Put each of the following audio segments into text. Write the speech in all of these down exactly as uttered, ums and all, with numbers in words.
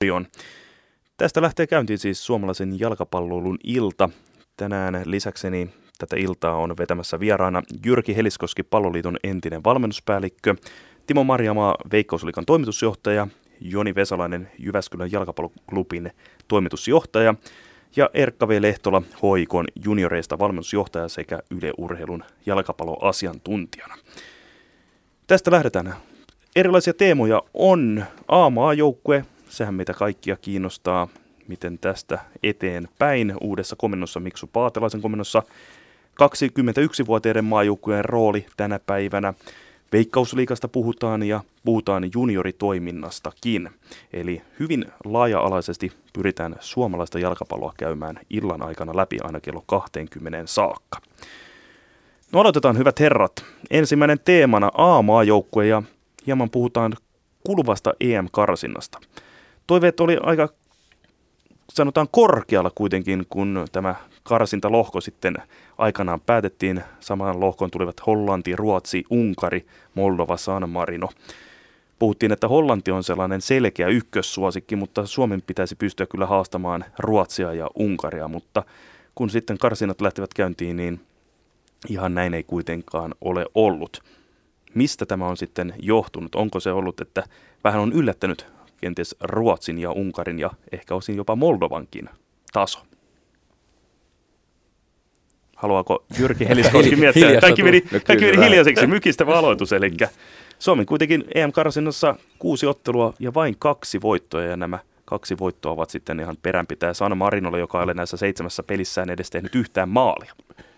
Stadion. Tästä lähtee käyntiin siis suomalaisen jalkapalloilun ilta. Tänään lisäkseni tätä iltaa on vetämässä vieraana Jyrki Heliskoski, Palloliiton entinen valmennuspäällikkö, Timo Marjamaa, Veikkausliigan toimitusjohtaja, Joni Vesalainen, Jyväskylän jalkapalloklubin toimitusjohtaja ja Erkka V. Lehtola, H I K:n junioreista valmennusjohtaja sekä Yle Urheilun jalkapalloasiantuntijana. Tästä lähdetään. Erilaisia teemoja on A-maajoukkue, sehän meitä kaikkia kiinnostaa, miten tästä eteenpäin uudessa komennossa, Miksu Paatelaisen komennossa, kaksikymmentäyksivuotiaiden maajoukkueen rooli tänä päivänä. Veikkausliigasta puhutaan ja puhutaan junioritoiminnastakin. Eli hyvin laaja-alaisesti pyritään suomalaista jalkapalloa käymään illan aikana läpi aina kello kaksikymmentä saakka. No aloitetaan, hyvät herrat. Ensimmäinen teemana A-maajoukkue ja hieman puhutaan kuluvasta E M-karsinnasta. Toiveet oli aika, sanotaan, korkealla kuitenkin, kun tämä karsintalohko sitten aikanaan päätettiin. Samaan lohkoon tulivat Hollanti, Ruotsi, Unkari, Moldova, San Marino. Puhuttiin, että Hollanti on sellainen selkeä ykkössuosikki, mutta Suomen pitäisi pystyä kyllä haastamaan Ruotsia ja Unkaria. Mutta kun sitten karsinnat lähtevät käyntiin, niin ihan näin ei kuitenkaan ole ollut. Mistä tämä on sitten johtunut? Onko se ollut, että vähän on yllättänyt kenties Ruotsin ja Unkarin ja ehkä osin jopa Moldovankin taso? Haluaako Jyrki Heliskoski miettiä? Kaikki meni, kaikki meni hiljaiseksi, mykistävä aloitus. Eli Suomi kuitenkin E M-karsinnassa kuusi ottelua ja vain kaksi voittoa, ja nämä kaksi voittoa ovat sitten ihan peränpitäjä San Marinolle, joka ei ole näissä seitsemässä pelissään edes tehnyt yhtään maalia.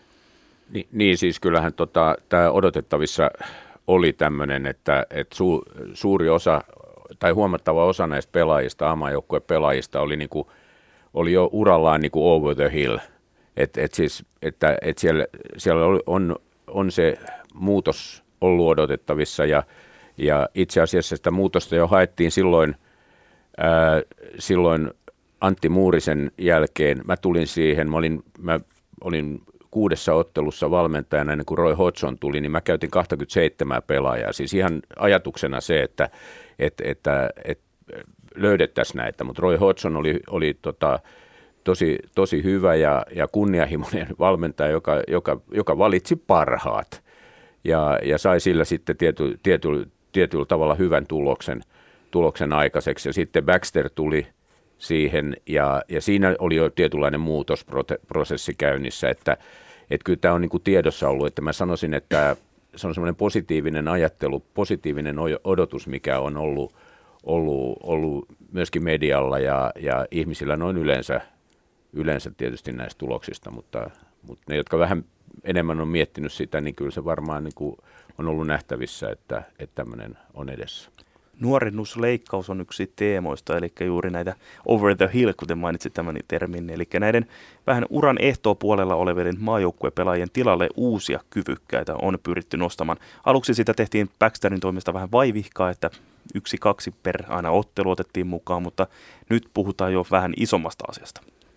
Ni, niin siis kyllähän tota, tämä odotettavissa oli tämmöinen, että, että su, suuri osa tai huomattava osa näistä pelaajista, A-maajoukkueen pelaajista oli, niinku, oli jo urallaan niinku over the hill. Et, et siis, että et siellä, siellä on, on se muutos ollut odotettavissa ja, ja itse asiassa sitä muutosta jo haettiin silloin, ää, silloin Antti Muurisen jälkeen. Mä tulin siihen, mä olin, mä olin kuudessa ottelussa valmentajana ennen kuin Roy Hodgson tuli, niin mä käytin kaksikymmentäseitsemän pelaajaa. Siis ihan ajatuksena se, että, että, että, että löydettäisiin näitä, mutta Roy Hodgson oli, oli tota, tosi, tosi hyvä ja, ja kunnianhimoinen valmentaja, joka, joka, joka valitsi parhaat ja, ja sai sillä sitten tiety, tiety, tietyllä tavalla hyvän tuloksen, tuloksen aikaiseksi. Ja sitten Baxter tuli siihen ja, ja siinä oli jo tietynlainen muutosprosessi käynnissä, että, että kyllä tämä on niin kuin tiedossa ollut, että mä sanoisin, että se on semmoinen positiivinen ajattelu, positiivinen odotus, mikä on ollut, ollut, ollut myöskin medialla ja, ja ihmisillä noin yleensä, yleensä tietysti näistä tuloksista, mutta, mutta ne, jotka vähän enemmän on miettinyt sitä, niin kyllä se varmaan niin kuin on ollut nähtävissä, että, että tämmöinen on edessä. Nuorennusleikkaus on yksi teemoista, eli juuri näitä over the hill, kuten mainitsit tämän termin, eli näiden vähän uran ehtoopuolella olevien maajoukkuepelaajien tilalle uusia kyvykkäitä on pyritty nostamaan. Aluksi sitä tehtiin Baxterin toimesta vähän vaivihkaa, että yksi, kaksi per aina ottelu otettiin mukaan, mutta nyt puhutaan jo vähän isommasta asiasta.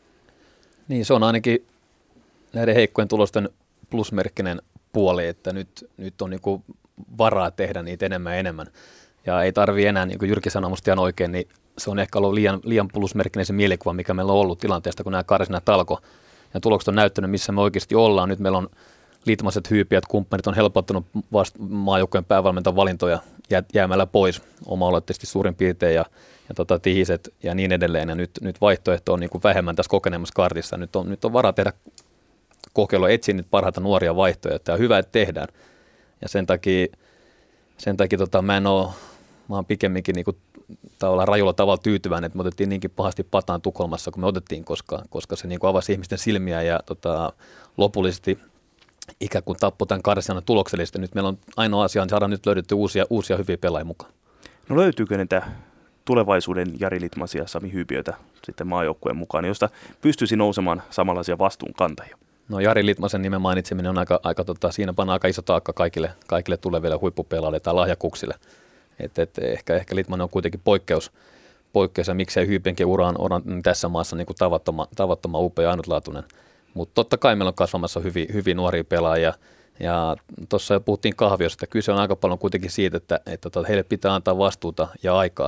Niin, se on ainakin näiden heikkojen tulosten plusmerkkinen puoli, että nyt, nyt on niin kuin varaa tehdä niitä enemmän ja enemmän. Ja ei tarvitse enää, niin kuin Jyrki sanoi musta ihan oikein, niin se on ehkä ollut liian, liian plusmerkkinen se mielikuva, mikä meillä on ollut tilanteesta, kun nämä karsinat alkoi. Ja tulokset on näyttänyt, missä me oikeasti ollaan. Nyt meillä on liitomaiset hyypiät, kumppanit on helpottanut maajoukkojen päävalmentajien valintoja jäämällä pois oma-aloitteisesti suurin piirtein ja, ja tota, tihiset ja niin edelleen. Ja nyt, nyt vaihtoehto on niin kuin vähemmän tässä kokeneemmassa kartissa. Nyt on, nyt on varaa tehdä kokeilua, etsiä niitä parhaita nuoria vaihtoehtoja. Ja hyvä, että tehdään. Ja sen takia, sen takia tota, mä en ole... Mä oon pikemminkin niin kuin tavallaan rajulla tavalla tyytyväinen, että me otettiin niinkin pahasti pataan Tukholmassa, kun me otettiin, koska, koska se niin kuin avasi ihmisten silmiä ja tota, lopullisesti ikään kuin tappoi tämän karsinan tuloksellisesti. Nyt meillä on ainoa asia, että saadaan nyt löydetty uusia, uusia hyviä pelaajia mukaan. No löytyykö niitä tulevaisuuden Jari Litmasia ja Sami Hyypiötä sitten maajoukkueen mukaan, josta pystyisi nousemaan samanlaisia vastuunkantajia? No Jari Litmasen nimen mainitseminen on aika, aika tota, siinä panna aika iso taakka kaikille, kaikille tuleville huippupelaajille tai lahjakuksille. Et, et ehkä, ehkä Litmanen on kuitenkin poikkeus, poikkeus ja miksei Hyypienkin ura on, on tässä maassa niin kuin tavattoman, tavattoman upea ja ainutlaatuinen. Mutta totta kai meillä on kasvamassa hyvin, hyvin nuoria pelaajia. Ja tuossa jo puhuttiin kahviosta, että kyse on aika paljon kuitenkin siitä, että, että heille pitää antaa vastuuta ja aikaa.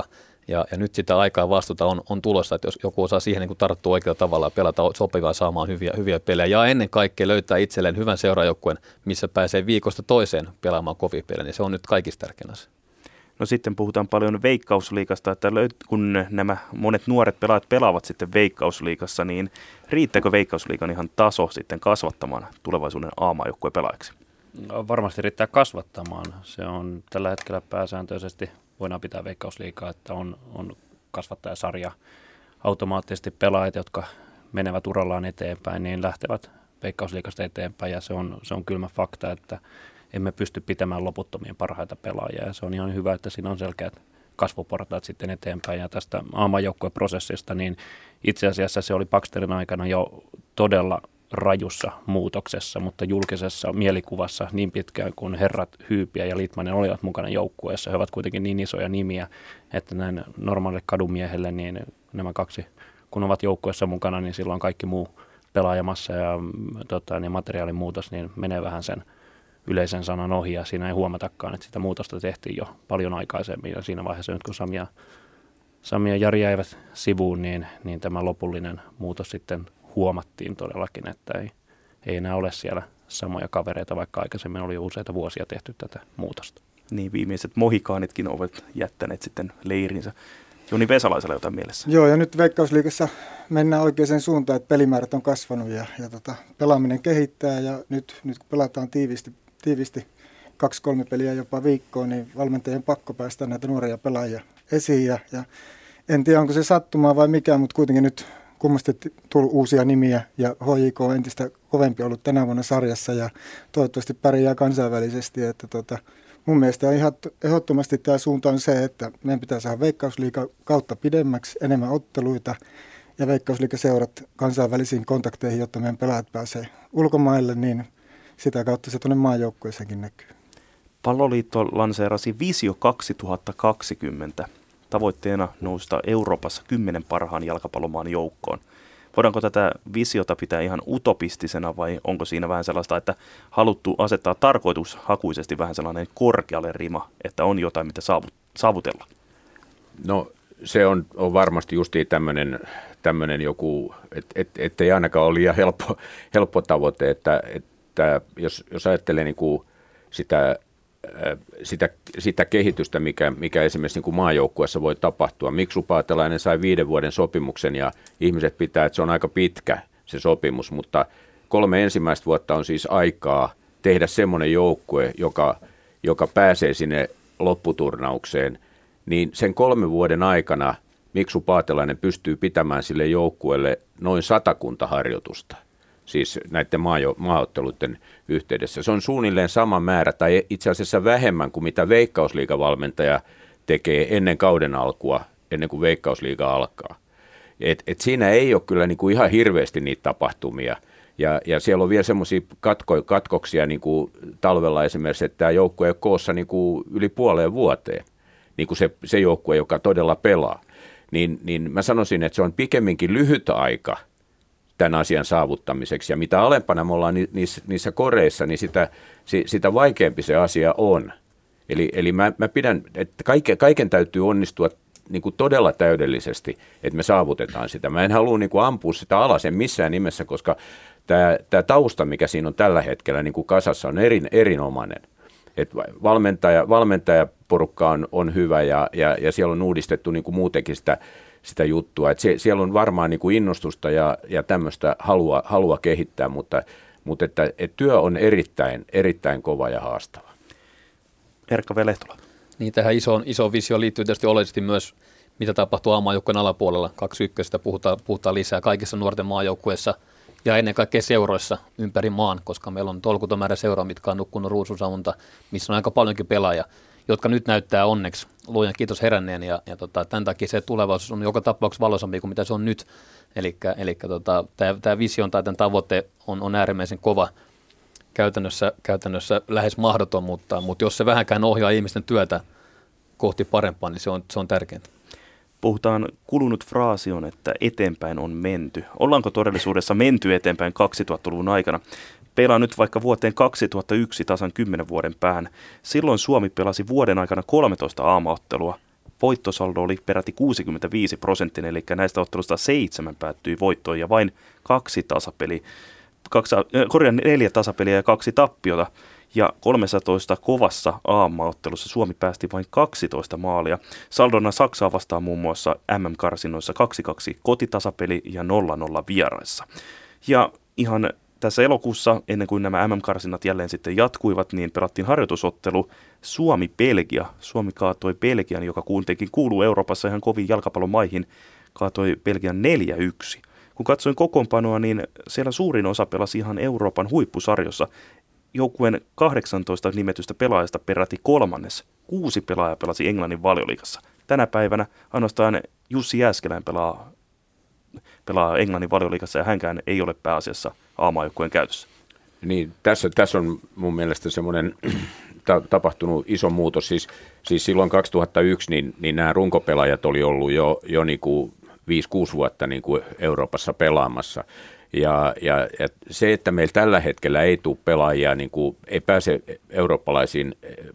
Ja, ja nyt sitä aikaa vastuuta on, on tulossa, että jos joku osaa siihen niin kuin tarttua oikealla tavalla ja pelata sopivaa saamaan hyviä, hyviä pelejä. Ja ennen kaikkea löytää itselleen hyvän seuraajoukkueen, missä pääsee viikosta toiseen pelaamaan kovia pelejä, niin se on nyt kaikista tärkein asia. No sitten puhutaan paljon Veikkausliigasta, että löyt, kun nämä monet nuoret pelaajat pelaavat sitten Veikkausliigassa, niin riittääkö Veikkausliigan ihan taso sitten kasvattamaan tulevaisuuden A-maajoukkueen pelaajaksi? No, varmasti riittää kasvattamaan. Se on tällä hetkellä pääsääntöisesti, voidaan pitää Veikkausliigaa, että on, on kasvattajasarja. Automaattisesti pelaajat, jotka menevät urallaan eteenpäin, niin lähtevät Veikkausliigasta eteenpäin ja se on, se on kylmä fakta, että emme pysty pitämään loputtomien parhaita pelaajia ja se on ihan hyvä, että siinä on selkeät kasvuportaat sitten eteenpäin ja tästä A-maajoukkueprosessista, niin itse asiassa se oli Baxterin aikana jo todella rajussa muutoksessa, mutta julkisessa mielikuvassa niin pitkään kuin herrat Hyypiä ja Litmanen olivat mukana joukkueessa, he ovat kuitenkin niin isoja nimiä, että näin normaalille kadumiehelle niin nämä kaksi, kun ovat joukkueessa mukana, niin silloin kaikki muu pelaajamassa ja, tota, niin materiaalin muutos niin menee vähän sen yleisen sanan ohi ja siinä ei huomatakaan, että sitä muutosta tehtiin jo paljon aikaisemmin ja siinä vaiheessa nyt kun Sami ja, Sami ja Jari jäivät sivuun, niin, niin tämä lopullinen muutos sitten huomattiin todellakin, että ei, ei enää ole siellä samoja kavereita, vaikka aikaisemmin oli jo useita vuosia tehty tätä muutosta. Niin, viimeiset mohikaanitkin ovat jättäneet sitten leirinsä. Joni Vesalaisella jotain mielessä. Joo, ja nyt Veikkausliigassa mennään oikeaan suuntaan, että pelimäärät on kasvanut ja, ja tota, pelaaminen kehittää ja nyt, nyt kun pelataan tiivisti, tiivisti kaksi kolme peliä jopa viikkoon, niin valmentajien pakko päästä näitä nuoria pelaajia esiin ja, ja en tiedä onko se sattumaa vai mikä, mutta kuitenkin nyt kummasti tullut uusia nimiä ja H J K on entistä kovempi ollut tänä vuonna sarjassa ja toivottavasti pärjää kansainvälisesti. Että tota, mun mielestä ihan ehdottomasti tämä suunta on se, että meidän pitää saada Veikkausliiga kautta pidemmäksi, enemmän otteluita ja Veikkausliigaseurat kansainvälisiin kontakteihin, jotta meidän pelaajat pääsee ulkomaille, niin sitä kautta se tuonne maajoukkueeseenkin näkyy. Palloliitto lanseerasi Visio kaksituhattakaksikymmentä. Tavoitteena nousta Euroopassa kymmenen parhaan jalkapallomaan joukkoon. Voidaanko tätä visiota pitää ihan utopistisena vai onko siinä vähän sellaista, että haluttu asettaa tarkoitushakuisesti vähän sellainen korkealle rima, että on jotain, mitä saavutella? No se on, on varmasti justiin tämmöinen, tämmöinen joku, että et, ettei ainakaan ole liian helppo, helppo tavoite, että, että jos, jos ajattelee niin kuin sitä Sitä, sitä kehitystä, mikä, mikä esimerkiksi niin kuin maajoukkueessa voi tapahtua. Miksu Paatelainen sai viiden vuoden sopimuksen ja ihmiset pitää, että se on aika pitkä se sopimus, mutta kolme ensimmäistä vuotta on siis aikaa tehdä semmoinen joukkue, joka, joka pääsee sinne lopputurnaukseen, niin sen kolmen vuoden aikana Miksu Paatelainen pystyy pitämään sille joukkueelle noin satakunta harjoitusta. Siis näiden maajo- maaotteluiden yhteydessä. Se on suunnilleen sama määrä tai itse asiassa vähemmän kuin mitä Veikkausliigavalmentaja tekee ennen kauden alkua, ennen kuin Veikkausliiga alkaa. Et, et siinä ei ole kyllä niinku ihan hirveästi niitä tapahtumia. Ja, ja siellä on vielä semmoisia katko, katkoksia niinku talvella esimerkiksi, että tämä joukkue ei ole koossa niinku yli puoleen vuoteen. Niinku se, se joukkue, joka todella pelaa. Niin, niin mä sanoisin, että se on pikemminkin lyhyt aika tämän asian saavuttamiseksi. Ja mitä alempana me ollaan niissä, niissä koreissa, niin sitä, sitä vaikeampi se asia on. Eli, eli mä, mä pidän, että kaiken, kaiken täytyy onnistua niin kuin todella täydellisesti, että me saavutetaan sitä. Mä en halua niin kuin ampua sitä alas en missään nimessä, koska tämä, tämä tausta, mikä siinä on tällä hetkellä niin kuin kasassa, on erin, erinomainen. Et valmentaja, valmentajaporukka on, on hyvä ja, ja, ja siellä on uudistettu niin kuin muutenkin sitä, sitä juttua. Et se, siellä on varmaan niin kuin innostusta ja, ja tämmöistä halua, halua kehittää, mutta, mutta että, et työ on erittäin, erittäin kova ja haastava. Erkka V. Lehtola. Niin, tähän isoon, isoon visioon liittyy tietysti oleellisesti myös, mitä tapahtuu A-maajoukkueen alapuolella. Kaksi ykköstä puhutaan, puhutaan lisää kaikissa nuorten maajoukkueissa ja ennen kaikkea seuroissa ympäri maan, koska meillä on tolkuton määrä seuraa, mitkä on nukkunut ruusunsaunta, missä on aika paljonkin pelaajia, jotka nyt näyttää onneksi, luojan kiitos heränneen, ja, ja tota, tämän takia se tulevaisuus on joka tapauksessa valoisampi kuin mitä se on nyt. Eli tota, tämä vision tai tämän tavoite on, on äärimmäisen kova, käytännössä, käytännössä lähes mahdoton, mutta, mutta jos se vähänkään ohjaa ihmisten työtä kohti parempaa, niin se on, se on tärkeintä. Puhutaan, kulunut fraasi on, että eteenpäin on menty. Ollaanko todellisuudessa menty eteenpäin kaksituhattaluvun aikana? Peilaa nyt vaikka vuoteen kaksituhattayksi tasan kymmenen vuoden päähän. Silloin Suomi pelasi vuoden aikana kolmetoista aamaottelua. voittosaldo oli peräti kuusikymmentäviisi prosenttinen, eli näistä ottelusta seitsemän päättyi voittoon ja vain kaksi tasapeliä, kaksi, korjaan neljä tasapeliä ja kaksi tappiota. Ja kolmetoista kovassa A M-ottelussa Suomi päästi vain kaksitoista maalia. Saldona Saksaa vastaan muun muassa M M-karsinnoissa kaksi kaksi kotitasapeli ja nolla nolla vieraissa. Ja ihan tässä elokuussa, ennen kuin nämä M M-karsinnat jälleen sitten jatkuivat, niin pelattiin harjoitusottelu Suomi-Belgia. Suomi kaatoi Belgian, joka kuitenkin kuuluu Euroopassa ihan kovin jalkapallon maihin, kaatoi Belgian neljä yksi. Kun katsoin kokoonpanoa, niin siellä suurin osa pelasi ihan Euroopan huippusarjossa. Joukkueen kahdeksantoista nimetystä pelaajasta peräti kolmannes. Kuusi pelaajaa pelasi Englannin Valioliigassa. Tänä päivänä ainoastaan Jussi Jääskelän pelaa, pelaa Englannin Valioliigassa ja hänkään ei ole pääasiassa A-maajoukkueen käytössä. Niin, tässä, tässä on mun mielestä semmoinen ta- tapahtunut iso muutos. Siis, siis silloin kaksituhattayksi niin, niin nämä runkopelaajat oli ollut jo, jo niin kuin viisi kuusi vuotta niin kuin Euroopassa pelaamassa. Ja, ja, ja se, että meillä tällä hetkellä ei tule pelaajia, niin kuin, ei pääse eurooppalaisiin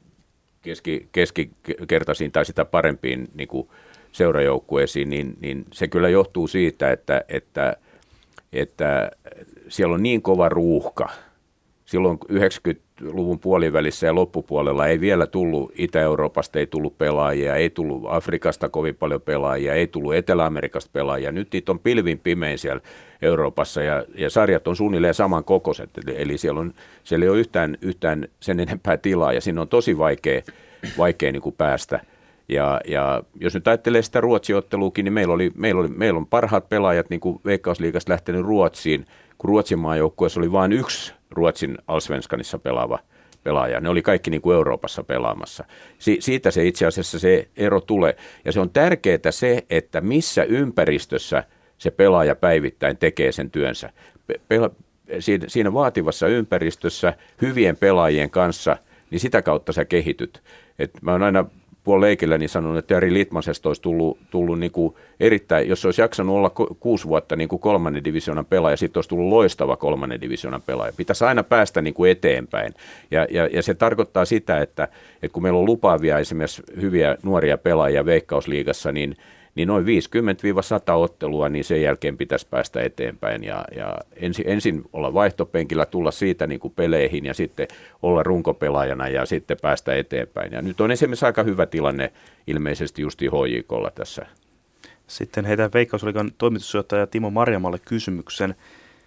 keski, keskikertaisiin tai sitä parempiin niin kuin seurajoukkueisiin, niin, niin se kyllä johtuu siitä, että, että, että siellä on niin kova ruuhka. Silloin yhdeksänkymmentäluvun puolivälissä ja loppupuolella ei vielä tullut Itä-Euroopasta, ei tullut pelaajia, ei tullut Afrikasta kovin paljon pelaajia, ei tullut Etelä-Amerikasta pelaajia. Nyt niitä on pilvin pimein siellä Euroopassa ja, ja sarjat on suunnilleen saman kokoiset, eli, eli siellä, on, siellä ei ole yhtään, yhtään sen enempää tilaa ja siinä on tosi vaikea, vaikea niin kuin päästä. Ja, ja jos nyt ajattelee sitä Ruotsi-otteluukin, niin meillä, oli, meillä, oli, meillä on parhaat pelaajat niin kuin Veikkausliigasta lähtenyt Ruotsiin, kun Ruotsin maajoukkueessa oli vain yksi Ruotsin Allsvenskanissa pelaava pelaaja. Ne oli kaikki niin kuin Euroopassa pelaamassa. Si- siitä se itse asiassa se ero tulee. Ja se on tärkeää se, että missä ympäristössä se pelaaja päivittäin tekee sen työnsä. Pel- siinä, siinä vaativassa ympäristössä hyvien pelaajien kanssa, niin sitä kautta sä kehityt. Et mä oon aina puolileikilläni sanonut, että Jari Litmasesta olisi tullut, tullut niin kuin erittäin, jos olisi jaksanut olla kuusi vuotta niin kuin kolmannen divisioonan pelaaja, sitten olisi tullut loistava kolmannen divisioonan pelaaja. Pitäisi aina päästä niin kuin eteenpäin. Ja, ja, ja se tarkoittaa sitä, että, että kun meillä on lupaavia esimerkiksi hyviä nuoria pelaajia Veikkausliigassa, niin niin noin viisikymmentä sata ottelua, niin sen jälkeen pitäisi päästä eteenpäin ja, ja ensin, ensin olla vaihtopenkillä, tulla siitä niin kuin peleihin ja sitten olla runkopelaajana ja sitten päästä eteenpäin. Ja nyt on esimerkiksi aika hyvä tilanne ilmeisesti justi H J K:lla tässä. Sitten heitän Veikkausliigan toimitusjohtaja Timo Marjamalle kysymyksen.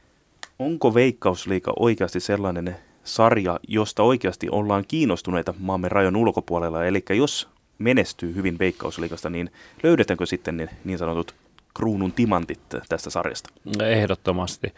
Onko Veikkausliiga oikeasti sellainen sarja, josta oikeasti ollaan kiinnostuneita maamme rajan ulkopuolella? Eli jos menestyy hyvin Veikkausliigasta, niin löydetäänkö sitten niin, niin sanotut kruunun timantit tästä sarjasta? Ehdottomasti.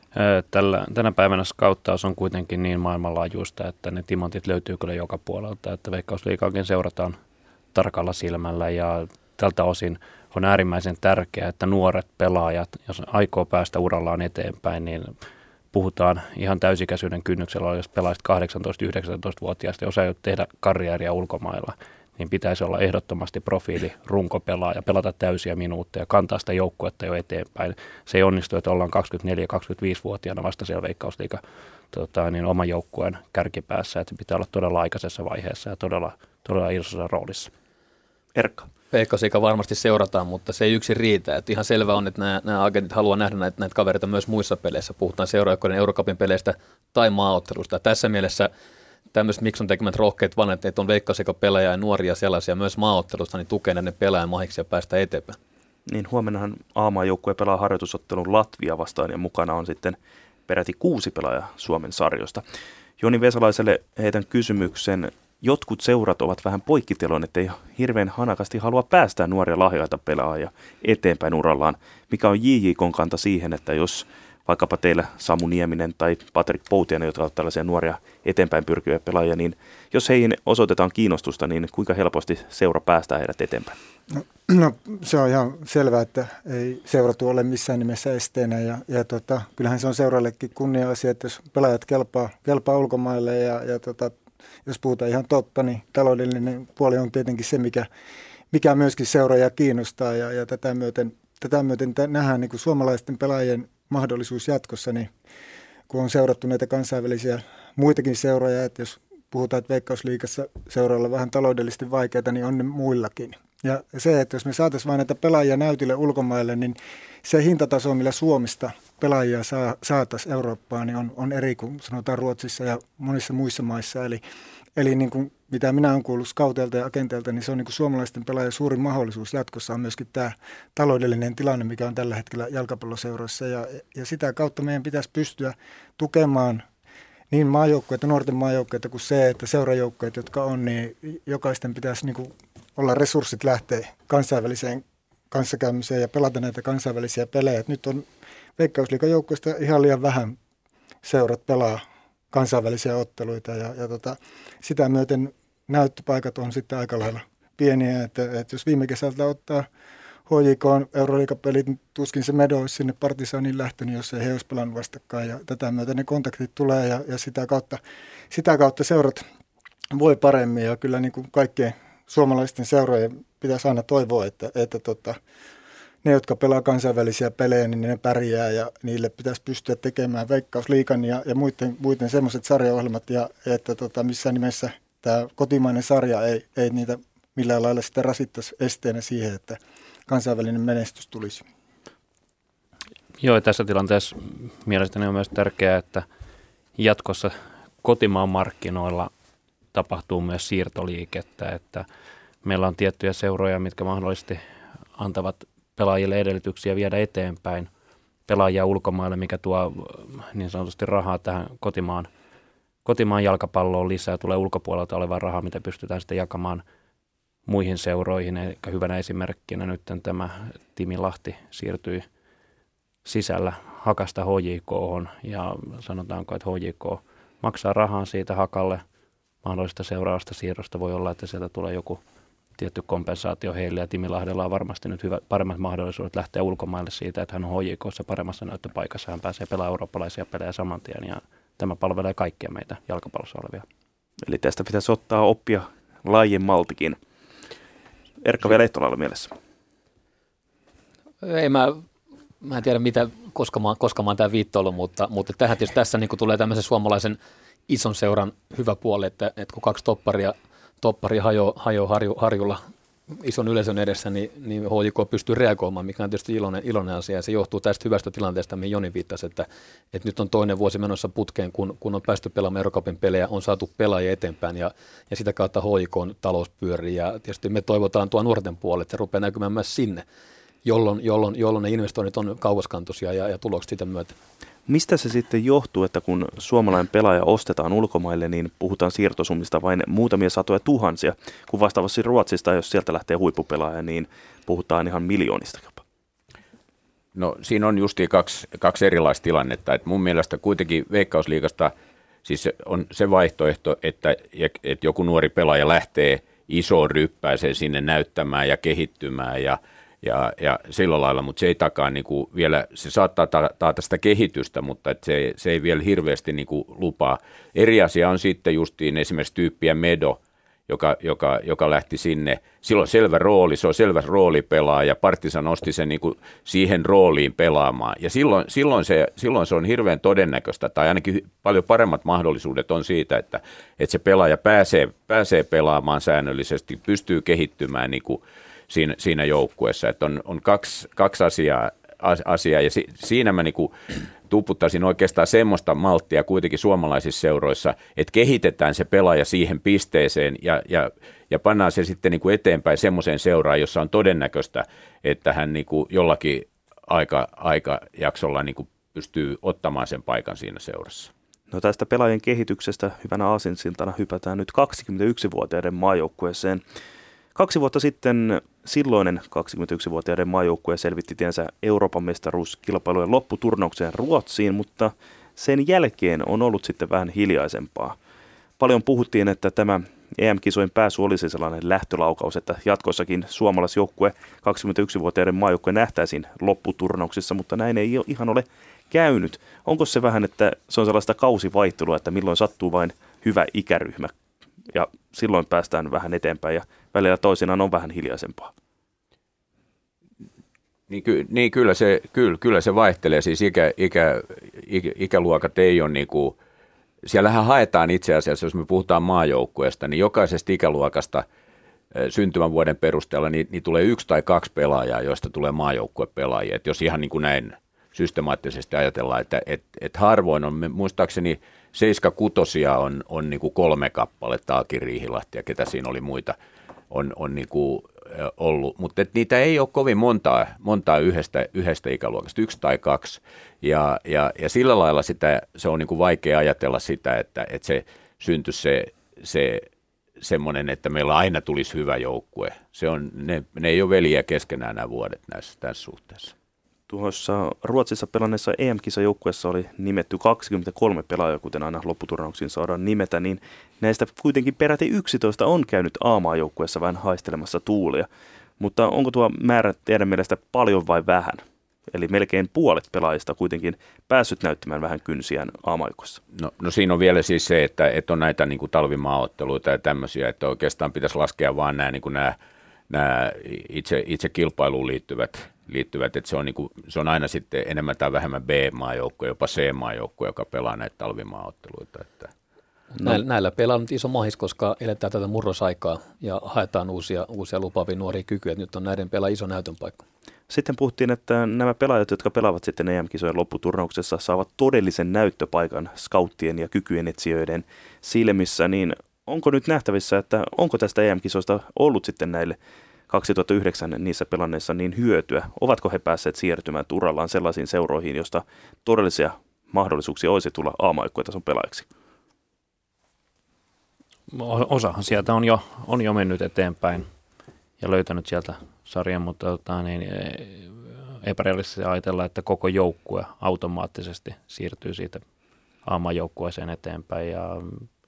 Tällä, tänä päivänä skauttaus on kuitenkin niin maailmanlaajuista, että ne timantit löytyy kyllä joka puolelta, että Veikkausliigaakin seurataan tarkalla silmällä ja tältä osin on äärimmäisen tärkeää, että nuoret pelaajat, jos aikoo päästä urallaan eteenpäin, niin puhutaan ihan täysikäisyyden kynnyksellä, jos pelaisit kahdeksantoista-yhdeksäntoista-vuotiaasta, jos aiot tehdä karjääriä ulkomailla, niin pitäisi olla ehdottomasti profiili runkopelaaja, pelata täysiä minuutteja, kantaa sitä joukkuetta jo eteenpäin. Se ei onnistu, että ollaan kaksikymmentäneljä-kaksikymmentäviisi-vuotiaana vasta siellä Veikkausliiga tota, niin oman joukkueen kärkipäässä, että pitää olla todella aikaisessa vaiheessa ja todella, todella isossa roolissa. Erkka. Veikkausliiga varmasti seurataan, mutta se ei yksin riitä. Että ihan selvä on, että nämä, nämä agentit haluaa nähdä näitä, näitä kavereita myös muissa peleissä. Puhutaan seuraajoukkojen Eurocupin peleistä tai maaottelusta. Tässä mielessä tämmöiset Mikson tekemät rohkeat vanhat, että on Veikkausliiga-pelaajia ja nuoria sellaisia myös maaottelusta, niin tukee näiden pelaajan mahiksi ja päästä eteenpäin. Niin huomennahan A-maajoukkue pelaa harjoitusottelun Latvia vastaan ja mukana on sitten peräti kuusi pelaajaa Suomen sarjosta. Joni Vesalaiselle heitän kysymyksen. Jotkut seurat ovat vähän poikkitelon, ettei hirveän hanakasti halua päästää nuoria lahjaita pelaajia eteenpäin urallaan. Mikä on J J K:n kanta siihen, että jos vaikkapa teillä Samu Nieminen tai Patrik Poutiainen, jotka ovat tällaisia nuoria eteenpäin pyrkiviä pelaajia, niin jos heihin osoitetaan kiinnostusta, niin kuinka helposti seura päästää heidät eteenpäin? No, no se on ihan selvää, että ei seuratu ole missään nimessä esteenä ja, ja tota, kyllähän se on seurallekin kunnia-asia, että jos pelaajat kelpaa, kelpaa ulkomaille ja, ja tota, jos puhutaan ihan totta, niin taloudellinen puoli on tietenkin se, mikä, mikä myöskin seuraajia kiinnostaa ja, ja tätä myöten, tätä myöten nähdään niin kuin suomalaisten pelaajien mahdollisuus jatkossa, niin kun on seurattu näitä kansainvälisiä muitakin seuraajia, että jos puhutaan, että Veikkausliigassa seurailla vähän taloudellisesti vaikeaa, niin on ne muillakin. Ja se, että jos me saataisiin vain näitä pelaajia näytille ulkomaille, niin se hintataso, millä Suomesta pelaajia saa, saataisiin Eurooppaan, niin on, on eri kuin sanotaan Ruotsissa ja monissa muissa maissa. Eli, eli niin kuin, mitä minä olen kuullut scouteilta ja agenteilta, niin se on niin kuin suomalaisten pelaajien suurin mahdollisuus jatkossa on myöskin tämä taloudellinen tilanne, mikä on tällä hetkellä jalkapalloseuroissa. Ja, ja sitä kautta meidän pitäisi pystyä tukemaan niin maajoukkueita, nuorten maajoukkueita kuin se, että seurajoukkueet, jotka on, niin jokaisten pitäisi niin kuin olla resurssit lähteä kansainväliseen kanssakäymiseen ja pelata näitä kansainvälisiä pelejä. Et nyt on Veikkausliigan joukkueista ihan liian vähän seurat pelaa kansainvälisiä otteluita ja, ja tota, sitä myöten näyttöpaikat on sitten aika lailla pieniä. Että, että jos viime kesältä ottaa H J K:n Euroliigapelit, niin tuskin se Medo olisi sinne Partisaniin lähtenyt, jos ei he olisi pelannut vastakkain. Ja tätä myöten ne kontaktit tulee ja, ja sitä, kautta, sitä kautta seurat voi paremmin ja kyllä niin kuin kaikkien suomalaisten seurojen pitäisi aina toivoa, että, että tota, ne, jotka pelaa kansainvälisiä pelejä, niin ne pärjää ja niille pitäisi pystyä tekemään Veikkausliigan ja, ja muiden, muiden semmoiset sarjaohjelmat, ja että tota, missään nimessä tämä kotimainen sarja ei, ei niitä millään lailla sitä rasittaisi esteenä siihen, että kansainvälinen menestys tulisi. Joo, tässä tilanteessa mielestäni on myös tärkeää, että jatkossa kotimaan markkinoilla tapahtuu myös siirtoliikettä, että meillä on tiettyjä seuroja, mitkä mahdollisesti antavat pelaajille edellytyksiä viedä eteenpäin pelaajia ulkomaille, mikä tuo niin sanotusti rahaa tähän kotimaan, kotimaan jalkapalloon lisää. Tulee ulkopuolelta olevaa rahaa, mitä pystytään sitten jakamaan muihin seuroihin. Eli hyvänä esimerkkinä nyt tämä Timi Lahti siirtyi sisällä Hakasta H J K:hon ja sanotaanko, että H J K maksaa rahaa siitä Hakalle. Mahdollista seuraavasta siirrosta voi olla, että sieltä tulee joku tietty kompensaatio heille, ja Timi Lahdella on varmasti nyt hyvä, paremmat mahdollisuudet lähteä ulkomaille siitä, että hän on H J K:ssa paremmassa näyttöpaikassa, hän pääsee pelaamaan eurooppalaisia pelejä saman tien, ja tämä palvelee kaikkia meitä jalkapallossa olevia. Eli tästä pitäisi ottaa oppia laajemmaltikin. Erkka vielä Ehtolalla mielessä. Ei mä, mä en tiedä mitä, koska mä, koska mä oon tämä viittoilu, mutta, mutta tähän tietysti tässä niin tulee tämmöisen suomalaisen ison seuran hyvä puoli, että, että kun kaksi topparia, topparia hajoaa hajo harju, harjulla ison yleisön edessä, niin, niin H J K pystyy reagoimaan, mikä on tietysti iloinen, iloinen asia. Ja se johtuu tästä hyvästä tilanteesta, mihin Joni viittasi, että, että nyt on toinen vuosi menossa putkeen, kun, kun on päästy pelaamaan Eurocupin pelejä, on saatu pelaajia eteenpäin ja, ja sitä kautta H J K:n talous pyörii. Ja tietysti me toivotaan tuo nuorten puolelle, että se rupeaa näkymään myös sinne, jolloin, jolloin, jolloin ne investoinnit on kauaskantoisia ja, ja tulokset sitä myötä. Mistä se sitten johtuu, että kun suomalainen pelaaja ostetaan ulkomaille, niin puhutaan siirtosummista vain muutamia satoja tuhansia, kun vastaavasti Ruotsista, jos sieltä lähtee huippupelaaja, niin puhutaan ihan miljoonista jopa. No siinä on justiin kaksi, kaksi erilaista tilannetta. Et mun mielestä kuitenkin Veikkausliigasta siis on se vaihtoehto, että, että joku nuori pelaaja lähtee isoon ryppääseen sinne näyttämään ja kehittymään ja Ja, ja sillä lailla, mutta se ei takaa niin kuin vielä, se saattaa taata sitä kehitystä, mutta et se, se ei vielä hirveästi niin kuin lupaa. Eri asia on sitten justiin esimerkiksi tyyppiä Medo, joka, joka, joka lähti sinne. Sillä on selvä rooli, se on selvä roolipelaaja, Partisan osti sen niin kuin siihen rooliin pelaamaan. Ja silloin, silloin, se, silloin se on hirveän todennäköistä, tai ainakin paljon paremmat mahdollisuudet on siitä, että, että se pelaaja pääsee, pääsee pelaamaan säännöllisesti, pystyy kehittymään niin kuin Siinä, siinä joukkueessa, että on, on kaksi, kaksi asiaa, asiaa ja si, siinä mä niinku tuputtaisin oikeastaan semmoista malttia kuitenkin suomalaisissa seuroissa, että kehitetään se pelaaja siihen pisteeseen ja, ja, ja pannaan se sitten niinku eteenpäin semmoiseen seuraan, jossa on todennäköistä, että hän niinku jollakin aika, aikajaksolla niinku pystyy ottamaan sen paikan siinä seurassa. No tästä pelaajien kehityksestä hyvänä aasinsiltana hypätään nyt kaksikymmentäyksivuotiaiden maajoukkueeseen. Kaksi vuotta sitten silloinen kaksikymmentäyksivuotiaiden maajoukkue selvitti tiensä Euroopan mestaruuskilpailujen lopputurnaukseen Ruotsiin, mutta sen jälkeen on ollut sitten vähän hiljaisempaa. Paljon puhuttiin, että tämä E M-kisojen pääsy olisi sellainen lähtölaukaus, että jatkossakin suomalaisjoukkue kaksikymmentäyksivuotiaiden maajoukkue nähtäisiin lopputurnauksissa, mutta näin ei ihan ole käynyt. Onko se vähän, että se on sellaista kausivaihtelua, että milloin sattuu vain hyvä ikäryhmä? Ja silloin päästään vähän eteenpäin ja välillä toisinaan on vähän hiljaisempaa. Niin, ky, niin kyllä, se, kyllä, kyllä se vaihtelee. Siis ikä, ikä, ikä, ikäluokat ei ole niin kuin, siellähän haetaan itse asiassa, jos me puhutaan maajoukkueesta, niin jokaisesta ikäluokasta syntymän vuoden perusteella, niin, niin tulee yksi tai kaksi pelaajaa, joista tulee maajoukkuepelaajia. Et jos ihan niin kuin näin systemaattisesti ajatellaan, että et, et harvoin on, muistaakseni seiska kutosia on, on niin kuin kolme kappaletta, Aki Riihilahti ja ketä siinä oli muita, on, on niin kuin ollut, mutta niitä ei ole kovin montaa, montaa yhdestä, yhdestä ikäluokasta, yksi tai kaksi, ja, ja, ja sillä lailla sitä, se on niin kuin vaikea ajatella sitä, että, että se syntyisi se, se semmoinen, että meillä aina tulisi hyvä joukkue. Se on, ne, ne ei ole veliä keskenään nämä vuodet näissä, tässä suhteessa. Tuossa Ruotsissa pelanneessa E M-kisajoukkueessa oli nimetty kaksikymmentäkolme pelaajaa, kuten aina lopputurnauksiin saadaan nimetä, niin näistä kuitenkin peräti yksitoista on käynyt A-maajoukkueessa vähän haistelemassa tuulia. Mutta onko tuo määrä teidän mielestä paljon vai vähän? Eli melkein puolet pelaajista kuitenkin päässyt näyttämään vähän kynsiään A-maajoukkueessa. No, no siinä on vielä siis se, että, että on näitä niin kuin talvimaaotteluita ja tämmöisiä, että oikeastaan pitäisi laskea vaan nämä, niin kuin nämä, nämä itse, itse kilpailuun liittyvät liittyvät, että se on, niin kuin, se on aina sitten enemmän tai vähemmän B-maajoukkoja, jopa C-maajoukkoja, joka pelaa näitä talvimaaotteluita. Että. No. Näillä, näillä pelaa on nyt iso mahis, koska eletään tätä murrosaikaa ja haetaan uusia, uusia lupaavia nuoria kykyjä. Nyt on näiden pelaa iso näytön paikka. Sitten puhuttiin, että nämä pelaajat, jotka pelaavat sitten E M-kisojen lopputurnauksessa, saavat todellisen näyttöpaikan scouttien ja kykyjen etsijöiden silmissä. Niin onko nyt nähtävissä, että onko tästä E M-kisoista ollut sitten näille kaksituhattayhdeksän niissä pelanneissa niin hyötyä? Ovatko he päässeet siirtymään urallaan sellaisiin seuroihin, joista todellisia mahdollisuuksia olisi tulla A-maajoukkuetason pelaajiksi? Osahan sieltä on jo, on jo mennyt eteenpäin ja löytänyt sieltä sarjan, mutta tota, niin, epärealistisesti ajatella, että koko joukkue automaattisesti siirtyy siitä A-maajoukkueeseen eteenpäin ja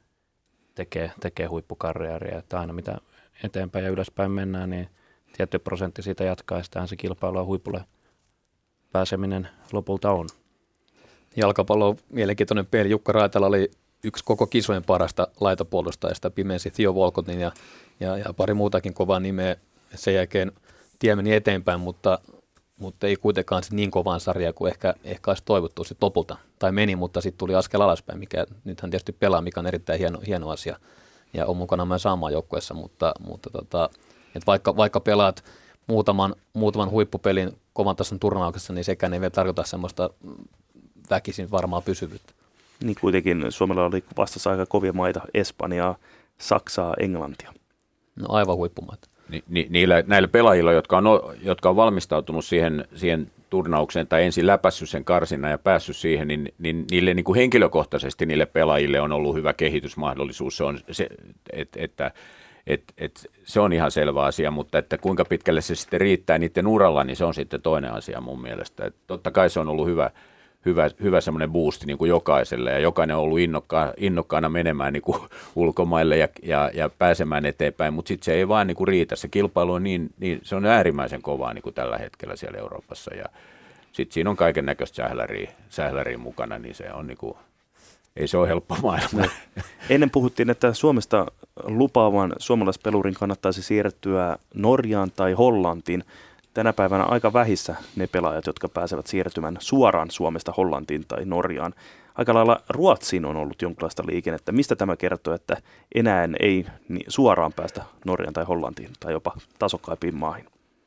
tekee, tekee huippukarriäriä, että aina mitä eteenpäin ja ylöspäin mennään, niin tietty prosentti siitä jatkaa, ja sitähän se kilpailua huipulle pääseminen lopulta on. Jalkapallo on mielenkiintoinen peli. Jukka Raitala oli yksi koko kisojen parasta laitapuolustajista, pimensi Theo Walcottin ja, ja, ja pari muutakin kovaa nimeä. Sen jälkeen tie meni eteenpäin, mutta, mutta ei kuitenkaan niin kovaan sarjaa kuin ehkä, ehkä olisi toivottu sitten lopulta. Tai meni, mutta sitten tuli askel alaspäin, mikä nyt hän tietysti pelaa, mikä on erittäin hieno, hieno asia. Ja on mukana myös saamaan joukkueessa, mutta, mutta tota, et vaikka, vaikka pelaat muutaman, muutaman huippupelin kovan tason turnauksessa, niin sekään ei vielä tarkoita semmoista väkisin varmaa pysyvyyttä. Niin kuitenkin Suomella oli vastassa aika kovia maita, Espanjaa, Saksaa, Englantia. No aivan huippumaita. Ni, ni, niillä, näillä pelaajilla, jotka on, jotka on valmistautunut siihen, siihen turnaukseen tai ensin läpässyt sen karsinnan ja päässyt siihen, niin, niin niille niin kuin henkilökohtaisesti niille pelaajille on ollut hyvä kehitysmahdollisuus. Se on, se, et, että, et, et, se on ihan selvä asia, mutta että kuinka pitkälle se sitten riittää niiden uralla, niin se on sitten toinen asia mun mielestä. Et totta kai se on ollut hyvä, hyvä, hyvä semmoinen boosti niin kuin jokaiselle, ja jokainen on ollut innokka, innokkaana menemään niin kuin ulkomaille ja, ja, ja pääsemään eteenpäin, mutta sitten se ei vaan niin kuin riitä. Se kilpailu on niin, niin se on äärimmäisen kovaa niin kuin tällä hetkellä siellä Euroopassa, ja sitten siinä on kaiken näköistä sähläriä, sähläriä mukana, niin se on niin kuin, ei se ole helppo maailma. Ennen puhuttiin, että Suomesta lupaavan suomalaispelurin kannattaisi siirtyä Norjaan tai Hollantiin. Tänä päivänä aika vähissä ne pelaajat, jotka pääsevät siirtymään suoraan Suomesta Hollantiin tai Norjaan. Aika lailla Ruotsiin on ollut jonkinlaista liikennettä. Mistä tämä kertoo, että enää ei suoraan päästä Norjaan tai Hollantiin tai jopa tasokkaimpiin maihin?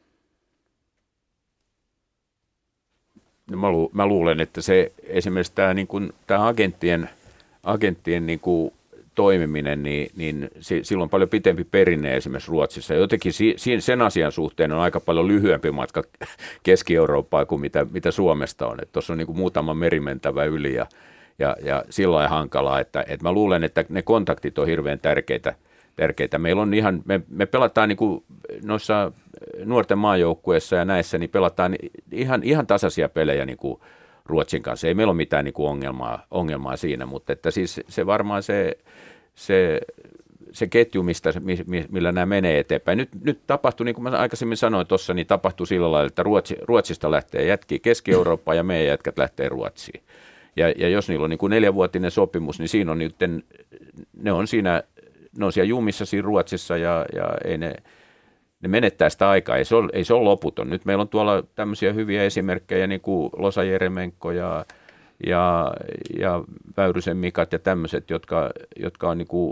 No mä, lu, mä luulen, että se esimerkiksi tämä, niin kuin, tämä agenttien, agenttien niin kuin toimiminen, niin, niin silloin on paljon pitempi perinne esimerkiksi Ruotsissa. Jotenkin si, sen asian suhteen on aika paljon lyhyempi matka Keski-Eurooppaan kuin mitä, mitä Suomesta on. Tuossa on niin kuin muutama merimentävä yli ja, ja, ja sillä hankalaa, että, että mä luulen, että ne kontaktit on hirveän tärkeitä. tärkeitä. Meillä on ihan, me, me pelataan niin kuin noissa nuorten maajoukkueissa ja näissä, niin pelataan ihan, ihan tasaisia pelejä niin kuin Ruotsin kanssa. Ei meillä ole mitään niin kuin ongelmaa, ongelmaa siinä, mutta että siis se varmaan se, se, se ketju, mistä, millä nämä menee eteenpäin. Nyt, nyt tapahtui, niin kuin mä aikaisemmin sanoin tuossa, niin tapahtui sillä lailla, että Ruotsi, Ruotsista lähtee jätkiä Keski-Eurooppaan ja meidän jätkät lähtee Ruotsiin. Ja, ja jos niillä on niin kuin neljänvuotinen sopimus, niin siinä on nyt, ne on siinä, ne on siellä jumissa siinä Ruotsissa ja, ja ei ne, ne menettää sitä aikaa, ei se, ole, ei se ole loputon. Nyt meillä on tuolla tämmöisiä hyviä esimerkkejä, niin kuin Losa Jeremenko ja, ja, ja Väyrysen Mikat ja tämmöiset, jotka, jotka on niin kuin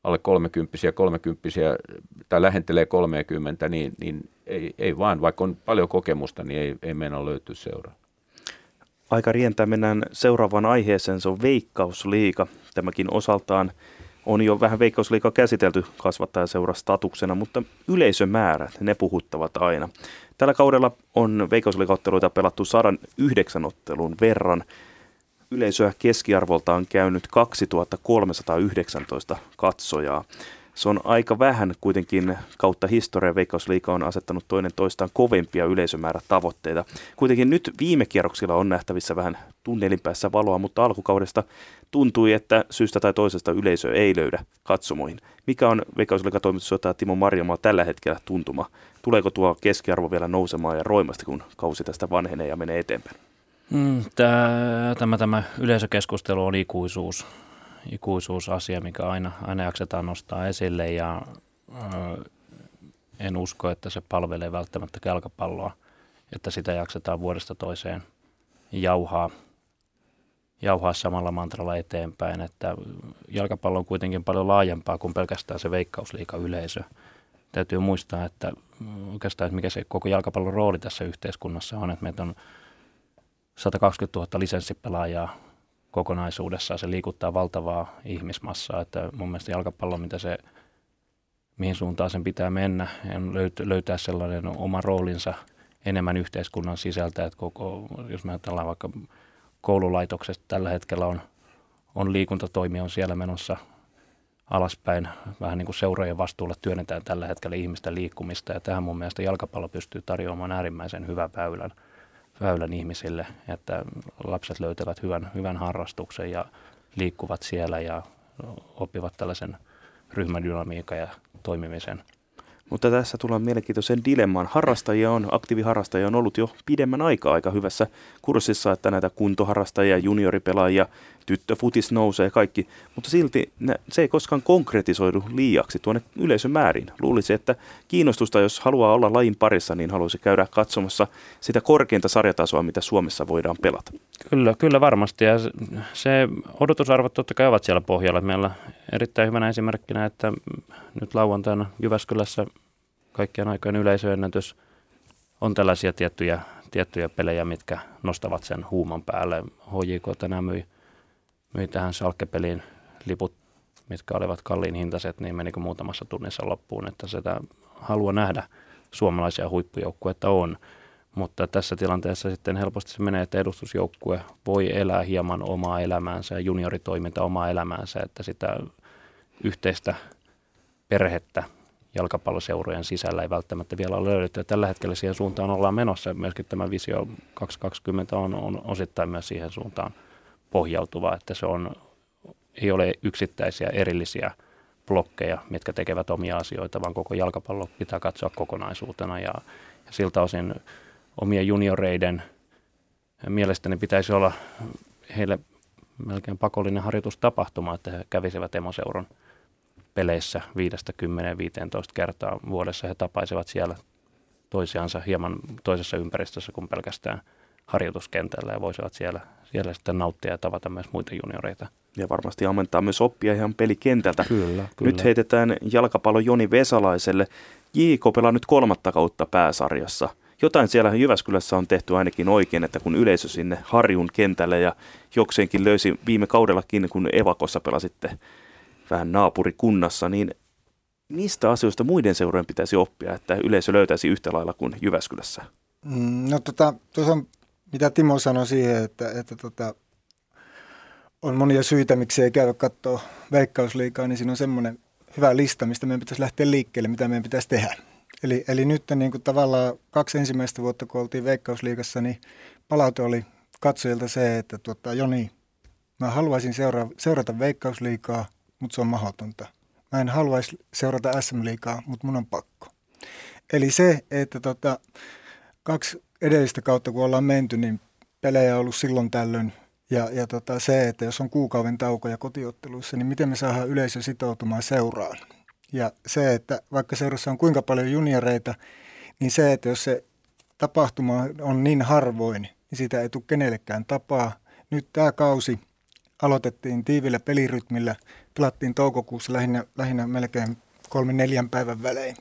alle kolmekymppisiä, kolmekymppisiä tai lähentelee kolmekymmentä, niin, niin ei, ei vaan, vaikka on paljon kokemusta, niin ei, ei meinaa löytyä seuraa. Aika rientää, mennään seuraavaan aiheeseen, se on Veikkausliiga. Tämäkin osaltaan on jo vähän Veikkausliigaa käsitelty kasvattajaseurastatuksena, mutta yleisömäärät, ne puhuttavat aina. Tällä kaudella on Veikkausliigaotteluita pelattu sata yhdeksän ottelun verran. Yleisöä keskiarvolta on käynyt kaksituhattakolmesataayhdeksäntoista katsojaa. Se on aika vähän kuitenkin kautta historiaa. Veikkausliiga on asettanut toinen toistaan kovempia yleisömäärätavoitteita. Kuitenkin nyt viime kierroksilla on nähtävissä vähän tunnelin päässä valoa, mutta alkukaudesta tuntui, että syystä tai toisesta yleisö ei löydä katsomoihin. Mikä on Veikkausliigan toimitusjohtaja Timo Marjamaa tällä hetkellä tuntuma? Tuleeko tuo keskiarvo vielä nousemaan ja roimasti, kun kausi tästä vanhenee ja menee eteenpäin? Mm, tämä, tämä, tämä yleisökeskustelu on ikuisuus. ikuisuusasia, mikä aina, aina jaksetaan nostaa esille ja ö, en usko, että se palvelee välttämättä jalkapalloa, että sitä jaksetaan vuodesta toiseen jauhaa, jauhaa samalla mantralla eteenpäin, että jalkapallo on kuitenkin paljon laajempaa kuin pelkästään se Veikkausliiga-yleisö. Täytyy muistaa, että oikeastaan että mikä se koko jalkapallon rooli tässä yhteiskunnassa on, että meitä on sata kaksikymmentätuhatta lisenssipelaajaa kokonaisuudessaan, se liikuttaa valtavaa ihmismassaa, että mun mielestä jalkapallo, mitä se, mihin suuntaan sen pitää mennä, löytää sellainen oma roolinsa enemmän yhteiskunnan sisältä, että koko, jos me ajatellaan vaikka koululaitoksesta, tällä hetkellä on, on liikuntatoimi on siellä menossa alaspäin, vähän niin kuin seurojen vastuulla työnnetään tällä hetkellä ihmisten liikkumista, ja tähän mun mielestä jalkapallo pystyy tarjoamaan äärimmäisen hyvän väylän. väylän ihmisille, että lapset löytävät hyvän, hyvän harrastuksen ja liikkuvat siellä ja oppivat tällaisen ryhmädynamiikan ja toimimisen. Mutta tässä tullaan mielenkiintoiseen dilemmaan. Harrastajia on, aktiiviharrastajia on ollut jo pidemmän aikaa aika hyvässä kurssissa, että näitä kuntoharrastajia, junioripelaajia, tyttöfutis nousee kaikki, mutta silti se ei koskaan konkretisoidu liiaksi tuonne yleisömääriin. Luulisi, että kiinnostusta, jos haluaa olla lajin parissa, niin haluaisi käydä katsomassa sitä korkeinta sarjatasoa, mitä Suomessa voidaan pelata. Kyllä, kyllä varmasti, ja se odotusarvot totta kai ovat siellä pohjalla. Meillä erittäin hyvänä esimerkkinä, että nyt lauantaina Jyväskylässä kaikkien aikojen yleisöennätys on tällaisia tiettyjä, tiettyjä pelejä, mitkä nostavat sen huuman päälle. H J K tänään myi, myi tähän Schalke-peliin liput, mitkä olivat kalliin hintaiset, niin menikö muutamassa tunnissa loppuun, että sitä halua nähdä suomalaisia huippujoukkuetta on. Mutta tässä tilanteessa sitten helposti se menee, että edustusjoukkue voi elää hieman omaa elämäänsä ja junioritoiminta omaa elämäänsä, että sitä yhteistä perhettä jalkapalloseurojen sisällä ei välttämättä vielä ole löydetty. Ja tällä hetkellä siihen suuntaan ollaan menossa. Myöskin tämä Visio kaksisataakaksikymmentä on, on osittain myös siihen suuntaan pohjautuva, että se on, ei ole yksittäisiä erillisiä blokkeja, mitkä tekevät omia asioita, vaan koko jalkapallo pitää katsoa kokonaisuutena. Ja, ja siltä osin omien junioreiden mielestäni pitäisi olla heille melkein pakollinen harjoitustapahtuma, että he kävisivät emoseuron peleissä viidestä kymmeneen viiteentoista kertaa vuodessa. He tapaisivat siellä toisiansa hieman toisessa ympäristössä kuin pelkästään harjoituskentällä ja voisivat siellä, siellä sitten nauttia ja tavata myös muita junioreita. Ja varmasti ammentaa myös oppia ihan pelikentältä. Kyllä, kyllä. Nyt heitetään jalkapallo Joni Vesalaiselle. J K pelaa nyt kolmatta kautta pääsarjassa. Jotain siellä Jyväskylässä on tehty ainakin oikein, että kun yleisö sinne Harjun kentälle ja jokseenkin löysi viime kaudellakin, kun Evakossa pelasitte vähän naapurikunnassa, niin mistä asioista muiden seurojen pitäisi oppia, että yleisö löytäisi yhtä lailla kuin Jyväskylässä? No tota, tuossa on, mitä Timo sanoi siihen, että, että tota, on monia syitä, miksi ei käydä katsoa Veikkausliigaa, niin siinä on semmoinen hyvä lista, mistä meidän pitäisi lähteä liikkeelle, mitä meidän pitäisi tehdä. Eli, eli nyt niin kuin tavallaan kaksi ensimmäistä vuotta, kun oltiin Veikkausliigassa, niin palaute oli katsojilta se, että tuota, Joni, mä haluaisin seura- seurata Veikkausliigaa, mutta se on mahdotonta. Mä en haluaisi seurata S M-liigaa, mutta mun on pakko. Eli se, että tota, kaksi edellistä kautta, kun ollaan menty, niin pelejä on ollut silloin tällöin. Ja, ja tota, se, että jos on kuukauden taukoja kotiotteluissa, niin miten me saadaan yleisö sitoutumaan seuraan. Ja se, että vaikka seurassa on kuinka paljon junioreita, niin se, että jos se tapahtuma on niin harvoin, niin siitä ei tule kenellekään tapaa. Nyt tämä kausi aloitettiin tiivillä pelirytmillä, pelattiin toukokuussa lähinnä, lähinnä melkein kolmen neljän päivän välein.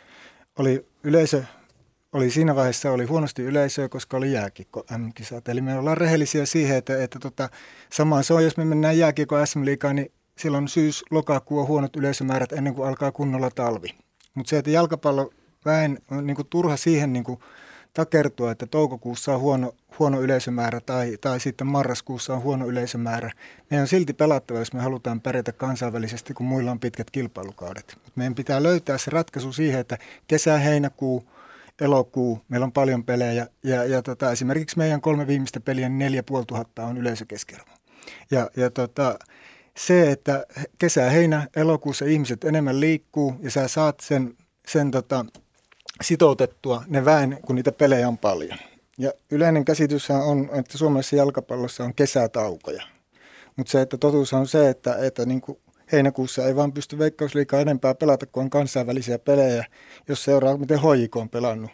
Oli yleisö, oli siinä vaiheessa oli huonosti yleisöä, koska oli jääkiekko M M-kisat. Eli me ollaan rehellisiä siihen, että, että tota, sama se on, jos me mennään jääkiekko S M-liigaan, niin silloin syys-lokakuu on huonot yleisömäärät ennen kuin alkaa kunnolla talvi. Mutta se, että jalkapallo väen on niin kuin turha siihen niin kuin takertua, että toukokuussa on huono, huono yleisömäärä tai, tai sitten marraskuussa on huono yleisömäärä. Meidän on silti pelattava, jos me halutaan pärjätä kansainvälisesti, kun muilla on pitkät kilpailukaudet. Mut meidän pitää löytää se ratkaisu siihen, että kesä, heinäkuu, elokuu, meillä on paljon pelejä ja, ja tota, esimerkiksi meidän kolme viimeistä peliä, niin neljä puoli tuhatta on yleisökeskiarvo. Ja, ja tota, se, että kesä, heinä, elokuussa ihmiset enemmän liikkuu ja sä saat sen, sen tota, sitoutettua ne väen, kun niitä pelejä on paljon. Ja yleinen käsityshän on, että suomalaisessa jalkapallossa on kesätaukoja. Mutta se, että totuus on se, että, että niin kuin heinäkuussa ei vaan pysty Veikkausliigaa enempää pelata, kun on kansainvälisiä pelejä. Jos seuraa, miten H J K on pelannut,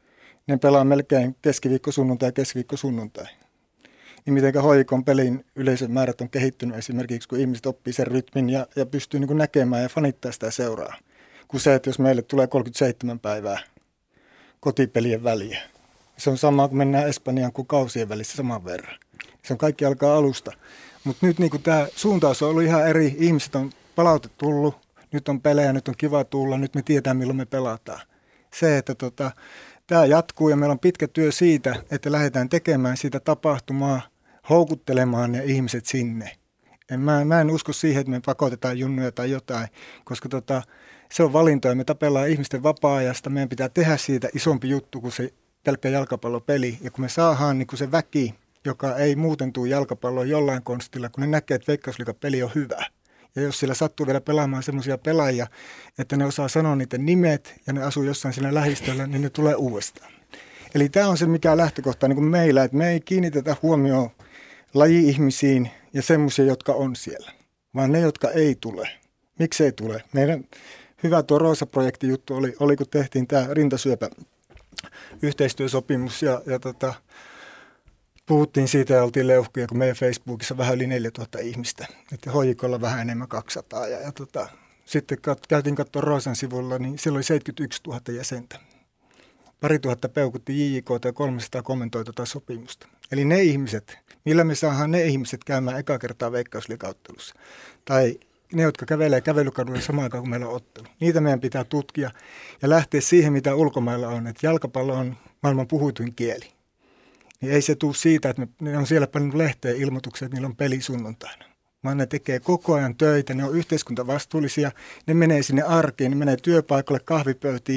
ne pelaa melkein keskiviikko-sunnuntai ja keskiviikko-sunnuntai. Niin miten H J K:n pelin yleisön määrät on kehittynyt esimerkiksi, kun ihmiset oppii sen rytmin ja, ja pystyy niin kuin näkemään ja fanittaa sitä seuraa. Kuin se, että jos meille tulee kolmekymmentäseitsemän päivää kotipelien väliä. Se on sama kuin mennään Espanjaan kuin kausien välissä saman verran. Se on kaikki alkaa alusta. Mutta nyt niin tämä suuntaus on ollut ihan eri. Ihmiset on palaute tullut, nyt on pelejä, nyt on kiva tulla, nyt me tiedetään milloin me pelataan. Se, että tota, tämä jatkuu ja meillä on pitkä työ siitä, että lähdetään tekemään siitä tapahtumaa, houkuttelemaan ne ihmiset sinne. En, mä, mä en usko siihen, että me pakotetaan junnuja tai jotain, koska tota, se on valintoja. Me tapellaan ihmisten vapaa-ajasta. Meidän pitää tehdä siitä isompi juttu kuin se pelkkä jalkapallopeli. Ja kun me saadaan niin kun se väki, joka ei muuten tule jalkapalloon jollain konstilla, kun ne näkee, että Veikkausliiga-peli on hyvä. Ja jos sillä sattuu vielä pelaamaan semmoisia pelaajia, että ne osaa sanoa niiden nimet ja ne asuu jossain siinä lähistöllä, niin ne tulee uudestaan. Eli tämä on se, mikä lähtökohta niin kuin meillä, että me ei kiinnitetä huomioon laji-ihmisiin ja semmoisia, jotka on siellä, vaan ne, jotka ei tule. Miksi ei tule? Meidän hyvä tuo Roosa-projekti juttu oli, oli, kun tehtiin tämä rintasyöpä-yhteistyösopimus ja, ja tota, puhuttiin siitä ja oltiin leuhkuja, kun meidän Facebookissa vähän yli neljätuhatta ihmistä. Että H J K:lla vähän enemmän kaksisataa. Ja, ja tota, sitten kat, käytiin katsoa Roosan sivulla, niin siellä oli seitsemänkymmentäyksituhatta jäsentä. Pari tuhatta peukutti J J K:ta ja kolmesataa kommentoi tota sopimusta. Eli ne ihmiset, millä me saadaan ne ihmiset käymään eka kertaa Veikkausliiga-ottelussa. Tai ne, jotka kävelee kävelykadulla samaan aikaan, kun meillä on ottelu. Niitä meidän pitää tutkia ja lähteä siihen, mitä ulkomailla on. Että jalkapallo on maailman puhutuin kieli. Niin ei se tule siitä, että ne on siellä paljon lehteen ilmoituksia, että niillä on peli sunnuntaina. Vaan ne tekee koko ajan töitä, ne on yhteiskuntavastuullisia, ne menee sinne arkeen, ne menee työpaikalle, kahvipöytiin,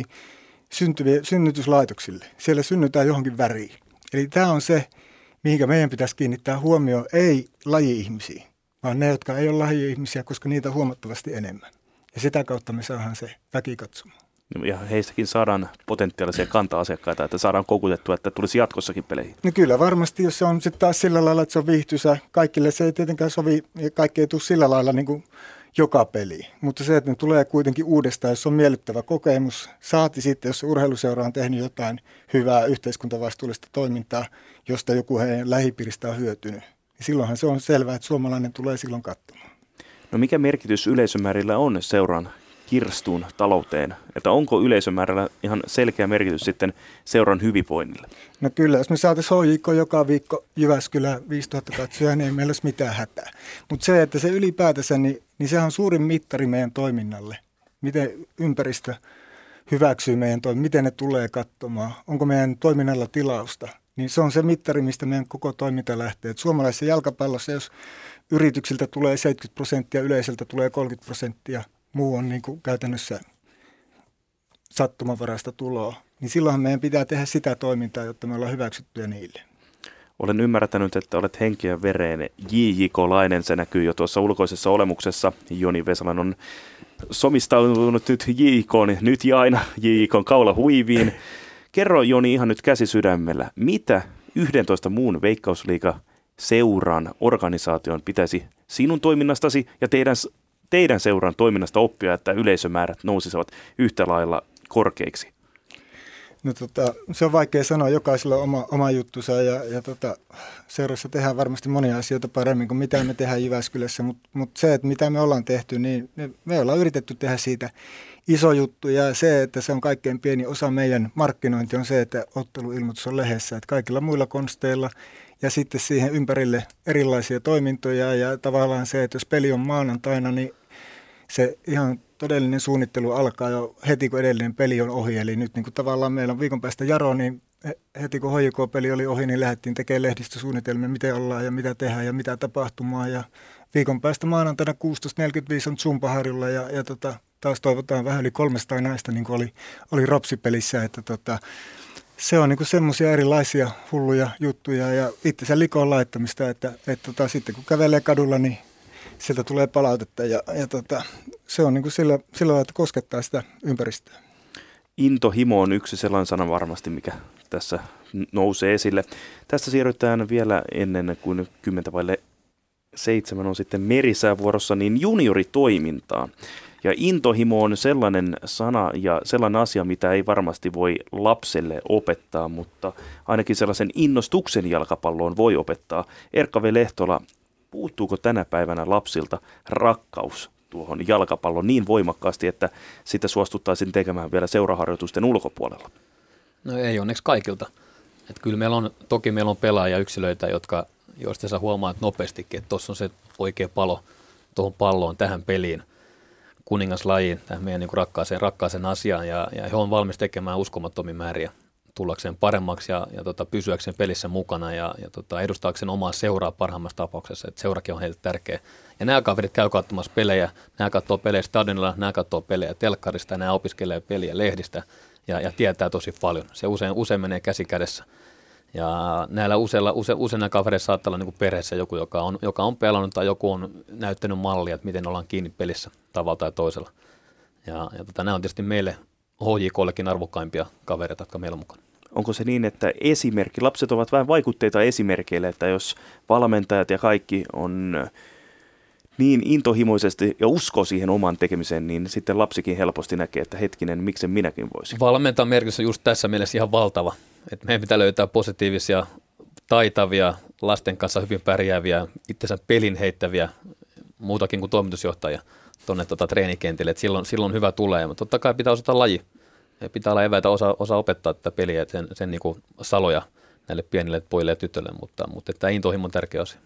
synnytyslaitoksille. Siellä synnytään johonkin väriin. Eli tämä on se, mihinkä meidän pitäisi kiinnittää huomioon, ei laji-ihmisiin, vaan ne, jotka ei ole laji-ihmisiä, koska niitä on huomattavasti enemmän. Ja sitä kautta me saadaan se väki katsomaan. Ja heistäkin saadaan potentiaalisia kanta-asiakkaita, että saadaan koukutettua, että tulisi jatkossakin peleihin. No kyllä varmasti, jos se on sitten taas sillä lailla, että se on viihtyisä. Kaikille se ei tietenkään sovi ja kaikki ei tule sillä lailla niin kuin joka peli. Mutta se, että ne tulee kuitenkin uudestaan, jos on miellyttävä kokemus. Saati sitten, jos urheiluseura on tehnyt jotain hyvää yhteiskuntavastuullista toimintaa, josta joku heidän lähipiiristä on hyötynyt. Niin silloinhan se on selvää, että suomalainen tulee silloin katsomaan. No mikä merkitys yleisömäärillä on seuran kirstuun talouteen? Että onko yleisömäärällä ihan selkeä merkitys sitten seuran hyvinvoinnille? No kyllä, jos me saataisiin H J K joka viikko Jyväskylä viisituhatta katsojaa, niin ei meillä olisi mitään hätää. Mutta se, että se ylipäätänsä, niin, niin sehän on suurin mittari meidän toiminnalle. Miten ympäristö hyväksyy meidän toiminnan, miten ne tulee katsomaan, onko meidän toiminnalla tilausta. Niin se on se mittari, mistä meidän koko toiminta lähtee. Et suomalaisessa jalkapallossa, jos yrityksiltä tulee seitsemänkymmentä prosenttia, yleisöltä tulee kolmekymmentä prosenttia, muu on niin kuin käytännössä sattumanvaraista tuloa, niin silloinhan meidän pitää tehdä sitä toimintaa, jotta me ollaan hyväksyttyjä niille. Olen ymmärtänyt, että olet henki ja vereen J J K-lainen. Se näkyy jo tuossa ulkoisessa olemuksessa. Joni Vesalan on somistautunut nyt J J K:n, nyt ja aina J J K:n kaula huiviin. Kerro Joni ihan nyt käsi sydämellä, mitä yhdentoista muun Veikkausliiga-seuran organisaation pitäisi sinun toiminnastasi ja teidän, teidän seuran toiminnasta oppia, että yleisömäärät nousisivat yhtä lailla korkeiksi? No, tota, se on vaikea sanoa, jokaisella on oma, oma juttusa ja, ja tota, seurassa tehdään varmasti monia asioita paremmin kuin mitä me tehdään Jyväskylässä, mutta mut se, että mitä me ollaan tehty, niin me ollaan yritetty tehdä siitä iso juttu ja se, että se on kaikkein pieni osa meidän markkinointi on se, että otteluilmoitus on lehdessä, että kaikilla muilla konsteilla ja sitten siihen ympärille erilaisia toimintoja ja tavallaan se, että jos peli on maanantaina, niin se ihan todellinen suunnittelu alkaa jo heti, kun edellinen peli on ohi. Eli nyt niin kuin tavallaan meillä on viikon päästä Jaro, niin heti kun H J K-peli oli ohi, niin lähdettiin tekemään lehdistösuunnitelmia, miten ollaan ja mitä tehdään ja mitä tapahtumaa. Ja viikon päästä maanantaina kuusitoista neljäkymmentäviisi on Zumbaharjulla ja, ja tota, taas toivotaan vähän yli kolmesataa naista, niin kuin oli, oli Ropsi-pelissä. Että tota, se on niin kuin semmoisia erilaisia hulluja juttuja ja itsensä likoon laittamista, että, että tota, sitten kun kävelee kadulla, niin sieltä tulee palautetta ja, ja tota, se on niin kuin sillä, sillä lailla, että koskettaa sitä ympäristöä. Intohimo on yksi sellainen sana varmasti, mikä tässä nousee esille. Tästä siirrytään vielä ennen kuin kymmentä vaille seitsemän on sitten merisäävuorossa, niin junioritoimintaan. Ja intohimo on sellainen sana ja sellainen asia, mitä ei varmasti voi lapselle opettaa, mutta ainakin sellaisen innostuksen jalkapalloon voi opettaa. Erkka V. Lehtola, puuttuuko tänä päivänä lapsilta rakkaus tuohon jalkapalloon niin voimakkaasti, että sitä suostuttaisiin tekemään vielä seuraharjoitusten ulkopuolella? No ei onneksi kaikilta. Että kyllä meillä on, toki meillä on pelaajia yksilöitä, jotka, joista sä huomaat nopeastikin, että tuossa on se oikea palo tuohon palloon, tähän peliin, kuningaslajiin, tähän meidän niin kuin rakkaaseen, rakkaaseen asiaan. Ja, ja he on valmis tekemään uskomattomia määriä tullakseen paremmaksi ja, ja tota, pysyäkseen pelissä mukana ja, ja tota, edustaakseen omaa seuraa parhaimmassa tapauksessa, että seurakin on heille tärkeä. Ja nämä kaverit käy katsomassa pelejä, nämä katsoo pelejä stadionilla, nämä katsoo pelejä telkkarista, nämä opiskelee peliä lehdistä ja, ja tietää tosi paljon. Se usein, usein menee käsi kädessä. Ja näillä useilla, use, usein kavereilla saattaa olla niin kuin perheessä joku, joka on, joka on pelannut tai joku on näyttänyt mallia, että miten ollaan kiinni pelissä tavalla tai toisella. Ja, ja tota, nämä on tietysti meille H J K:llekin arvokkaimpia kavereita, jotka meillä on mukana. Onko se niin, että esimerkki, lapset ovat vähän vaikutteita esimerkkeille, että jos valmentajat ja kaikki on niin intohimoisesti ja uskoo siihen oman tekemiseen, niin sitten lapsikin helposti näkee, että hetkinen, miksen minäkin voisin. Valmentajan merkitys on just tässä mielessä ihan valtava. Että meidän pitää löytää positiivisia, taitavia, lasten kanssa hyvin pärjääviä, itsensä pelin heittäviä, muutakin kuin toimitusjohtajia tuonne tota treenikentille. Et silloin, silloin hyvä tulee, mutta totta kai pitää osata laji. Ja pitää olla eväitä osa, osa opettaa tätä peliä, että sen, sen niin kuin saloja näille pienille pojille ja tytöille, mutta, mutta tämä intohimo on tärkeä asia.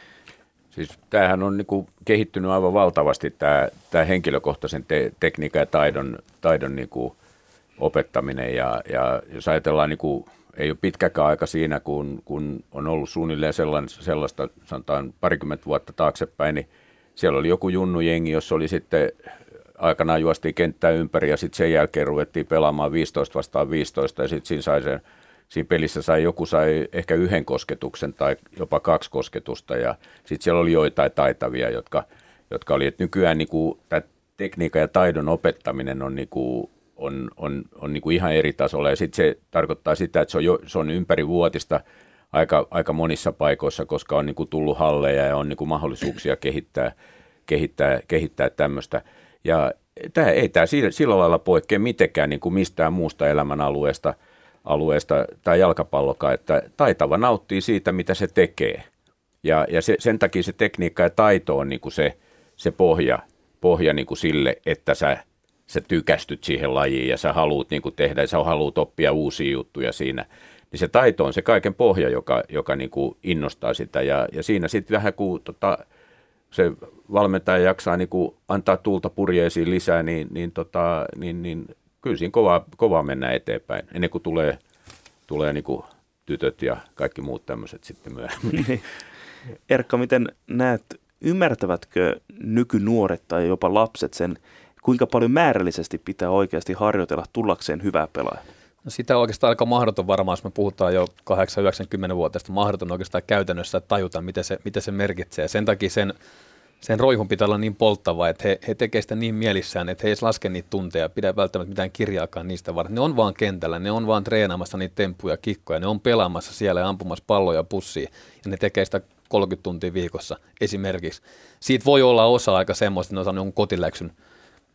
Siis tämähän on niin kuin kehittynyt aivan valtavasti tämä, tämä henkilökohtaisen te, tekniikan ja taidon, taidon niin kuin opettaminen ja, ja jos ajatellaan, niin kuin, ei ole pitkäkään aika siinä, kun, kun on ollut suunnilleen sellaista, sellaista sanotaan parikymmentä vuotta taaksepäin, niin siellä oli joku junnujengi, jossa oli sitten aikanaan juostiin kenttää ympäri ja sitten sen jälkeen ruvettiin pelaamaan viisitoista vastaan viisitoista ja sitten siinä, sai sen, siinä pelissä sai, joku sai ehkä yhden kosketuksen tai jopa kaksi kosketusta ja sitten siellä oli joitain taitavia, jotka, jotka oli, että nykyään niin kuin, tämä tekniikan ja taidon opettaminen on, niin kuin, on, on, on niin kuin ihan eri tasolla ja sitten se tarkoittaa sitä, että se on, jo, se on ympärivuotista aika, aika monissa paikoissa, koska on niin kuin tullut halleja ja on niin kuin mahdollisuuksia kehittää, kehittää, kehittää tämmöistä. Ja tämä ei tämä sillä lailla poikkea mitenkään niin kuin mistään muusta elämän alueesta, alueesta tai jalkapallokaan, että taitava nauttii siitä, mitä se tekee. Ja, ja se, sen takia se tekniikka ja taito on niin kuin se, se pohja, pohja niin kuin sille, että sä, sä tykästyt siihen lajiin ja sä haluut niin kuin tehdä ja sä haluut oppia uusia juttuja siinä. Niin se taito on se kaiken pohja, joka, joka niin kuin innostaa sitä ja, ja siinä sitten vähän kuin tota, se valmentaja jaksaa niin kuin antaa tuulta purjeisiin lisää, niin, niin, tota, niin, niin kyllä siinä kovaa, kovaa mennään eteenpäin, ennen kuin tulee, tulee niin kuin tytöt ja kaikki muut tämmöiset sitten myöhemmin. Erkka, miten näet, ymmärtävätkö nykynuoret tai jopa lapset sen, kuinka paljon määrällisesti pitää oikeasti harjoitella tullakseen hyvää pelaajaa? No sitä on oikeastaan aika mahdoton varmaan, jos me puhutaan jo kahdeksan yhdeksänkymmentä vuotiaista, mahdoton oikeastaan käytännössä tajuta, mitä se, mitä se merkitsee. Sen takia sen, sen roihun pitää olla niin polttava, että he, he tekevät sitä niin mielissään, että he edes laske niitä tunteja, pidä välttämättä mitään kirjaakaan niistä varten. Ne on vaan kentällä, ne on vaan treenaamassa niitä temppuja, kikkoja, ne on pelaamassa siellä ja ampumassa palloja pussiin ja ne tekee sitä kolmekymmentä tuntia viikossa esimerkiksi. Siitä voi olla osa aika semmoista, että ne on saanut jonkun kotiläksyn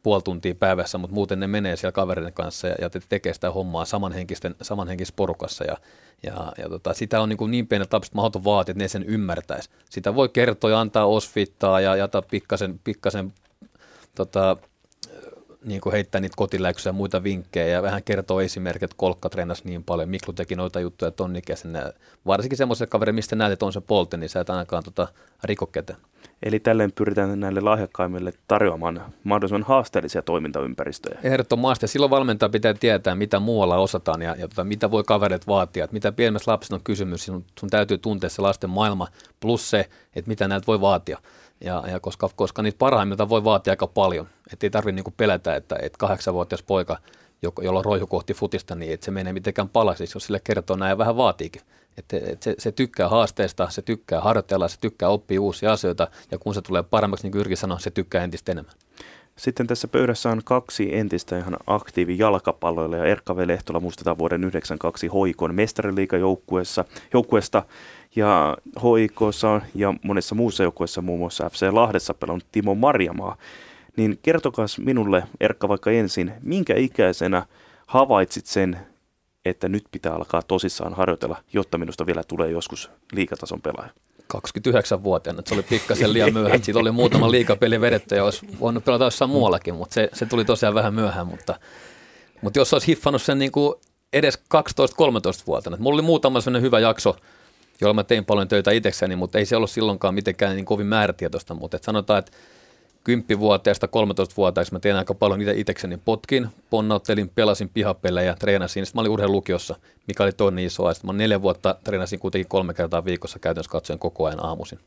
puoli tuntia päivässä, mutta muuten ne menee siellä kavereiden kanssa ja, ja te tekee sitä hommaa samanhenkisten, samanhenkisessä porukassa. Ja, ja, ja tota, sitä on niin, kuin niin pienet lapset mahdoton vaatia, että ne sen ymmärtäisi. Sitä voi kertoa ja antaa osvittaa ja jätä pikkasen, pikkasen tota, niin kuin heittää niitä kotiläksyjä ja muita vinkkejä ja vähän kertoo esimerkiksi, että Kolkka treenasi niin paljon, Miklu teki noita juttuja ton ikäisenä. Varsinkin semmoiselle kaverille, mistä näet, että on se polte, niin sä et ainakaan tota, riko ketään. Eli tälleen pyritään näille lahjakkaimmille tarjoamaan mahdollisimman haasteellisia toimintaympäristöjä. Ehdottomasti. Silloin valmentaja pitää tietää, mitä muualla osataan ja, ja tota, mitä voi kaverit vaatia. Että mitä pienemmässä lapsessa on kysymys, sun, sun täytyy tuntea se lasten maailma plus se, että mitä näitä voi vaatia. Ja, ja koska, koska niitä parhaimmilta voi vaatia aika paljon. Että ei tarvitse niinku pelätä, että, että kahdeksanvuotias poika, jolla on roihu kohti futista, niin että se menee mitenkään palasiksi, jos sille kertoo näin ja vähän vaatiikin. Että, että se, se tykkää haasteesta, se tykkää harjoitella, se tykkää oppia uusia asioita ja kun se tulee paremmaksi, niin kuin Jyrki sanoi, se tykkää entistä enemmän. Sitten tässä pöydässä on kaksi entistä ihan aktiivijalkapalloilla ja Erkka V. Lehtola muistetaan vuoden yhdeksänkymmentäkaksi Hoikon mestariliigajoukkueessa ja Hoikossa ja monessa muussa joukkueessa, muun muassa F C Lahdessa pelannut Timo Marjamaa. Niin kertokas minulle, Erkka, vaikka ensin, minkä ikäisenä havaitsit sen, että nyt pitää alkaa tosissaan harjoitella, jotta minusta vielä tulee joskus liigatason pelaaja? kaksikymmentäyhdeksänvuotiaana, se oli pikkasen liian myöhään. Siitä oli muutama liigapeli vedetty ja olisi voinut pelata jossain muuallakin, mutta se, se tuli tosiaan vähän myöhään. Mutta, mutta jos olisi hiffannut sen niin kuin edes kaksitoista-kolmetoista-vuotiaana. Mulla oli muutama sellainen hyvä jakso, jolla mä tein paljon töitä itsekseni, mutta ei se ollut silloinkaan mitenkään niin kovin määrätietoista. Mutta et sanotaan, että kymppivuotiaasta kolmetoistavuotiaaksi mä tein aika paljon itse itsekseni. Potkin, ponnauttelin, pelasin pihapelejä, treenasin. Sitten mä olin urheilulukiossa, mikä oli toinen iso asia. Mä neljä vuotta treenasin kuitenkin kolme kertaa viikossa käytännössä katsoen koko ajan aamuisin.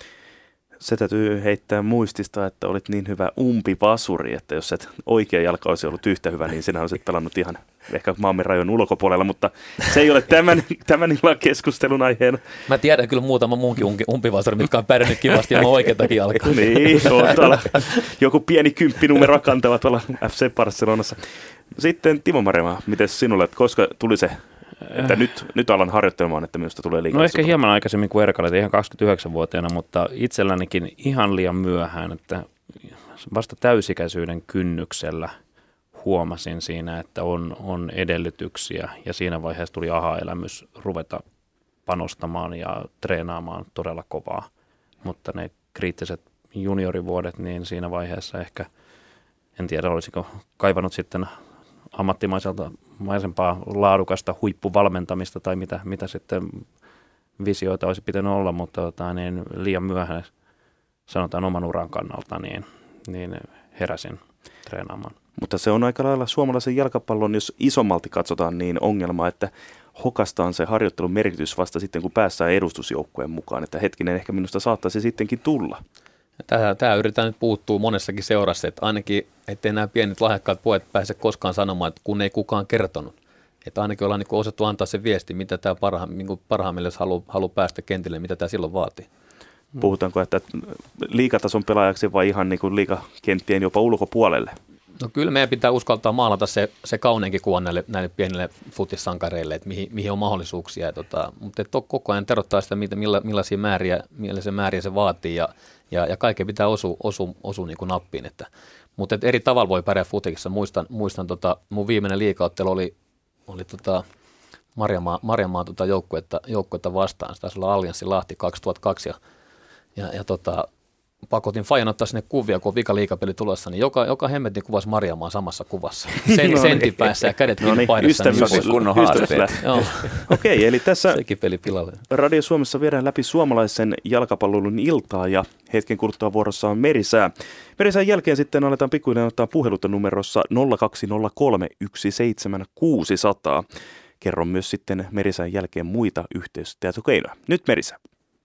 Se täytyy heittää muistista, että olit niin hyvä umpivasuri, että jos et oikea jalka olisi ollut yhtä hyvä, niin sinä olisit pelannut ihan ehkä maamme rajojen ulkopuolella, mutta se ei ole tämän, tämän illan keskustelun aiheena. Mä tiedän kyllä muutama muunkin umpivasuri, mitkä on pärjännyt kivasti ilman oikeatakin jalkaa. Niin, on tuolla joku pieni kymppinumero kantava tuolla F C Barcelonassa. Sitten Timo Marjamaa, miten sinulle, että koska tuli se, että nyt, nyt alan harjoittelemaan, että minusta tulee liikaa? No ehkä hieman aikaisemmin kuin Erkalle, ihan kaksikymmentäyhdeksänvuotiaana, mutta itsellänikin ihan liian myöhään, että vasta täysikäisyyden kynnyksellä huomasin siinä, että on, on edellytyksiä ja siinä vaiheessa tuli aha-elämys ruveta panostamaan ja treenaamaan todella kovaa, mutta ne kriittiset juniorivuodet, niin siinä vaiheessa ehkä, en tiedä olisiko kaivannut sitten ammattimaiselta maisempaa laadukasta huippuvalmentamista tai mitä, mitä sitten visioita olisi pitänyt olla, mutta tota, niin liian myöhään sanotaan oman uran kannalta, niin, niin heräsin treenaamaan. Mutta se on aika lailla suomalaisen jalkapallon, jos isommalti katsotaan, niin ongelma, että hokastaan se harjoittelun merkitys vasta sitten, kun päästään edustusjoukkueen mukaan, että hetkinen ehkä minusta saattaisi sittenkin tulla. Tämä, tämä yritetään nyt puuttua monessakin seurassa, että ainakin, ettei nämä pienet lahjakkaat pojat pääse koskaan sanomaan, että kun ei kukaan kertonut. Että ainakin ollaan niin osattu antaa se viesti, mitä tämä parha, niin parhaimmillaan haluaa halu päästä kentille, mitä tämä silloin vaatii. Puhutaanko, että liigatason pelaajaksi vai ihan niin kuin liigakenttien jopa ulkopuolelle? No kyllä meidän pitää uskaltaa maalata se, se kauneinkin kuva näille, näille pienille futissankareille, että mihin, mihin on mahdollisuuksia. Ja tota, mutta et koko ajan terottaa sitä, milla, millaisia määriä, millaisia määriä se vaatii ja, ja, ja kaiken pitää osua osu, osu niin kuin nappiin. Että, mutta et eri tavalla voi pärjää futikissa. Muistan, muistan tota, mun viimeinen liigaottelu oli, oli tota Marjamaa, Marjamaa tota joukkuetta, joukkuetta vastaan. Se taisi olla Allianssi Lahti kaksituhattakaksi ja, ja, ja tota, pakotin Fajan ottaa sinne kuvia, kun on vika liigapeli tulossa, niin joka, joka hemmetin kuvasi Marjamaa samassa kuvassa. Sen, no sentin päässä ja kädet kiinni no painassa. Ystävyys, kunnon haasteet. Okei, eli tässä Radio Suomessa viedään läpi suomalaisen jalkapallon iltaa ja hetken kuluttua vuorossa on Merisää. Merisään jälkeen sitten aletaan pikkuhiljaa ottaa puheluta numerossa nolla kaksi nolla kolme yksi seitsemän kuusi nolla nolla. Kerron myös sitten Merisään jälkeen muita yhteystietokeinoja. Nyt Merisää.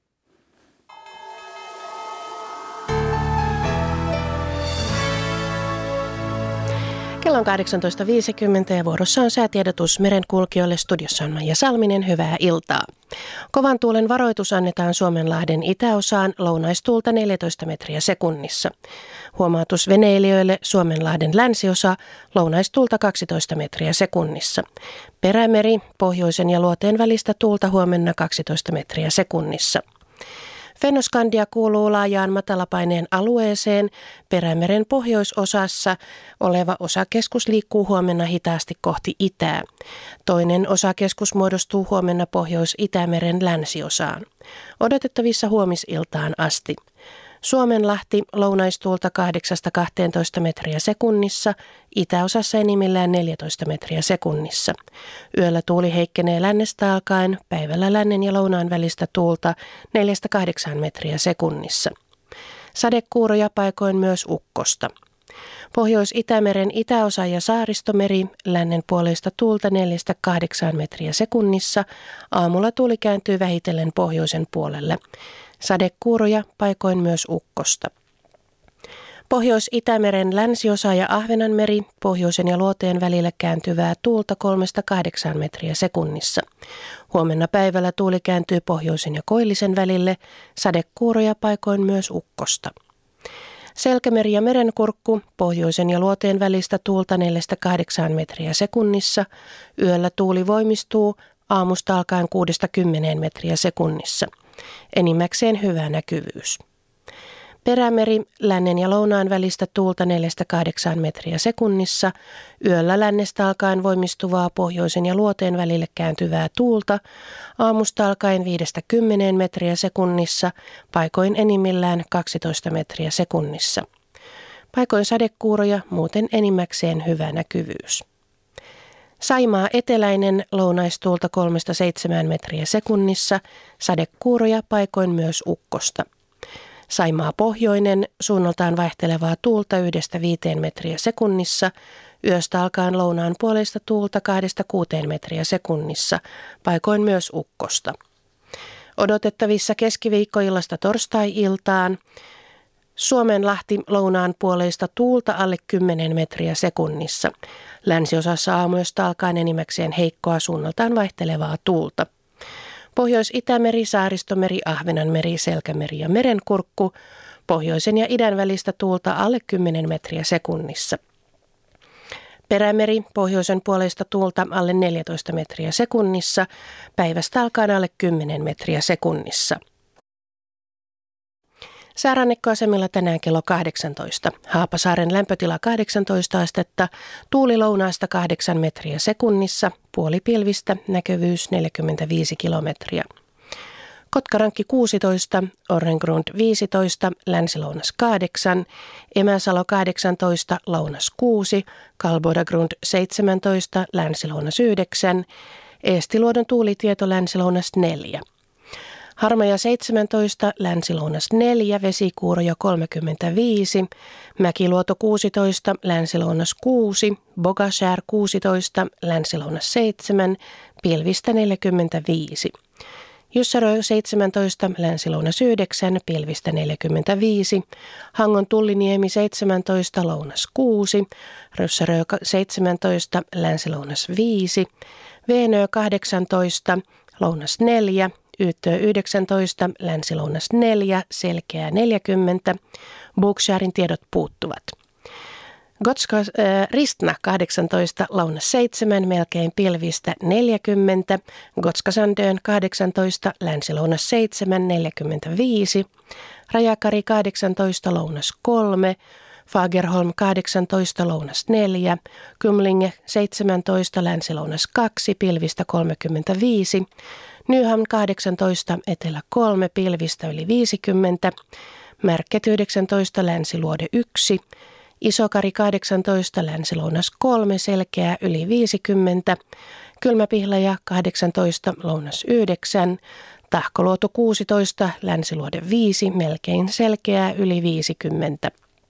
Kello on kahdeksantoista viisikymmentä ja vuorossa on säätiedotus merenkulkijoille. Studiossa on Maija Salminen. Hyvää iltaa. Kovan tuulen varoitus annetaan Suomenlahden itäosaan, lounaistuulta neljätoista metriä sekunnissa. Huomautus veneilijöille Suomenlahden länsiosa, lounaistuulta kaksitoista metriä sekunnissa. Perämeri, pohjoisen ja luoteen välistä tuulta huomenna kaksitoista metriä sekunnissa. Fennoskandia kuuluu laajaan matalapaineen alueeseen. Perämeren pohjoisosassa oleva osakeskus liikkuu huomenna hitaasti kohti itää. Toinen osakeskus muodostuu huomenna Pohjois-Itämeren länsiosaan. Odotettavissa huomisiltaan asti. Suomenlahti lounaistuulta kahdeksasta kahteentoista metriä sekunnissa, itäosassa enimmillään neljätoista metriä sekunnissa. Yöllä tuuli heikkenee lännestä alkaen, päivällä lännen ja lounaan välistä tuulta neljästä kahdeksaan metriä sekunnissa. Sadekuuroja paikoin myös ukkosta. Pohjois-Itämeren itäosa ja Saaristomeri, lännen puoleista tuulta neljästä kahdeksaan metriä sekunnissa, aamulla tuuli kääntyy vähitellen pohjoisen puolelle. Sadekuuroja, paikoin myös ukkosta. Pohjois-Itämeren länsiosa ja Ahvenanmeri, pohjoisen ja luoteen välillä kääntyvää tuulta kolmesta kahdeksaan metriä sekunnissa. Huomenna päivällä tuuli kääntyy pohjoisen ja koillisen välille, sadekuuroja, paikoin myös ukkosta. Selkämeri ja Merenkurkku, pohjoisen ja luoteen välistä tuulta neljästä kahdeksaan metriä sekunnissa. Yöllä tuuli voimistuu, aamusta alkaen kuudesta kymmeneen metriä sekunnissa. Enimmäkseen hyvä näkyvyys. Perämeri, lännen ja lounaan välistä tuulta neljästä kahdeksaan metriä sekunnissa. Yöllä lännestä alkaen voimistuvaa pohjoisen ja luoteen välille kääntyvää tuulta. Aamusta alkaen viidestä kymmeneen metriä sekunnissa, paikoin enimmillään kaksitoista metriä sekunnissa. Paikoin sadekuuroja, muuten enimmäkseen hyvä näkyvyys. Saimaa eteläinen lounaistuulta kolmesta seitsemään metriä sekunnissa, sadekuuroja, paikoin myös ukkosta. Saimaa pohjoinen, suunnaltaan vaihtelevaa tuulta yhdestä viiteen metriä sekunnissa, yöstä alkaen lounaan puolesta tuulta kahdesta kuuteen metriä sekunnissa, paikoin myös ukkosta. Odotettavissa keskiviikkoillasta torstai-iltaan, Suomenlahti lounaan puoleista tuulta alle kymmenen metriä sekunnissa. Länsiosassa aamuyöstä alkaen enimmäkseen heikkoa suunnaltaan vaihtelevaa tuulta. Pohjois-Itämeri, Saaristomeri, Ahvenanmeri, Selkämeri ja Merenkurkku, pohjoisen ja idän välistä tuulta alle kymmenen metriä sekunnissa. Perämeri, pohjoisen puolesta tuulta alle neljätoista metriä sekunnissa, päivästä alkaen alle kymmenen metriä sekunnissa. Säärannikkoasemilla tänään kello kahdeksantoista. Haapasaaren lämpötila kahdeksantoista astetta, tuuli lounaasta kahdeksan metriä sekunnissa, puoli pilvistä, näkyvyys neljäkymmentäviisi kilometriä. Kotkarankki kuusitoista, Orrengrund viisitoista, länsilounas kahdeksan, Emäsalo kahdeksantoista, lounas kuusi, Kalbodagrund seitsemäntoista, länsilounas yhdeksän, Eestiluodon tuulitieto länsilounas neljä. Harmaja seitsemäntoista, länsilounas neljä, Vesikuuroja kolmekymmentäviisi, Mäkiluoto kuusitoista, länsilounas kuusi, Bogaskär kuusitoista, länsilounas seitsemän, pilvistä neljäkymmentäviisi. Jussarö seitsemäntoista, länsilounas yhdeksän, pilvistä neljäkymmentäviisi, Hangon Tulliniemi seitsemäntoista, lounas kuusi, Ryssärö seitsemäntoista, länsilounas viisi, Veenö kahdeksantoista, lounas neljä, Yyttö yhdeksäntoista, länsilounas neljä, selkeää neljäkymmentä, Bogskärin tiedot puuttuvat. Gotska, äh, Ristna kahdeksantoista, lounas seitsemän, melkein pilvistä neljäkymmentä, Gotskasandön kahdeksantoista, länsilounas seitsemän, neljäkymmentäviisi, Rajakari kahdeksantoista, lounas kolme, Fagerholm kahdeksantoista, lounas neljä, Kymlinge seitsemäntoista, länsilounas kaksi, pilvistä kolmekymmentäviisi, Nyhamn kahdeksantoista, etelä kolme, pilvistä yli viisikymmentä, Märket yhdeksäntoista, länsiluode yksi, Isokari kahdeksantoista, länsilounas kolme, selkeää yli viisikymmentä, Kylmäpihlaja kahdeksantoista, lounas yhdeksän, Tahkoluoto kuusitoista, länsiluode viisi, melkein selkeää yli viisikymmentä.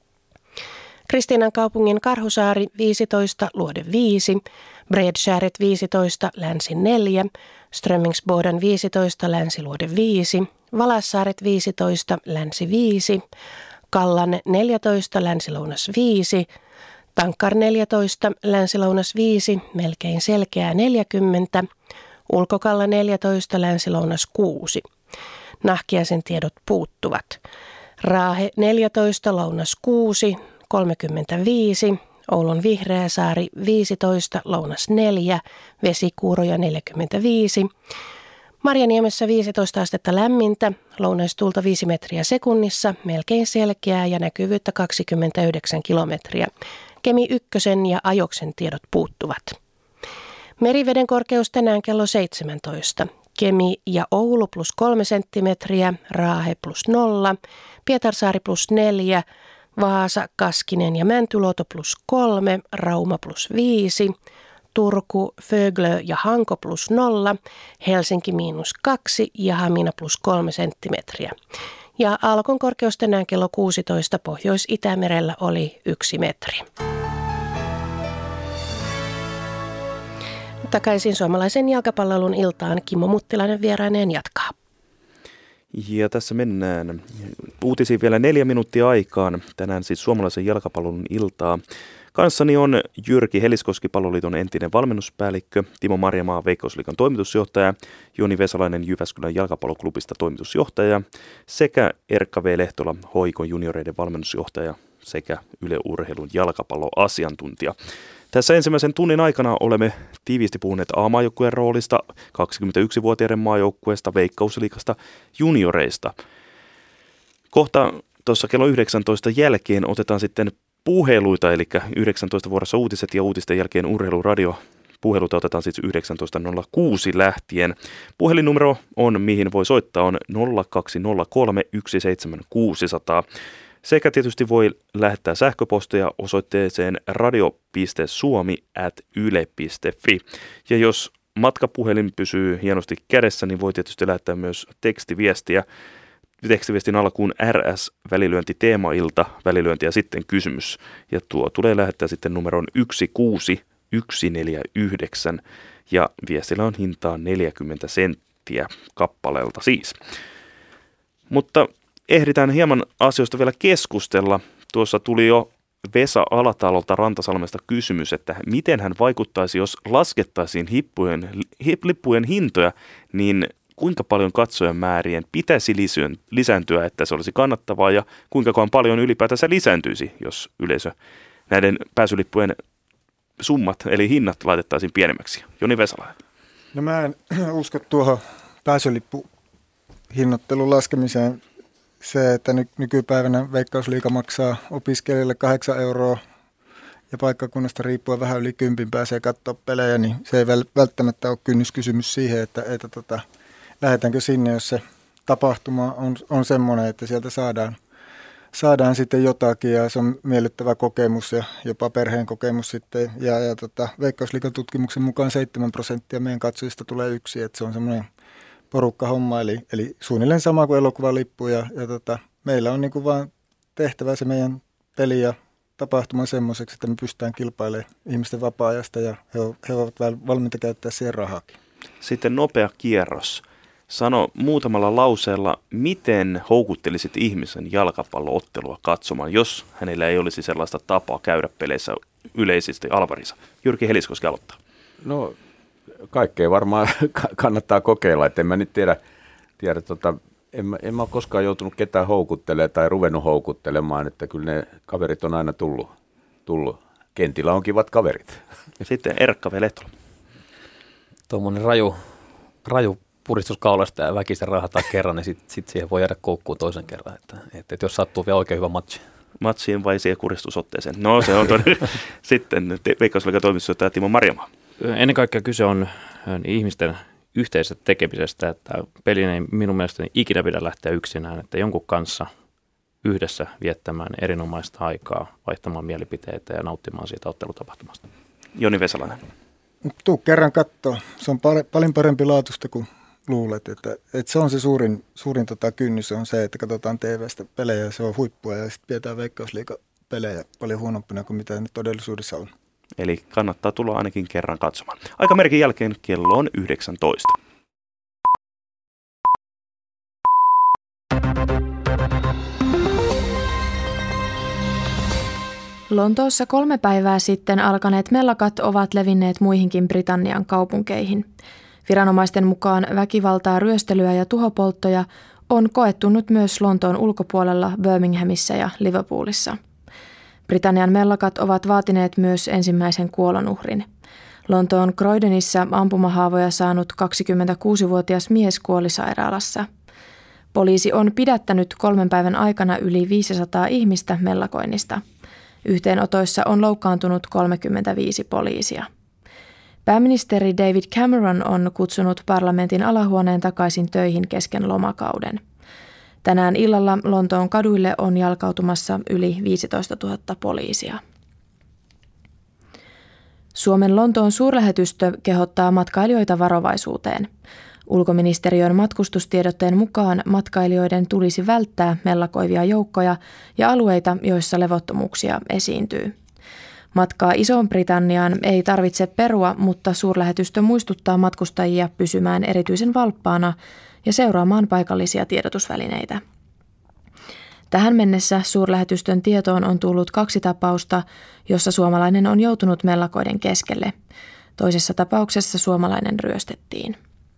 Kristiinan kaupungin Karhusaari viisitoista, luode viisi, Bredskäret viisitoista, länsi neljä, Strömmingsboden viisitoista, länsiluode viisi, Valassaaret viisitoista, länsi viisi, Kallan neljätoista, länsilounas viisi, Tankkar neljätoista, länsilounas viisi, melkein selkeää neljäkymmentä, Ulkokalla neljätoista, länsilounas kuusi. Nahkiaisen tiedot puuttuvat. Raahe neljätoista, lounas kuusi, kolmekymmentäviisi, Oulun Vihreäsaari viisitoista, lounas neljä, Vesikuuroja neljäkymmentäviisi, Marjaniemessä viisitoista astetta lämmintä, lounaistuulta viisi metriä sekunnissa, melkein selkeää ja näkyvyyttä kaksikymmentäyhdeksän kilometriä. Kemi ykkösen ja Ajoksen tiedot puuttuvat. Meriveden korkeus tänään kello seitsemäntoista. Kemi ja Oulu plus kolme senttimetriä, Raahe plus nolla, Pietarsaari plus neljä, Vaasa, Kaskinen ja Mäntyluoto plus kolme, Rauma plus viisi, Turku, Föglö ja Hanko plus nolla, Helsinki miinus kaksi ja Hamina plus kolme senttimetriä. Ja aallokon korkeus tänään kello kuusitoista Pohjois-Itämerellä oli yksi metri. Takaisin suomalaisen jalkapallon iltaan Kimmo Muttilainen vieraineen jatkaa. Ja tässä mennään uutisiin vielä neljä minuuttia aikaan. Tänään siis suomalaisen jalkapallon iltaa. Kanssani on Jyrki Heliskoski, Palloliiton entinen valmennuspäällikkö, Timo Marjamaa, Veikkausliigan toimitusjohtaja, Joni Vesalainen, Jyväskylän jalkapalloklubista toimitusjohtaja sekä Erkka V. Lehtola, H I K:n junioreiden valmennusjohtaja sekä Yle Urheilun jalkapalloasiantuntija. Tässä ensimmäisen tunnin aikana olemme tiiviisti puhuneet A-maajoukkueen roolista, kaksikymmentäyksivuotiaiden maajoukkueesta, Veikkausliigasta, junioreista. Kohta tuossa kello yhdeksäntoista jälkeen otetaan sitten puheluita, eli yhdeksäntoista vuorossa uutiset ja uutisten jälkeen urheiluradio. Puheluita otetaan siis yhdeksäntoista nolla kuusi lähtien. Puhelinnumero on, mihin voi soittaa, on nolla kaksi nolla kolme yksi seitsemän kuusi nolla nolla. Sekä tietysti voi lähettää sähköpostia osoitteeseen radio piste suomi ät yle piste fi. Ja jos matkapuhelin pysyy hienosti kädessä, niin voi tietysti lähettää myös tekstiviestiä. Tekstiviestin alkuun R S välilyönti teemailta, välilyönti ja sitten kysymys. Ja tuo tulee lähettää sitten numeron yksi kuusi yksi neljä yhdeksän ja viestillä on hintaa neljäkymmentä senttiä kappaleelta siis. Mutta ehditään hieman asioista vielä keskustella. Tuossa tuli jo Vesa Alatalolta Rantasalmesta kysymys, että miten hän vaikuttaisi, jos laskettaisiin hippujen, hip, lippujen hintoja, niin kuinka paljon katsojamäärien pitäisi lisääntyä, että se olisi kannattavaa ja kuinka paljon ylipäätänsä lisääntyisi, jos yleisö näiden pääsylippujen summat eli hinnat laitettaisiin pienemmäksi. Joni Vesalainen. No mä en usko tuohon pääsylippuhinnoittelun laskemiseen. Se, että ny- nykypäivänä Veikkausliiga maksaa opiskelijalle kahdeksan euroa ja paikkakunnasta riippuen vähän yli kympin pääsee katsoa pelejä, niin se ei välttämättä ole kynnyskysymys siihen, että, että tota, lähdetäänkö sinne, jos se tapahtuma on, on semmoinen, että sieltä saadaan, saadaan sitten jotakin ja se on miellyttävä kokemus ja jopa perheen kokemus sitten. Ja, ja tota, Veikkausliigan tutkimuksen mukaan seitsemän prosenttia meidän katsojista tulee yksi, että se on semmoinen porukkahomma, eli, eli suunnilleen sama kuin elokuvalippu ja, ja tota, meillä on niin kuin vaan tehtävä se meidän peli ja tapahtuma semmoiseksi, että me pystytään kilpailemaan ihmisten vapaa-ajasta ja he, he ovat valmiita käyttää siihen rahaakin. Sitten nopea kierros. Sano muutamalla lauseella, miten houkuttelisit ihmisen jalkapalloottelua katsomaan, jos hänellä ei olisi sellaista tapaa käydä peleissä yleisesti alvarissa. Jyrki Heliskoski aloittaa. No kaikkea varmaan kannattaa kokeilla, että en mä nyt tiedä, tiedä tota, en, mä, en mä ole koskaan joutunut ketään houkuttelemaan tai ruvennut houkuttelemaan, että kyllä ne kaverit on aina tullut. tullut. Kentillä on kivat kaverit. Ja sitten Erkka V. Lehtola. Tuommoinen raju, raju puristus kaulasta ja väkisen rahataan kerran, niin sitten sit siihen voi jäädä koukkuun toisen kerran, että, että, että jos sattuu vielä oikein hyvä matchi. Matsiin vai siihen kuristusotteeseen? No se on todella. Sitten Veikkausliigan toimitusjohtaja Timo Marjamaa. Ennen kaikkea kyse on ihmisten yhteisestä tekemisestä, että pelin ei minun mielestäni ikinä pidä lähteä yksinään, että jonkun kanssa yhdessä viettämään erinomaista aikaa, vaihtamaan mielipiteitä ja nauttimaan siitä ottelutapahtumasta. Joni Vesalainen. Tuu kerran katsoa. Se on pal- paljon parempi laatusta kuin luulet. Että, että se on se suurin, suurin tota kynnys, on se, että katsotaan T V:stä pelejä, se on huippua ja sitten pidetään Veikkausliigan pelejä paljon huonompina kuin mitä nyt todellisuudessa on. Eli kannattaa tulla ainakin kerran katsomaan. Aikamerkin jälkeen kello on yhdeksäntoista. Lontoossa kolme päivää sitten alkaneet mellakat ovat levinneet muihinkin Britannian kaupunkeihin. Viranomaisten mukaan väkivaltaa, ryöstelyä ja tuhopolttoja on koettunut myös Lontoon ulkopuolella Birminghamissa ja Liverpoolissa. Britannian mellakat ovat vaatineet myös ensimmäisen kuolonuhrin. Lontoon Croydonissa ampumahaavoja saanut kaksikymmentäkuusivuotias mies kuoli sairaalassa. Poliisi on pidättänyt kolmen päivän aikana yli viisisataa ihmistä mellakoinnista. Yhteenotoissa on loukkaantunut kolmekymmentäviisi poliisia. Pääministeri David Cameron on kutsunut parlamentin alahuoneen takaisin töihin kesken lomakauden. Tänään illalla Lontoon kaduille on jalkautumassa yli viisitoistatuhatta poliisia. Suomen Lontoon suurlähetystö kehottaa matkailijoita varovaisuuteen. Ulkoministeriön matkustustiedotteen mukaan matkailijoiden tulisi välttää mellakoivia joukkoja ja alueita, joissa levottomuuksia esiintyy. Matkaa Isoon-Britanniaan ei tarvitse perua, mutta suurlähetystö muistuttaa matkustajia pysymään erityisen valppaana ja seuraamaan paikallisia tiedotusvälineitä. Tähän mennessä suurlähetystön tietoon on tullut kaksi tapausta, jossa suomalainen on joutunut mellakoiden keskelle. Toisessa tapauksessa suomalainen ryöstettiin.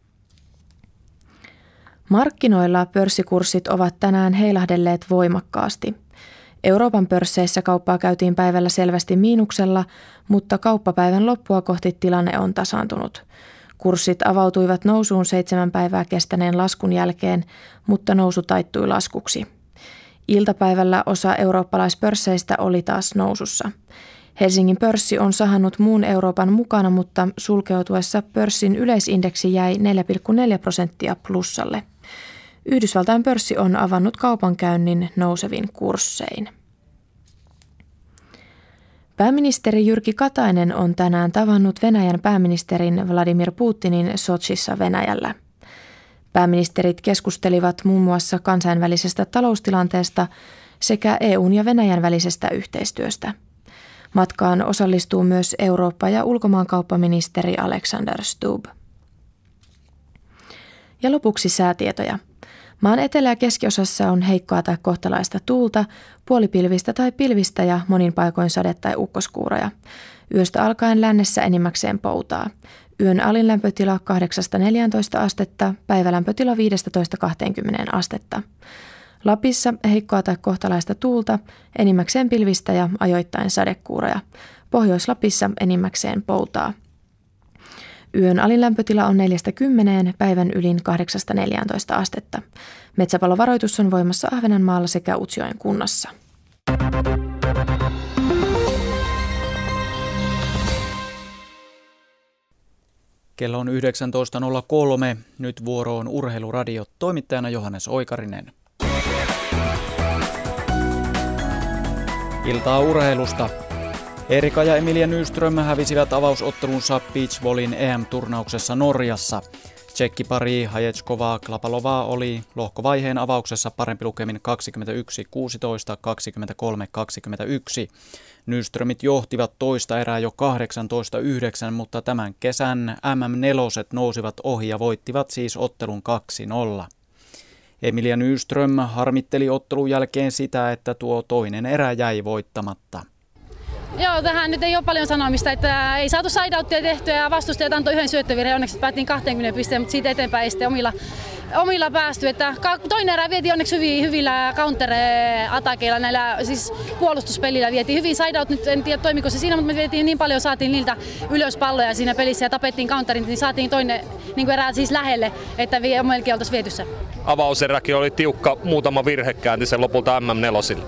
Markkinoilla pörssikurssit ovat tänään heilahdelleet voimakkaasti. Euroopan pörsseissä kauppaa käytiin päivällä selvästi miinuksella, mutta kauppapäivän loppua kohti tilanne on tasaantunut. Kurssit avautuivat nousuun seitsemän päivää kestäneen laskun jälkeen, mutta nousu taittui laskuksi. Iltapäivällä osa eurooppalaispörsseistä oli taas nousussa. Helsingin pörssi on sahannut muun Euroopan mukana, mutta sulkeutuessa pörssin yleisindeksi jäi neljä pilkku neljä prosenttia plussalle. Yhdysvaltain pörssi on avannut kaupankäynnin nousevin kurssein. Pääministeri Jyrki Katainen on tänään tavannut Venäjän pääministerin Vladimir Putinin Sochissa Venäjällä. Pääministerit keskustelivat muun muassa kansainvälisestä taloustilanteesta sekä E U:n ja Venäjän välisestä yhteistyöstä. Matkaan osallistuu myös Eurooppa- ja ulkomaankauppaministeri Alexander Stubb. Ja lopuksi säätietoja. Maan etelä- ja keskiosassa on heikkoa tai kohtalaista tuulta, puolipilvistä tai pilvistä ja monin paikoin sade- tai ukkoskuuroja. Yöstä alkaen lännessä enimmäkseen poutaa. Yön alin lämpötila kahdeksasta neljääntoista astetta, päivälämpötila viidestätoista kahteenkymmeneen astetta. Lapissa heikkoa tai kohtalaista tuulta, enimmäkseen pilvistä ja ajoittain sadekuuroja. Pohjois-Lapissa enimmäkseen poutaa. Yön alin lämpötila on neljästä kymmeneen, päivän ylin kahdeksasta neljääntoista astetta. Metsäpalovaroitus on voimassa Ahvenanmaalla sekä Utsjoen kunnassa. Kello on yhdeksäntoista nolla kolme. Nyt vuoro on Urheiluradio. Toimittajana Johannes Oikarinen. Iltaa urheilusta. Erika ja Emilia Nyström hävisivät avausottelunsa beachvolleyn E M-turnauksessa Norjassa. Tsekkipari Haječková Klapalová oli lohkovaiheen avauksessa parempi lukemin kaksikymmentäyksi kuusitoista, kaksikymmentäkolme kaksikymmentäyksi. Nyströmit johtivat toista erää jo kahdeksantoista yhdeksän, mutta tämän kesän M M neljä nousivat ohi ja voittivat siis ottelun kaksi nolla. Emilia Nyström harmitteli ottelun jälkeen sitä, että tuo toinen erä jäi voittamatta. Joo, tähän nyt ei ole paljon sanomista, että ei saatu side-outtia tehtyä ja vastustajat antoi yhden syöttövirheen, onneksi päättiin kaksikymmentä pisteen, mutta siitä eteenpäin ei sitten omilla, omilla päästy. Että toinen erä vietiin onneksi hyvin, hyvillä counter-atakeilla, näillä siis puolustuspelillä vietiin hyvin side-out, nyt en tiedä toimiko se siinä, mutta me vietiin niin paljon, saatiin niiltä ylös palloja siinä pelissä ja tapettiin counterin, niin saatiin toinen niin erää siis lähelle, että melkein oltaisiin vietyssä. Avauseräkin oli tiukka, muutama virhe käänti sen lopulta M M neljä.